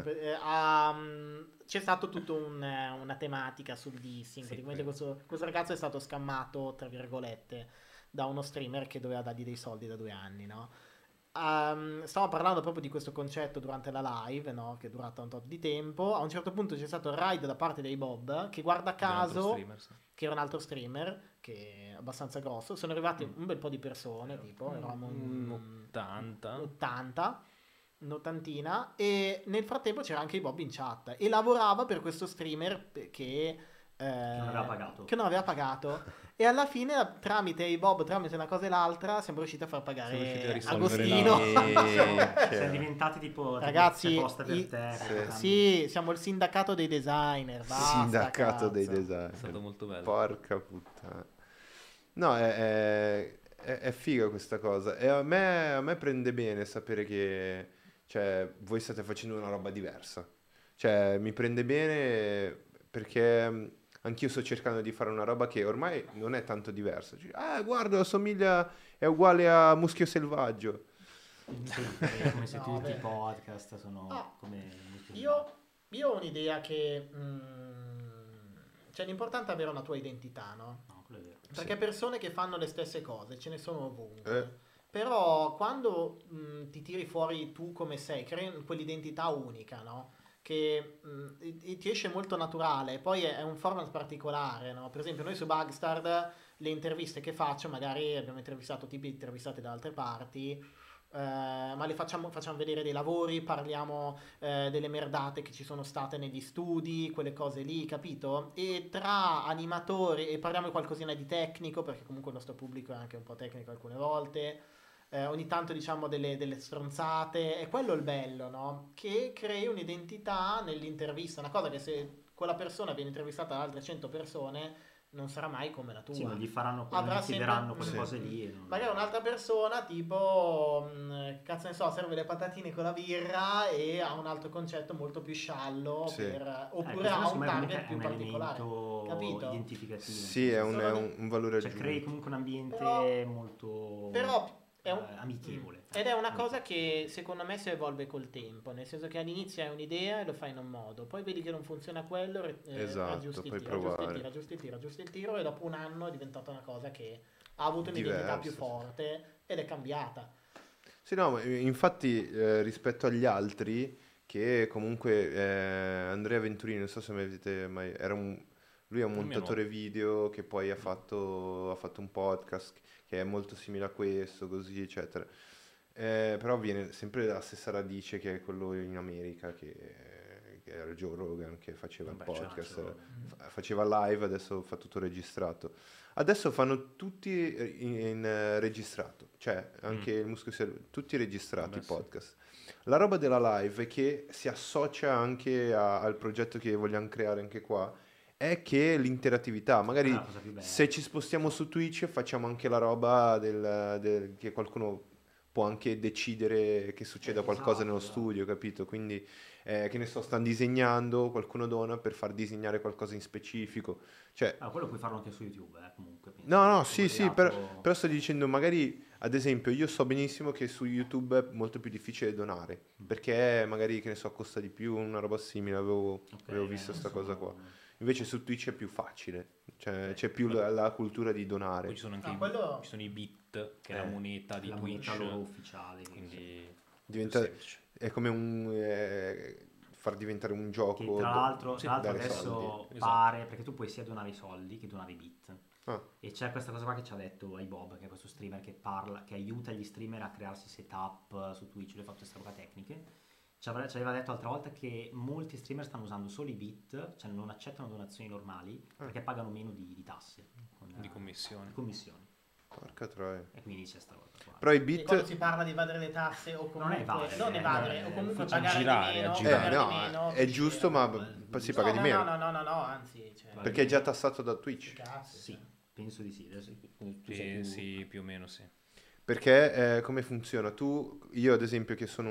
C'è stato tutta una tematica sul dissing. Sì, Praticamente questo ragazzo è stato scammato, tra virgolette, da uno streamer che doveva dargli dei soldi da 2 anni, no? Stavo parlando proprio di questo concetto durante la live, no? Che è durata un tot di tempo. A un certo punto c'è stato il raid da parte dei Bob, che guarda caso, che era un altro streamer, che è abbastanza grosso. Sono arrivati un bel po' di persone, tipo, eravamo un 80. 80, un'ottantina, e nel frattempo c'era anche i Bob in chat, e lavorava per questo streamer che non aveva pagato. E alla fine, tramite i Bob, tramite una cosa e l'altra, siamo riusciti a far Siamo riusciti a pagare risolvere Agostino. Siamo diventati tipo Ragazzi, c'è posta per te. sì, siamo il sindacato dei designer. Basta, Sindacato dei cazzo. designer. È stato molto bello. Porca puttana. No, è figa questa cosa. E a me prende bene sapere che, cioè, voi state facendo una roba diversa. Cioè, mi prende bene perché anch'io sto cercando di fare una roba che ormai non è tanto diversa. Cioè, guarda, è uguale a Muschio Selvaggio. Sì, è come se No, tutti i beh. podcast sono come Io ho un'idea che cioè l'importante è avere una tua identità, no? No, quello è vero. Perché persone che fanno le stesse cose ce ne sono ovunque. Però quando ti tiri fuori tu come sei, crei quell'identità unica, no? Che ti esce molto naturale. Poi è un format particolare, no? Per esempio noi su Bugstard le interviste che faccio, magari abbiamo intervistato tipi intervistate da altre parti, ma le facciamo vedere dei lavori, parliamo delle merdate che ci sono state negli studi, quelle cose lì, capito? E tra animatori, e parliamo qualcosina di tecnico, perché comunque il nostro pubblico è anche un po' tecnico alcune volte. Ogni tanto diciamo delle stronzate, è quello il bello, no? Che crei un'identità nell'intervista, una cosa che se quella persona viene intervistata da altre 100 persone non sarà mai come la tua. Sì, non gli faranno, Avrà non gli chiederanno sempre- quelle Sì. cose lì. E non... Magari un'altra persona tipo, cazzo ne so, serve le patatine con la birra e ha un altro concetto molto più sciallo, Sì. oppure questo ha un secondo me comunque target è più un particolare. elemento Capito? identificativo. Sì, è un valore Cioè, aggiunto. crei comunque un ambiente molto Però è amichevole. ed è una cosa che secondo me si evolve col tempo, nel senso che all'inizio hai un'idea e lo fai in un modo, poi vedi che non funziona quello, Esatto, aggiusti puoi il tiro, provare. aggiusti il tiro, e dopo un anno è diventata una cosa che ha avuto un'identità Diverso, più sì. forte ed è cambiata. Sì, no, ma infatti rispetto agli altri, che comunque Andrea Venturini, non so se mai avete mai... lui è un Non mi montatore video che poi ha fatto un podcast che è molto simile a questo, così, eccetera. Però viene sempre dalla stessa radice che è quello in America, che era Joe Rogan, che faceva il Vabbè, certo, podcast, Joe faceva live, adesso fa tutto registrato. Adesso fanno tutti in registrato, cioè anche il Muschio Selvaggio, tutti registrati Vabbè, i sì. podcast. La roba della live è che si associa anche al progetto che vogliamo creare anche qua, è che l'interattività. Magari la cosa più bella. se ci spostiamo su Twitch facciamo anche la roba che qualcuno può anche decidere che succeda qualcosa nello esatto. studio, capito? Quindi, che ne so, stanno disegnando, qualcuno dona per far disegnare qualcosa in specifico. Cioè, Quello puoi farlo anche su YouTube, comunque. penso. no, Se sì, vuoi però sto dicendo, magari, ad esempio, io so benissimo che su YouTube è molto più difficile donare, perché magari, che ne so, costa di più, una roba simile, avevo visto non sta cosa so. qua. Invece su Twitch è più facile, cioè Ok. c'è più la cultura di donare. Poi ci sono anche quello- ci sono i bit, che è la moneta di La Twitch, moneta loro ufficiale. quindi Diventa- più semplice. È come far diventare un Che gioco. tra l'altro dare adesso soldi. pare, perché tu puoi sia donare i soldi che donare i bit. Ah. E c'è questa cosa qua che ci ha detto iBob, che è questo streamer che parla, che aiuta gli streamer a crearsi setup su Twitch. Lui ha fatto queste roba tecniche. Ci aveva detto l'altra volta che molti streamer stanno usando solo i bit, cioè non accettano donazioni normali perché pagano meno di tasse. Di commissioni. commissioni. Porca troia. E quindi c'è sta cosa qua. Però i E quando bit... si parla di evadere le tasse o Non è comunque evadere, non evadere o comunque facciamo pagare girare, di meno, aggirare. pagare no, di meno, è giusto, ma si paga di meno. No, anzi, cioè, Perché è già tassato da Twitch. cazzo, Sì, cioè. penso di sì. Adesso tu sei Sì, più- sì, più o meno sì. Perché come funziona? Io ad esempio che sono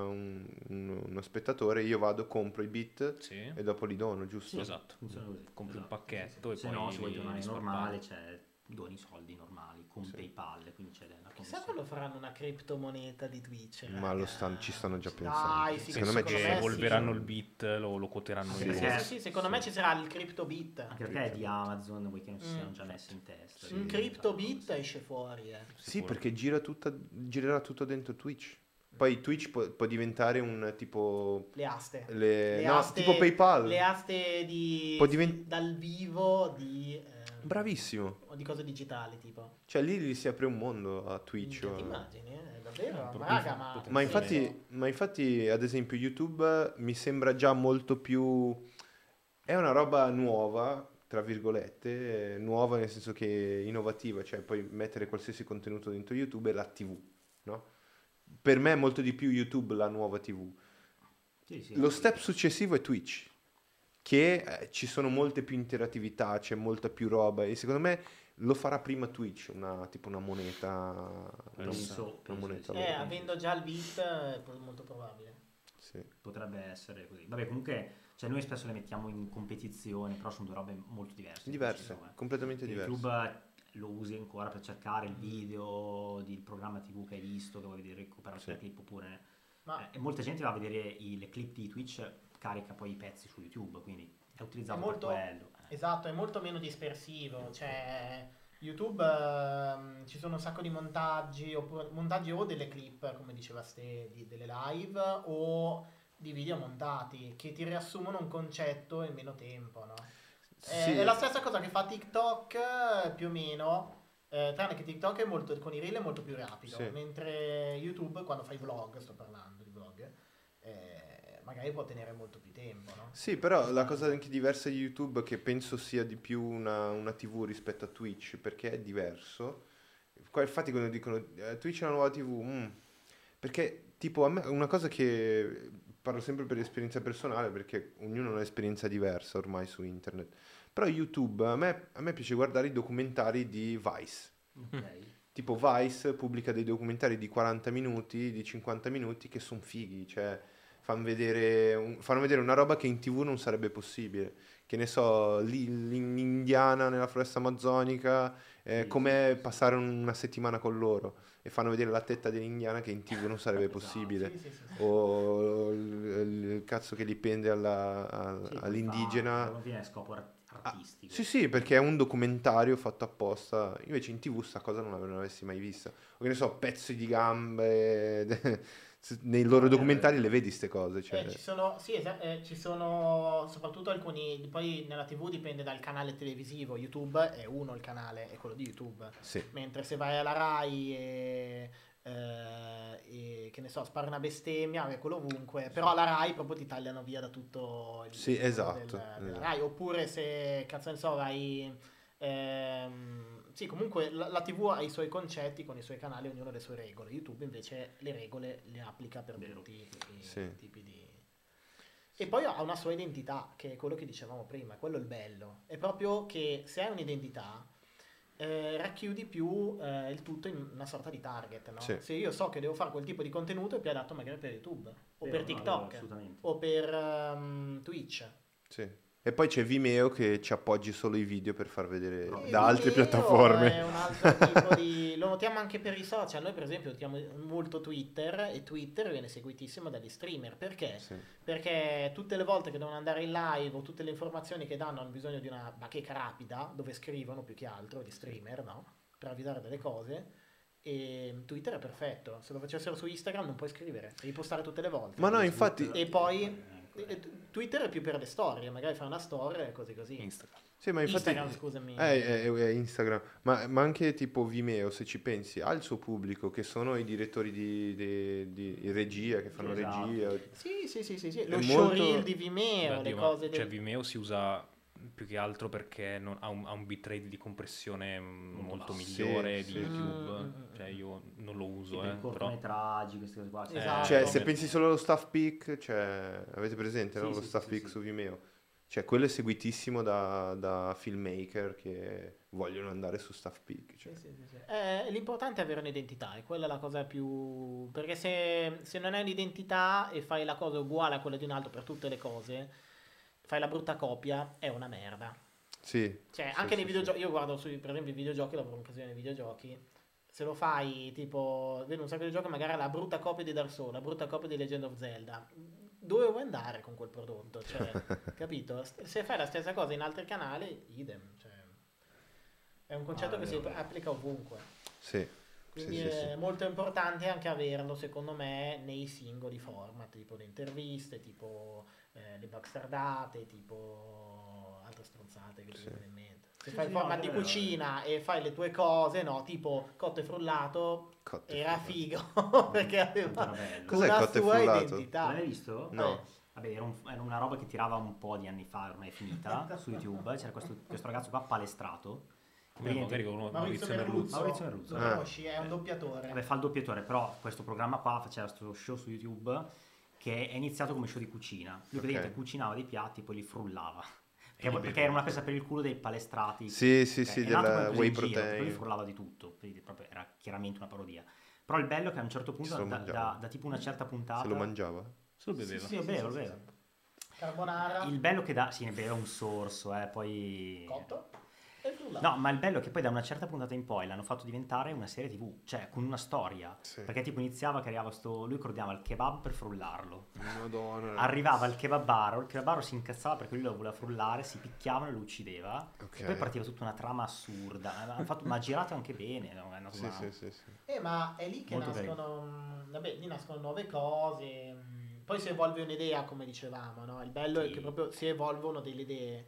uno spettatore, io vado, compro i bit Sì, e dopo li dono, giusto? sì, esatto. Funziona così. Compri un esatto. pacchetto e Se poi no, se vuoi li donare sparpagli. normale, cioè doni soldi normali con PayPal, quindi c'è la Chissà commissione. quando faranno una criptomoneta di Twitch. Ma raga. ci stanno già Dai, pensando. sì, Secondo me Penso ci che me sono. sì. evolveranno il bit, lo quoteranno Sì, in Sì, sì, borsa. sì, secondo me ci sarà il crypto bit. Anche perché è di Amazon, vuoi che non si siano già messi in testa. Un crypto bit esce fuori. Sì, Sicuro. perché girerà tutto dentro Twitch. Poi Twitch può diventare un tipo... Le aste. no, tipo PayPal. Le aste di Può divent- dal vivo di Bravissimo. o di cose digitali tipo. Cioè lì si apre un mondo a Twitch. Ti immagini, davvero? Proprio Raga, ma Ma infatti, ad esempio, YouTube mi sembra già molto più... È una roba nuova, tra virgolette, nuova nel senso che innovativa, cioè puoi mettere qualsiasi contenuto dentro YouTube e la TV, no? Per me è molto di più YouTube la nuova TV. Sì, sì. Lo step successivo è Twitch, che ci sono molte più interattività, c'è molta più roba e secondo me lo farà prima Twitch, tipo una moneta. Penso una moneta di sì. loro. avendo già il bit è molto probabile. Sì. Potrebbe essere così. Vabbè, comunque, cioè noi spesso le mettiamo in competizione, però sono due robe molto diverse. Diverse, secondo me. completamente diverse. YouTube lo usi ancora per cercare il video del programma TV che hai visto, che vuoi vedere recuperare Sì. la clip oppure... Ma e molta gente va a vedere le clip di Twitch, carica poi i pezzi su YouTube, quindi è utilizzato È molto- per quello. esatto, è molto meno dispersivo, cioè YouTube ci sono un sacco di montaggi, oppure montaggi o delle clip, come diceva Ste, delle live o di video montati che ti riassumono un concetto in meno tempo, no? Sì. È la stessa cosa che fa TikTok più o meno, tranne che TikTok è molto, con i reel è molto più rapido, Sì. mentre YouTube quando fai vlog, sto parlando di vlog, magari può tenere molto più tempo, no? Sì, però la cosa anche diversa di YouTube che penso sia di più una TV rispetto a Twitch, perché è diverso. Qua infatti quando dicono Twitch è una nuova TV, perché tipo a me una cosa che parlo sempre per esperienza personale, perché ognuno ha un'esperienza diversa ormai su internet, però YouTube a me piace guardare i documentari di Vice. Ok. Tipo Vice pubblica dei documentari di 40 minuti, di 50 minuti che sono fighi, cioè fanno vedere una roba che in TV non sarebbe possibile. Che ne so, lì in Indiana, nella foresta amazzonica, Sì, com'è passare una settimana con loro. E fanno vedere la tetta dell'indiana che in TV non sarebbe Esatto. possibile. Sì, sì, sì. O il cazzo che dipende all'indigena. Non viene a scopo artistico. Sì, sì, perché è un documentario fatto apposta. Invece in TV sta cosa non l'avessi mai vista. O che ne so, pezzi di gambe. Nei loro documentari le vedi ste cose. Cioè. Ci sono, sì, ci sono soprattutto alcuni, poi nella TV dipende dal canale televisivo, YouTube è uno il canale, è quello di YouTube, Sì. mentre se vai alla Rai e che ne so, spara una bestemmia, è quello ovunque, però alla Rai proprio ti tagliano via da tutto il Sì, mondo esatto, della esatto. Rai, oppure se, cazzo ne so, vai... sì, comunque la TV ha i suoi concetti con i suoi canali, ognuno ha le sue regole. YouTube invece le regole le applica per Vero. tutti i Sì. tipi di... E poi ha una sua identità, che è quello che dicevamo prima, quello è il bello. È proprio che se hai un'identità, racchiudi più il tutto in una sorta di target, no? Sì. Se io so che devo fare quel tipo di contenuto, è più adatto magari per YouTube, o Vero, per no, TikTok, vero, assolutamente. o per Twitch. Sì. E poi c'è Vimeo che ci appoggi solo i video per far vedere E da altre Vimeo piattaforme. È un altro tipo di... Lo notiamo anche per i social. Noi per esempio notiamo molto Twitter, e Twitter viene seguitissimo dagli streamer. Perché? Sì. Perché tutte le volte che devono andare in live o tutte le informazioni che danno hanno bisogno di una bacheca rapida, dove scrivono più che altro gli streamer, no? Per avvisare delle cose. E Twitter è perfetto. Se lo facessero su Instagram non puoi scrivere, devi postare tutte le volte. Ma no, infatti... E poi Twitter è più per le storie, magari fai una storia e così così. Instagram. Sì, ma infatti... Instagram, scusami. È Instagram. Ma anche tipo Vimeo, se ci pensi, ha il suo pubblico, che sono i direttori di regia, che fanno Esatto. regia. Sì. Lo È showreel molto- di Vimeo, Beh, le Dio, cose cioè del... Vimeo si usa più che altro perché ha un bitrate di compressione molto basso. migliore Sì, di sì. YouTube. Cioè io non lo uso, Per i però cortometraggi, queste cose qua. Esatto. Cioè, se pensi solo allo Staff Peak, cioè, avete presente, no? Sì, Lo sì, Staff sì, Peak sì. su Vimeo. Cioè, quello è seguitissimo da filmmaker che vogliono andare su Staff Peak. Cioè. Sì. L'importante è avere un'identità, e quella è la cosa più... Perché se non hai un'identità e fai la cosa uguale a quella di un altro per tutte le cose, fai la brutta copia, è una merda. Sì. Cioè, sì, anche sì, nei videogiochi, io guardo per esempio i videogiochi, lavoro in occasione dei videogiochi. Se lo fai, tipo, vedo un sacco di giochi, magari la brutta copia di Dark Souls, la brutta copia di Legend of Zelda. Dove vuoi andare con quel prodotto? Cioè, capito? Se fai la stessa cosa in altri canali, idem. Cioè, è un concetto che si applica ovunque. Sì. Quindi Sì, è molto importante anche averlo, secondo me, nei singoli format, tipo le interviste, tipo le backstardate, tipo altre stronzate che ti vengono in mente. Se fai il format di cucina e fai le tue cose, no, tipo cotto e frullato, Cotto e era frullato. figo, perché aveva Era bello. Cos'è una cotto e sua frullato? identità. L'hai visto? No. Vabbè, era una roba che tirava un po' di anni fa, ormai è finita, su YouTube. C'era questo ragazzo qua palestrato. che magari praticamente- con Maurizio Maurizio Merluzzo. Maurizio Merluzzo. Lo Ah. conosci, è un doppiatore. Vabbè, fa il doppiatore, però questo programma qua faceva questo show su YouTube che è iniziato come show di cucina. Lui praticamente cucinava dei piatti, poi li frullava. Perché era una presa per il culo dei palestrati. Sì, Ok, sì, è nato come della presa whey in giro, protein. Poi frullava di tutto, quindi proprio era chiaramente una parodia. Però il bello è che a un certo punto, Se lo da, mangiava. da tipo una certa puntata... Se lo mangiava? Se lo beveva. Sì, lo beveva. Carbonara, Il bello che da... Sì, ne beveva un sorso, poi... cotto e frullato. No, ma il bello è che poi da una certa puntata in poi l'hanno fatto diventare una serie TV, cioè con una storia. Sì. Perché tipo iniziava che arrivava lui coordinava il kebab per frullarlo. Madonna. Arrivava il kebabaro si incazzava perché lui lo voleva frullare, si picchiavano e lo uccideva. Ok. E poi partiva tutta una trama assurda. Ma ha girato anche bene. È andato Sì, una- sì. Ma è lì che Molto nascono, vabbè, lì nascono nuove cose, poi si evolve un'idea, come dicevamo, no? Il bello è Sì. che proprio si evolvono delle idee.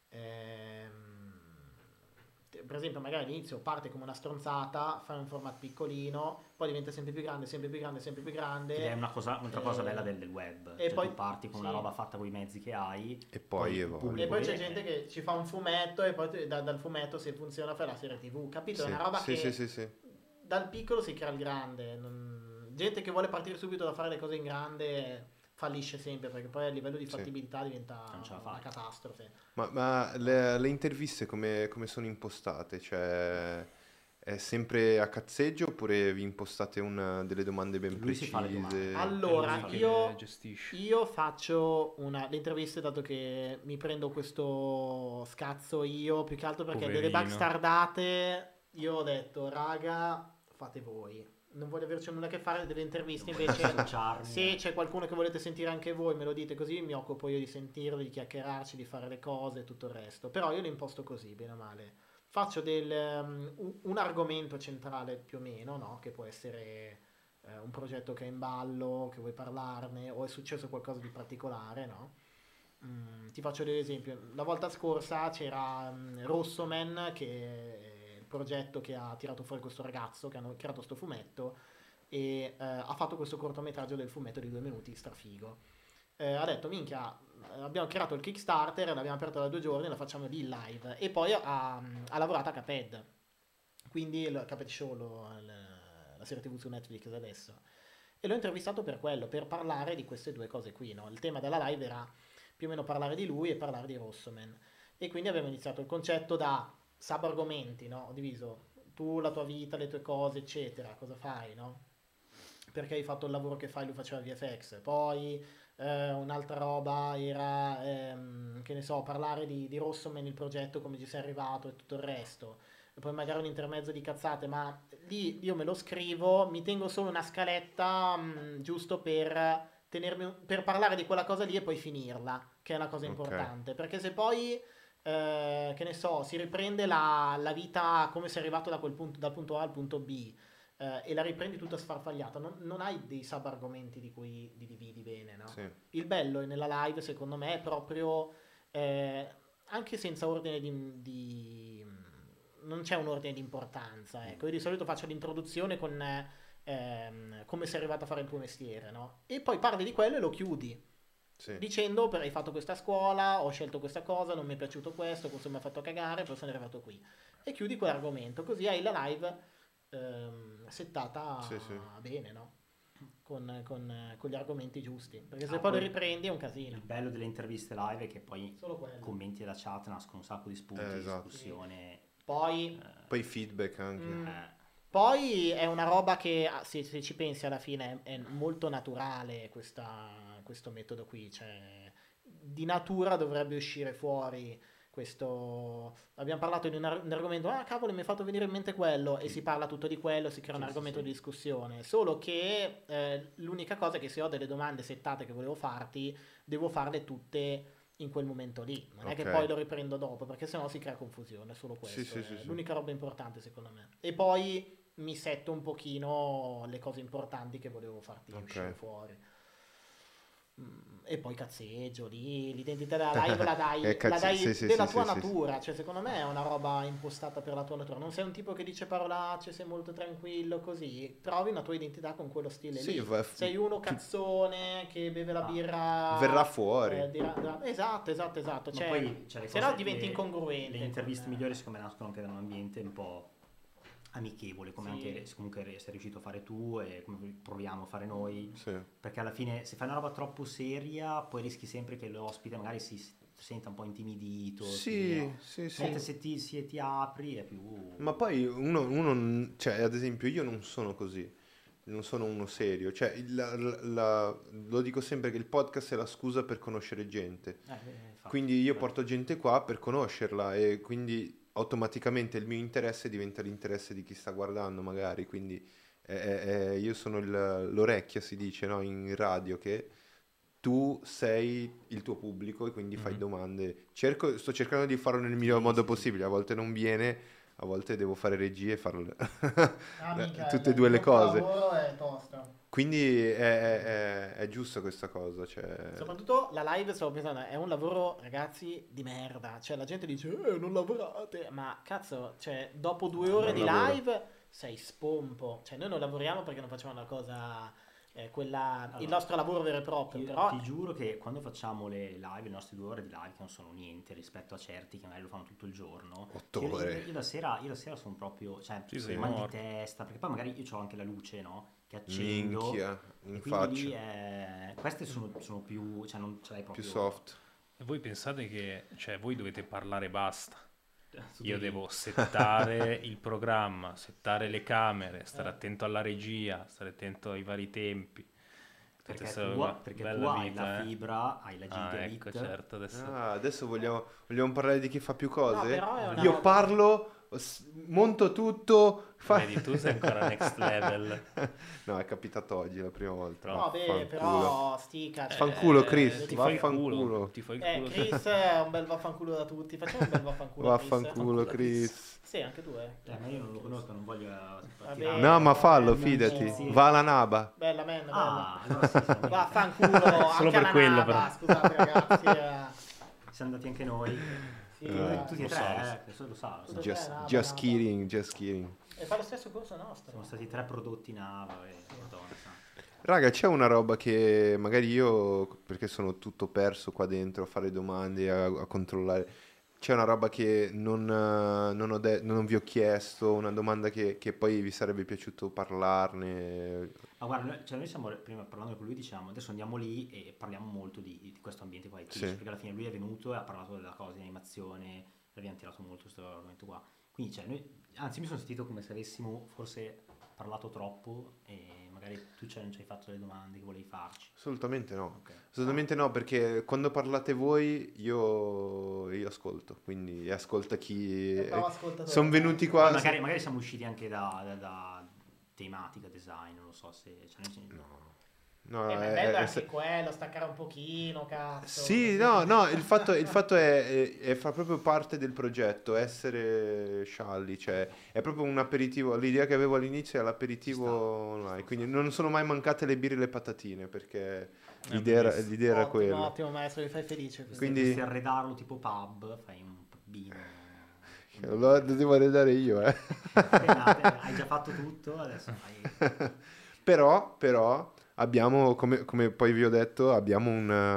Per esempio, magari all'inizio parte come una stronzata, fai un format piccolino, poi diventa sempre più grande, sempre più grande, sempre più grande. Ed è un'altra cosa bella del web. e Cioè poi- tu parti con sì. una roba fatta con i mezzi che hai. E poi il evolve. pubblico E poi c'è viene- gente che ci fa un fumetto e poi dal fumetto, se funziona, fai la serie TV, capito? È Sì, una roba sì, che sì. dal piccolo si crea il grande. Gente che vuole partire subito da fare le cose in grande fallisce sempre, perché poi a livello di Sì. fattibilità diventa Non ce la una fai. catastrofe. Ma le interviste come sono impostate? Cioè, è sempre a cazzeggio oppure vi impostate delle domande ben Lui si fa le precise? domande. Allora, È lui che io- le gestisce. Io faccio le interviste, dato che mi prendo questo scazzo io, più che altro perché delle Poverino. backstardate, io ho detto, raga, fate voi. Non voglio averci nulla a che fare delle interviste, Non voglio invece associarmi. se c'è qualcuno che volete sentire anche voi, me lo dite così, mi occupo io di sentirlo, di chiacchierarci, di fare le cose e tutto il resto. Però io lo imposto così, bene o male. Faccio un argomento centrale più o meno, no? Che può essere un progetto che è in ballo, che vuoi parlarne, o è successo qualcosa di particolare, no? Ti faccio dell'esempio. La volta scorsa c'era Rossoman, che è il progetto che ha tirato fuori questo ragazzo, che hanno creato sto fumetto, e ha fatto questo cortometraggio del fumetto di 2 minuti, strafigo. Ha detto, minchia, abbiamo creato il Kickstarter, l'abbiamo aperto da 2 giorni, la facciamo lì live. E poi ha lavorato a Cuphead, quindi il Cuphead Show, la serie TV su Netflix adesso. e l'ho intervistato per quello, per parlare di queste due cose qui, no? Il tema della live era più o meno parlare di lui e parlare di Rossoman. E quindi abbiamo iniziato il concetto da sub-argomenti, no? Ho diviso tu, la tua vita, le tue cose, eccetera, cosa fai, no? Perché hai fatto il lavoro che fai, lui faceva VFX. Poi un'altra roba era, che ne so, parlare di Rossoman, il progetto, come ci sei arrivato e tutto il resto. E poi magari un intermezzo di cazzate, ma lì io me lo scrivo, mi tengo solo una scaletta giusto per per parlare di quella cosa lì e poi finirla, che è una cosa Ok. importante. Perché se poi, che ne so, si riprende la vita, come sei arrivato da quel punto, dal punto A al punto B, e la riprendi tutta sfarfagliata, non hai dei sub-argomenti di cui ti dividi bene, no? Sì. Il bello nella live, secondo me, è proprio, anche senza ordine non c'è un ordine di importanza, ecco. Io di solito faccio l'introduzione con come sei arrivato a fare il tuo mestiere, no? E poi parli di quello e lo chiudi Sì. dicendo hai fatto questa scuola, ho scelto questa cosa, non mi è piaciuto questo mi ha fatto cagare, poi sono arrivato qui. E chiudi quell'argomento, così hai la live settata Sì, sì. bene, no? Con gli argomenti giusti. Perché se Ah, poi lo poi riprendi è un casino. Il bello delle interviste live è che poi Solo quello. commenti della chat nascono un sacco di spunti di Esatto. discussione. Poi, Poi feedback anche. poi è una roba che se ci pensi alla fine è molto naturale questo metodo qui. Cioè, di natura dovrebbe uscire fuori questo. Abbiamo parlato di un argomento, cavolo, mi è fatto venire in mente quello, e si parla tutto di quello, si crea un Sì, argomento sì. di discussione. Solo che l'unica cosa è che se ho delle domande settate che volevo farti, devo farle tutte in quel momento lì. Non è che Ok. poi lo riprendo dopo, perché sennò si crea confusione. È solo questo. Sì, sì, È sì, sì. l'unica roba importante, secondo me. E poi mi setto un pochino le cose importanti che volevo farti Ok. uscire fuori. E poi cazzeggio lì, l'identità della live la dai Sì, sì, della sì, tua sì, sì. natura, cioè secondo me è una roba impostata per la tua natura, non sei un tipo che dice parolacce, sei molto tranquillo così, trovi una tua identità con quello stile Sì, lì, sei uno cazzone che beve la birra, Verrà fuori. esatto, Ma cioè, poi c'è le se no cose- diventi le- incongruente. Le interviste con- migliori secondo me nascono anche da un ambiente un po' amichevole, come Sì. anche se comunque sei riuscito a fare tu e come proviamo a fare noi, Sì. perché alla fine se fai una roba troppo seria poi rischi sempre che l'ospite magari si senta un po' intimidito. Sì, sì, sì. Mentre se ti apri è più... Ma poi cioè ad esempio io non sono così, non sono uno serio, cioè lo dico sempre che il podcast è la scusa per conoscere gente, infatti. quindi io porto gente qua per conoscerla e quindi automaticamente il mio interesse diventa l'interesse di chi sta guardando magari, quindi io sono l'orecchia, si dice, no? In radio, che tu sei il tuo pubblico e quindi fai domande. Sto cercando di farlo nel miglior modo possibile, a volte non viene, a volte devo fare regie e farle tutte e due le cose. Il lavoro è tosto. Quindi è giusta questa cosa, cioè... Soprattutto la live, stavo pensando, è un lavoro, ragazzi, di merda. Cioè, la gente dice, non lavorate. Ma cazzo, cioè, dopo 2 ore non di lavoro. live sei spompo. Cioè, noi non lavoriamo perché non facciamo una cosa, il Allora, nostro lavoro vero e proprio. Io Però ti giuro che quando facciamo le live, le nostre 2 ore di live, che non sono niente rispetto a certi che magari lo fanno tutto il giorno, 8 io- ore. Io la sera sono proprio, cioè, Sì, sei mal di morto. testa, perché poi magari io ho anche la luce, no? Che accendo. Minchia, in E quindi lì faccia, queste sono più, cioè non ce l'hai più proprio. soft. E voi pensate che, cioè, voi dovete parlare e basta. Tu Io devi- devo settare il programma, settare le camere, stare attento alla regia, stare attento ai vari tempi. Perché Questa è tu, una perché bella tu hai vita, la eh. fibra, hai la Ah, gigabit. ecco, certo, adesso... Adesso vogliamo parlare di chi fa più cose? però è una Io roba- parlo, monto tutto. Vedi, tu sei ancora next level. No, è capitato oggi la prima volta. no, beh, Vaffanculo. però stica. cioè, Fanculo, Chris, ti fai il vaffanculo. culo. Ti fai il culo. Chris è un bel vaffanculo da tutti. Facciamo un bel vaffanculo a Chris. Vaffanculo, Chris. Sì, anche tu, Ma io non lo conosco, non voglio Vabbè. tirare- No, ma fallo, non fidati. sì. Va alla naba. Bella, bella. Ah, allora sì, siamo, Vaffanculo, Solo anche per alla quello, Nava, però. scusate ragazzi. siamo andati anche noi. Sì, Tutti e lo tre, so. questo lo sa. Tutti e Just, naba, just naba. kidding, just kidding. E fa lo stesso corso nostro. Siamo stati 3 prodotti Nava e Madonna santa. Raga, c'è una roba che magari io, perché sono tutto perso qua dentro a fare domande, a controllare. c'è una roba che non vi ho chiesto, una domanda che poi vi sarebbe piaciuto parlarne? Ma guarda, noi stiamo prima parlando con lui, diciamo, adesso andiamo lì e parliamo molto di questo ambiente qua di Twitch, Sì. perché alla fine lui è venuto e ha parlato della cosa di animazione, abbiamo tirato molto questo argomento qua. Quindi, cioè, anzi, mi sono sentito come se avessimo forse parlato troppo e magari tu non ci hai fatto le domande che volevi farci. Assolutamente no. Ok. Assolutamente no, perché quando parlate voi io ascolto, quindi ascolta chi... Bravo ascoltatore. Sono venuti Poi qua... magari siamo usciti anche da tematica, design, non lo so se... Cioè, No, Ma è bello anche quello, staccare un pochino, cazzo. Sì, no, il fatto è fa proprio parte del progetto, essere scialli, cioè è proprio un aperitivo, l'idea che avevo all'inizio è l'aperitivo online, quindi non sono mai mancate le birre e le patatine, perché l'idea era Ottimo, quella. ottimo maestro, mi fai felice. questo. Quindi- Dovresti arredarlo tipo pub, fai un pubino. Lo devo arredare io, Hai già fatto tutto, adesso fai... Però abbiamo, come poi vi ho detto, abbiamo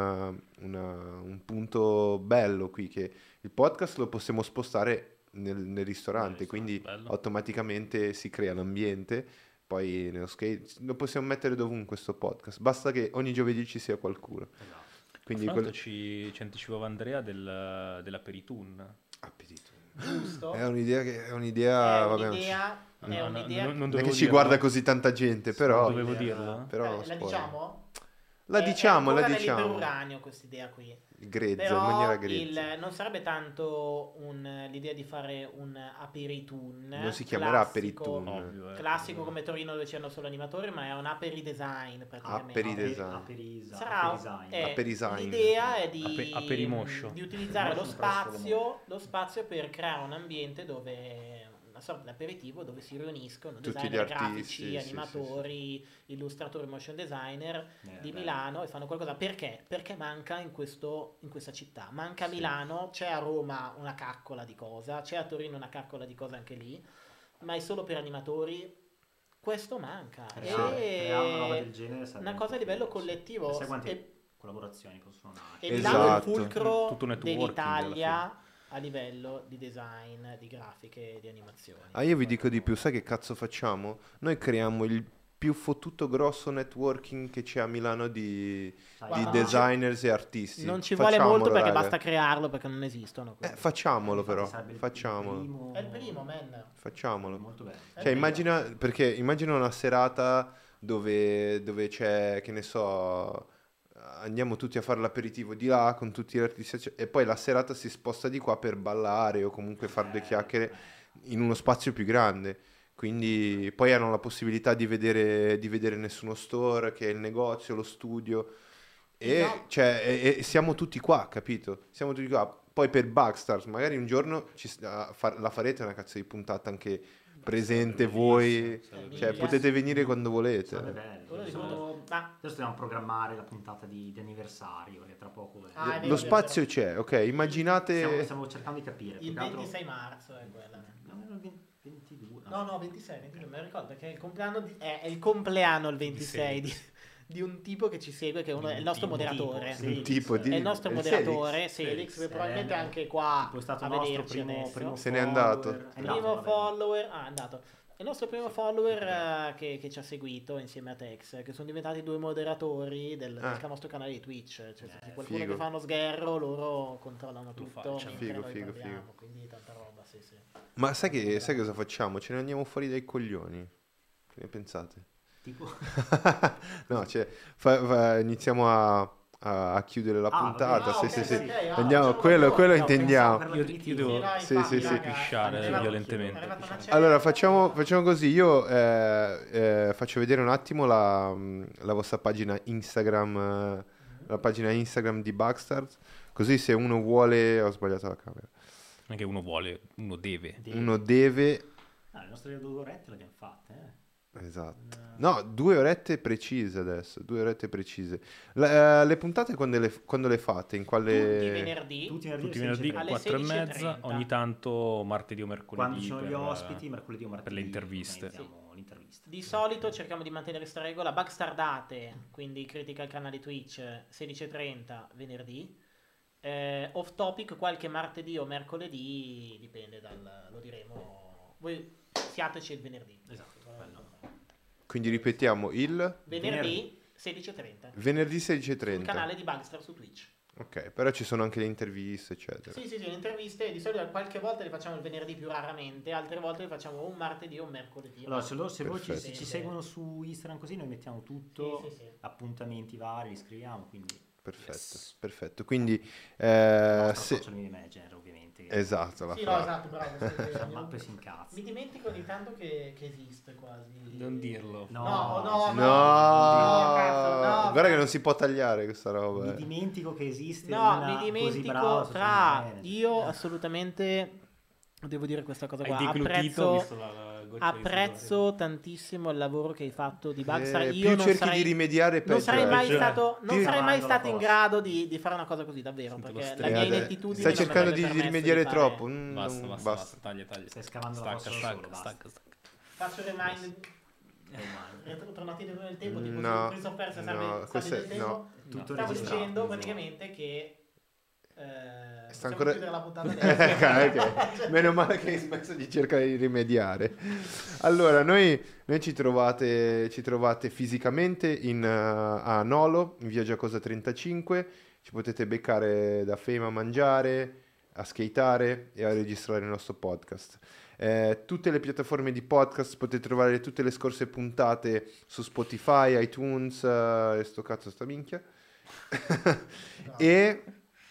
un punto bello qui, che il podcast lo possiamo spostare nel ristorante, quindi bello. automaticamente si crea l'ambiente, poi nello skate lo possiamo mettere dovunque sto podcast, basta che ogni giovedì ci sia qualcuno. Esatto. Quindi Fra l'altro ci anticipava Andrea dell'aperitun. Appetito. Giusto? È un'idea, vabbè, non ci- È un'idea. non non è dovevo che ci dirlo. guarda così tanta gente, però... Dovevo dirlo? però La spoiler. diciamo? La È diciamo, ancora la diciamo. nell'iperuranio quest'idea qui. Grezza, in Però maniera grezza. non sarebbe tanto l'idea di fare un aperitun. Non si chiamerà classico- aperitun. Ovvio, Classico come Torino dove c'erano solo animatori, ma è un aperidesign praticamente. Aperidesign. Sarà Aperidesign. l'idea è di, Aperimoscio. di utilizzare lo Moscio presso spazio per creare un ambiente dove una sorta di aperitivo dove si riuniscono Tutti designer gli artisti, grafici, sì, animatori, illustratori, motion designer di Milano e fanno qualcosa. Perché? Perché manca in questa città. Manca a Milano, c'è a Roma una caccola di cosa, c'è a Torino una caccola di cosa anche lì, ma è solo per animatori. Questo manca. Creare una roba del genere sarebbe una cosa a livello collettivo. Sai quante E- collaborazioni possono nascere? e Milano è il Esatto. fulcro Tutto networking dell'Italia a livello di design, di grafiche e di animazioni. Ah, io vi dico di più, sai che cazzo facciamo? Noi creiamo il più fottuto grosso networking che c'è a Milano di Guarda, designers e artisti. Non ci vuole Facciamolo, molto perché raga. basta crearlo, perché non esistono. quindi. Facciamolo Infatti però, sarebbe il facciamolo. primo- È il primo, man. Facciamolo. Molto bello. Cioè immagina una serata dove c'è, che ne so, andiamo tutti a fare l'aperitivo di là con tutti gli artisti e poi la serata si sposta di qua per ballare o comunque fare due chiacchiere in uno spazio più grande. Quindi poi hanno la possibilità di vedere nessuno store, che è il negozio, lo studio. E, Esatto. cioè, e siamo tutti qua, capito? Siamo tutti qua. Poi per Bugstars, magari un giorno la farete una cazzo di puntata anche presente voi. Sarebbe Cioè, bellissimo. potete venire quando volete. Sarebbe bello. Uno di Adesso quello- ma- dobbiamo programmare la puntata di anniversario, perché tra poco è... Ah, è vero, Lo è spazio vero. c'è, ok? Immaginate... Stiamo cercando di capire. Il più che altro- 26 marzo è quella. No, era il 22. No, 26, me lo ricordo perché è il compleanno, è il compleanno il 26 di un tipo che ci segue, che è il nostro Un tipo, moderatore. sì. Un tipo di... È il nostro è moderatore, Felix. Felix, che probabilmente è anche qua Tipo, è stato a il nostro vederci adesso. primo Se n'è andato. follower. È Primo andato, vabbè. follower, è andato. È il nostro primo follower che ci ha seguito insieme a Tex, che sono diventati due moderatori del nostro canale di Twitch. Cioè, se c'è qualcuno figo. che fa uno sgherro, loro controllano tutto. facciano. mentre Figo, noi figo, parliamo, figo. Quindi tanta roba, sì. Ma sai cosa facciamo? Ce ne andiamo fuori dai coglioni. Che ne pensate? Tipo... No, cioè, iniziamo a chiudere la puntata. vabbè. Sì, ok, sì, sì. ok, Andiamo, facciamo quello una cosa. intendiamo. pensavo per Io l'aperitivo. devo Sì, Sì, sì, sì. pisciare Arriva- violentemente. è arrivata una cena. Allora, facciamo così. Io faccio vedere un attimo la vostra pagina Instagram, la pagina Instagram di Bugstars. Così se uno vuole... Ho sbagliato la camera. Non è che uno vuole, uno deve. Uno deve... Ah, le nostre 2 orette le abbiamo fatte, Esatto. No, 2 orette precise adesso, 2 orette precise. Le puntate quando le fate? In Tutti i quale... venerdì. Tutti Tutti i i venerdì alle 4:30, 16:30. ogni tanto martedì o mercoledì. quando ci sono gli per, ospiti, mercoledì o martedì. per le interviste. organizziamo l'intervista. Di solito cerchiamo di mantenere questa regola. Bugstardate, quindi critica il canale Twitch 16:30 venerdì. off topic qualche martedì o mercoledì, dipende lo diremo. Voi siateci il venerdì. Esatto, bello. Quindi ripetiamo il Venerdì 16:30 venerdì sul 16:30. canale di Bugstar su Twitch. Ok, però ci sono anche le interviste, eccetera. Sì, le interviste di solito qualche volta le facciamo il venerdì più raramente, altre volte le facciamo un martedì o un mercoledì. Allora, se voi Perfetto. ci seguono su Instagram così, noi mettiamo tutto, Sì. appuntamenti vari, li scriviamo, quindi... Perfetto, Yes. perfetto. Quindi La se... social media manager, ovviamente. Esatto, la Sì, no, frase. esatto, bravo. Ma poi si incazza. Mi dimentico ogni tanto che esiste quasi. Non dirlo. No, No, cazzo, no. guarda che non si può tagliare questa Mi roba. dimentico che esiste No, una mi così dimentico brava social tra manager. io assolutamente devo dire questa cosa Hai qua. deglutito, visto la goccia di Apprezzo tantissimo il lavoro che hai fatto di Bugstar. Io più non cerchi sarei, di rimediare, non peggio sarei è. mai Cioè, stato, non ti- sarei mai Stavando stato la in forza. grado di fare una cosa così, davvero. Sento Perché lo la stress. mia Eh, inettitudine stai non mi cercando avrebbe di permesso rimediare fare- troppo. Basta. Taglia. Stai scavando la Stacca, fossa stacca, solo, basta. stacca. Faccio remind. È umano. Tornati indietro nel tempo, tipo No, su Christopher se no, salvi questo è- del tempo. no. Tutto Stavo registrato, dicendo esatto. praticamente che Sta possiamo ancora- chiudere la puntata adesso. Ok. Meno male che hai smesso di cercare di rimediare. Allora, noi ci trovate fisicamente a Nolo, in via Giacosa 35. Ci potete beccare da Fame a mangiare, a skateare e a registrare il nostro podcast. Tutte le piattaforme di podcast potete trovare tutte le scorse puntate su Spotify, iTunes, sto cazzo sta minchia. E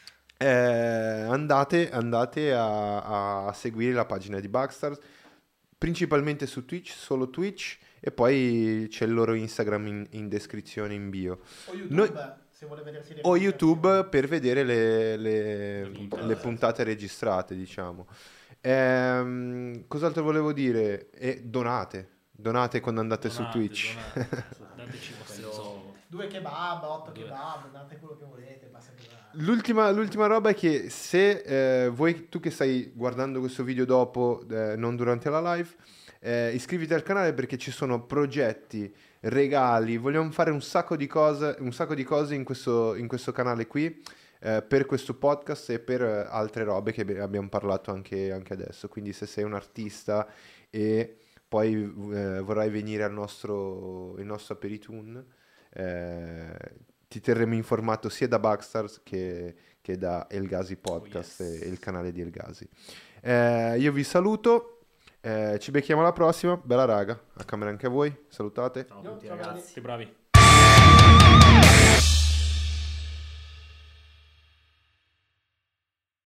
andate a seguire la pagina di Bugstars, principalmente su Twitch, solo Twitch, e poi c'è il loro Instagram in descrizione, in bio. O YouTube, Noi- se vuole vedersi le O registrazioni. YouTube per vedere le puntate registrate, diciamo. Cos'altro volevo dire? Donate quando andate su Twitch. Dateci i vostri Quello- soldi. 2 kebab, 8 Due. kebab, date quello che volete, basta che L'ultima roba è che se tu che stai guardando questo video dopo, non durante la live, iscriviti al canale perché ci sono progetti, regali, vogliamo fare un sacco di cose in questo canale qui, per questo podcast e per altre robe che abbiamo parlato anche adesso. Quindi se sei un artista e poi vorrai venire il nostro Aperitoon, ti terremo informato sia da Bugstars che da Elgasi Podcast yes. e il canale di Elgasi. Io vi saluto, ci becchiamo alla prossima. Bella raga, a camera anche a voi, salutate. Ciao a tutti Ciao, ragazzi. Siete bravi.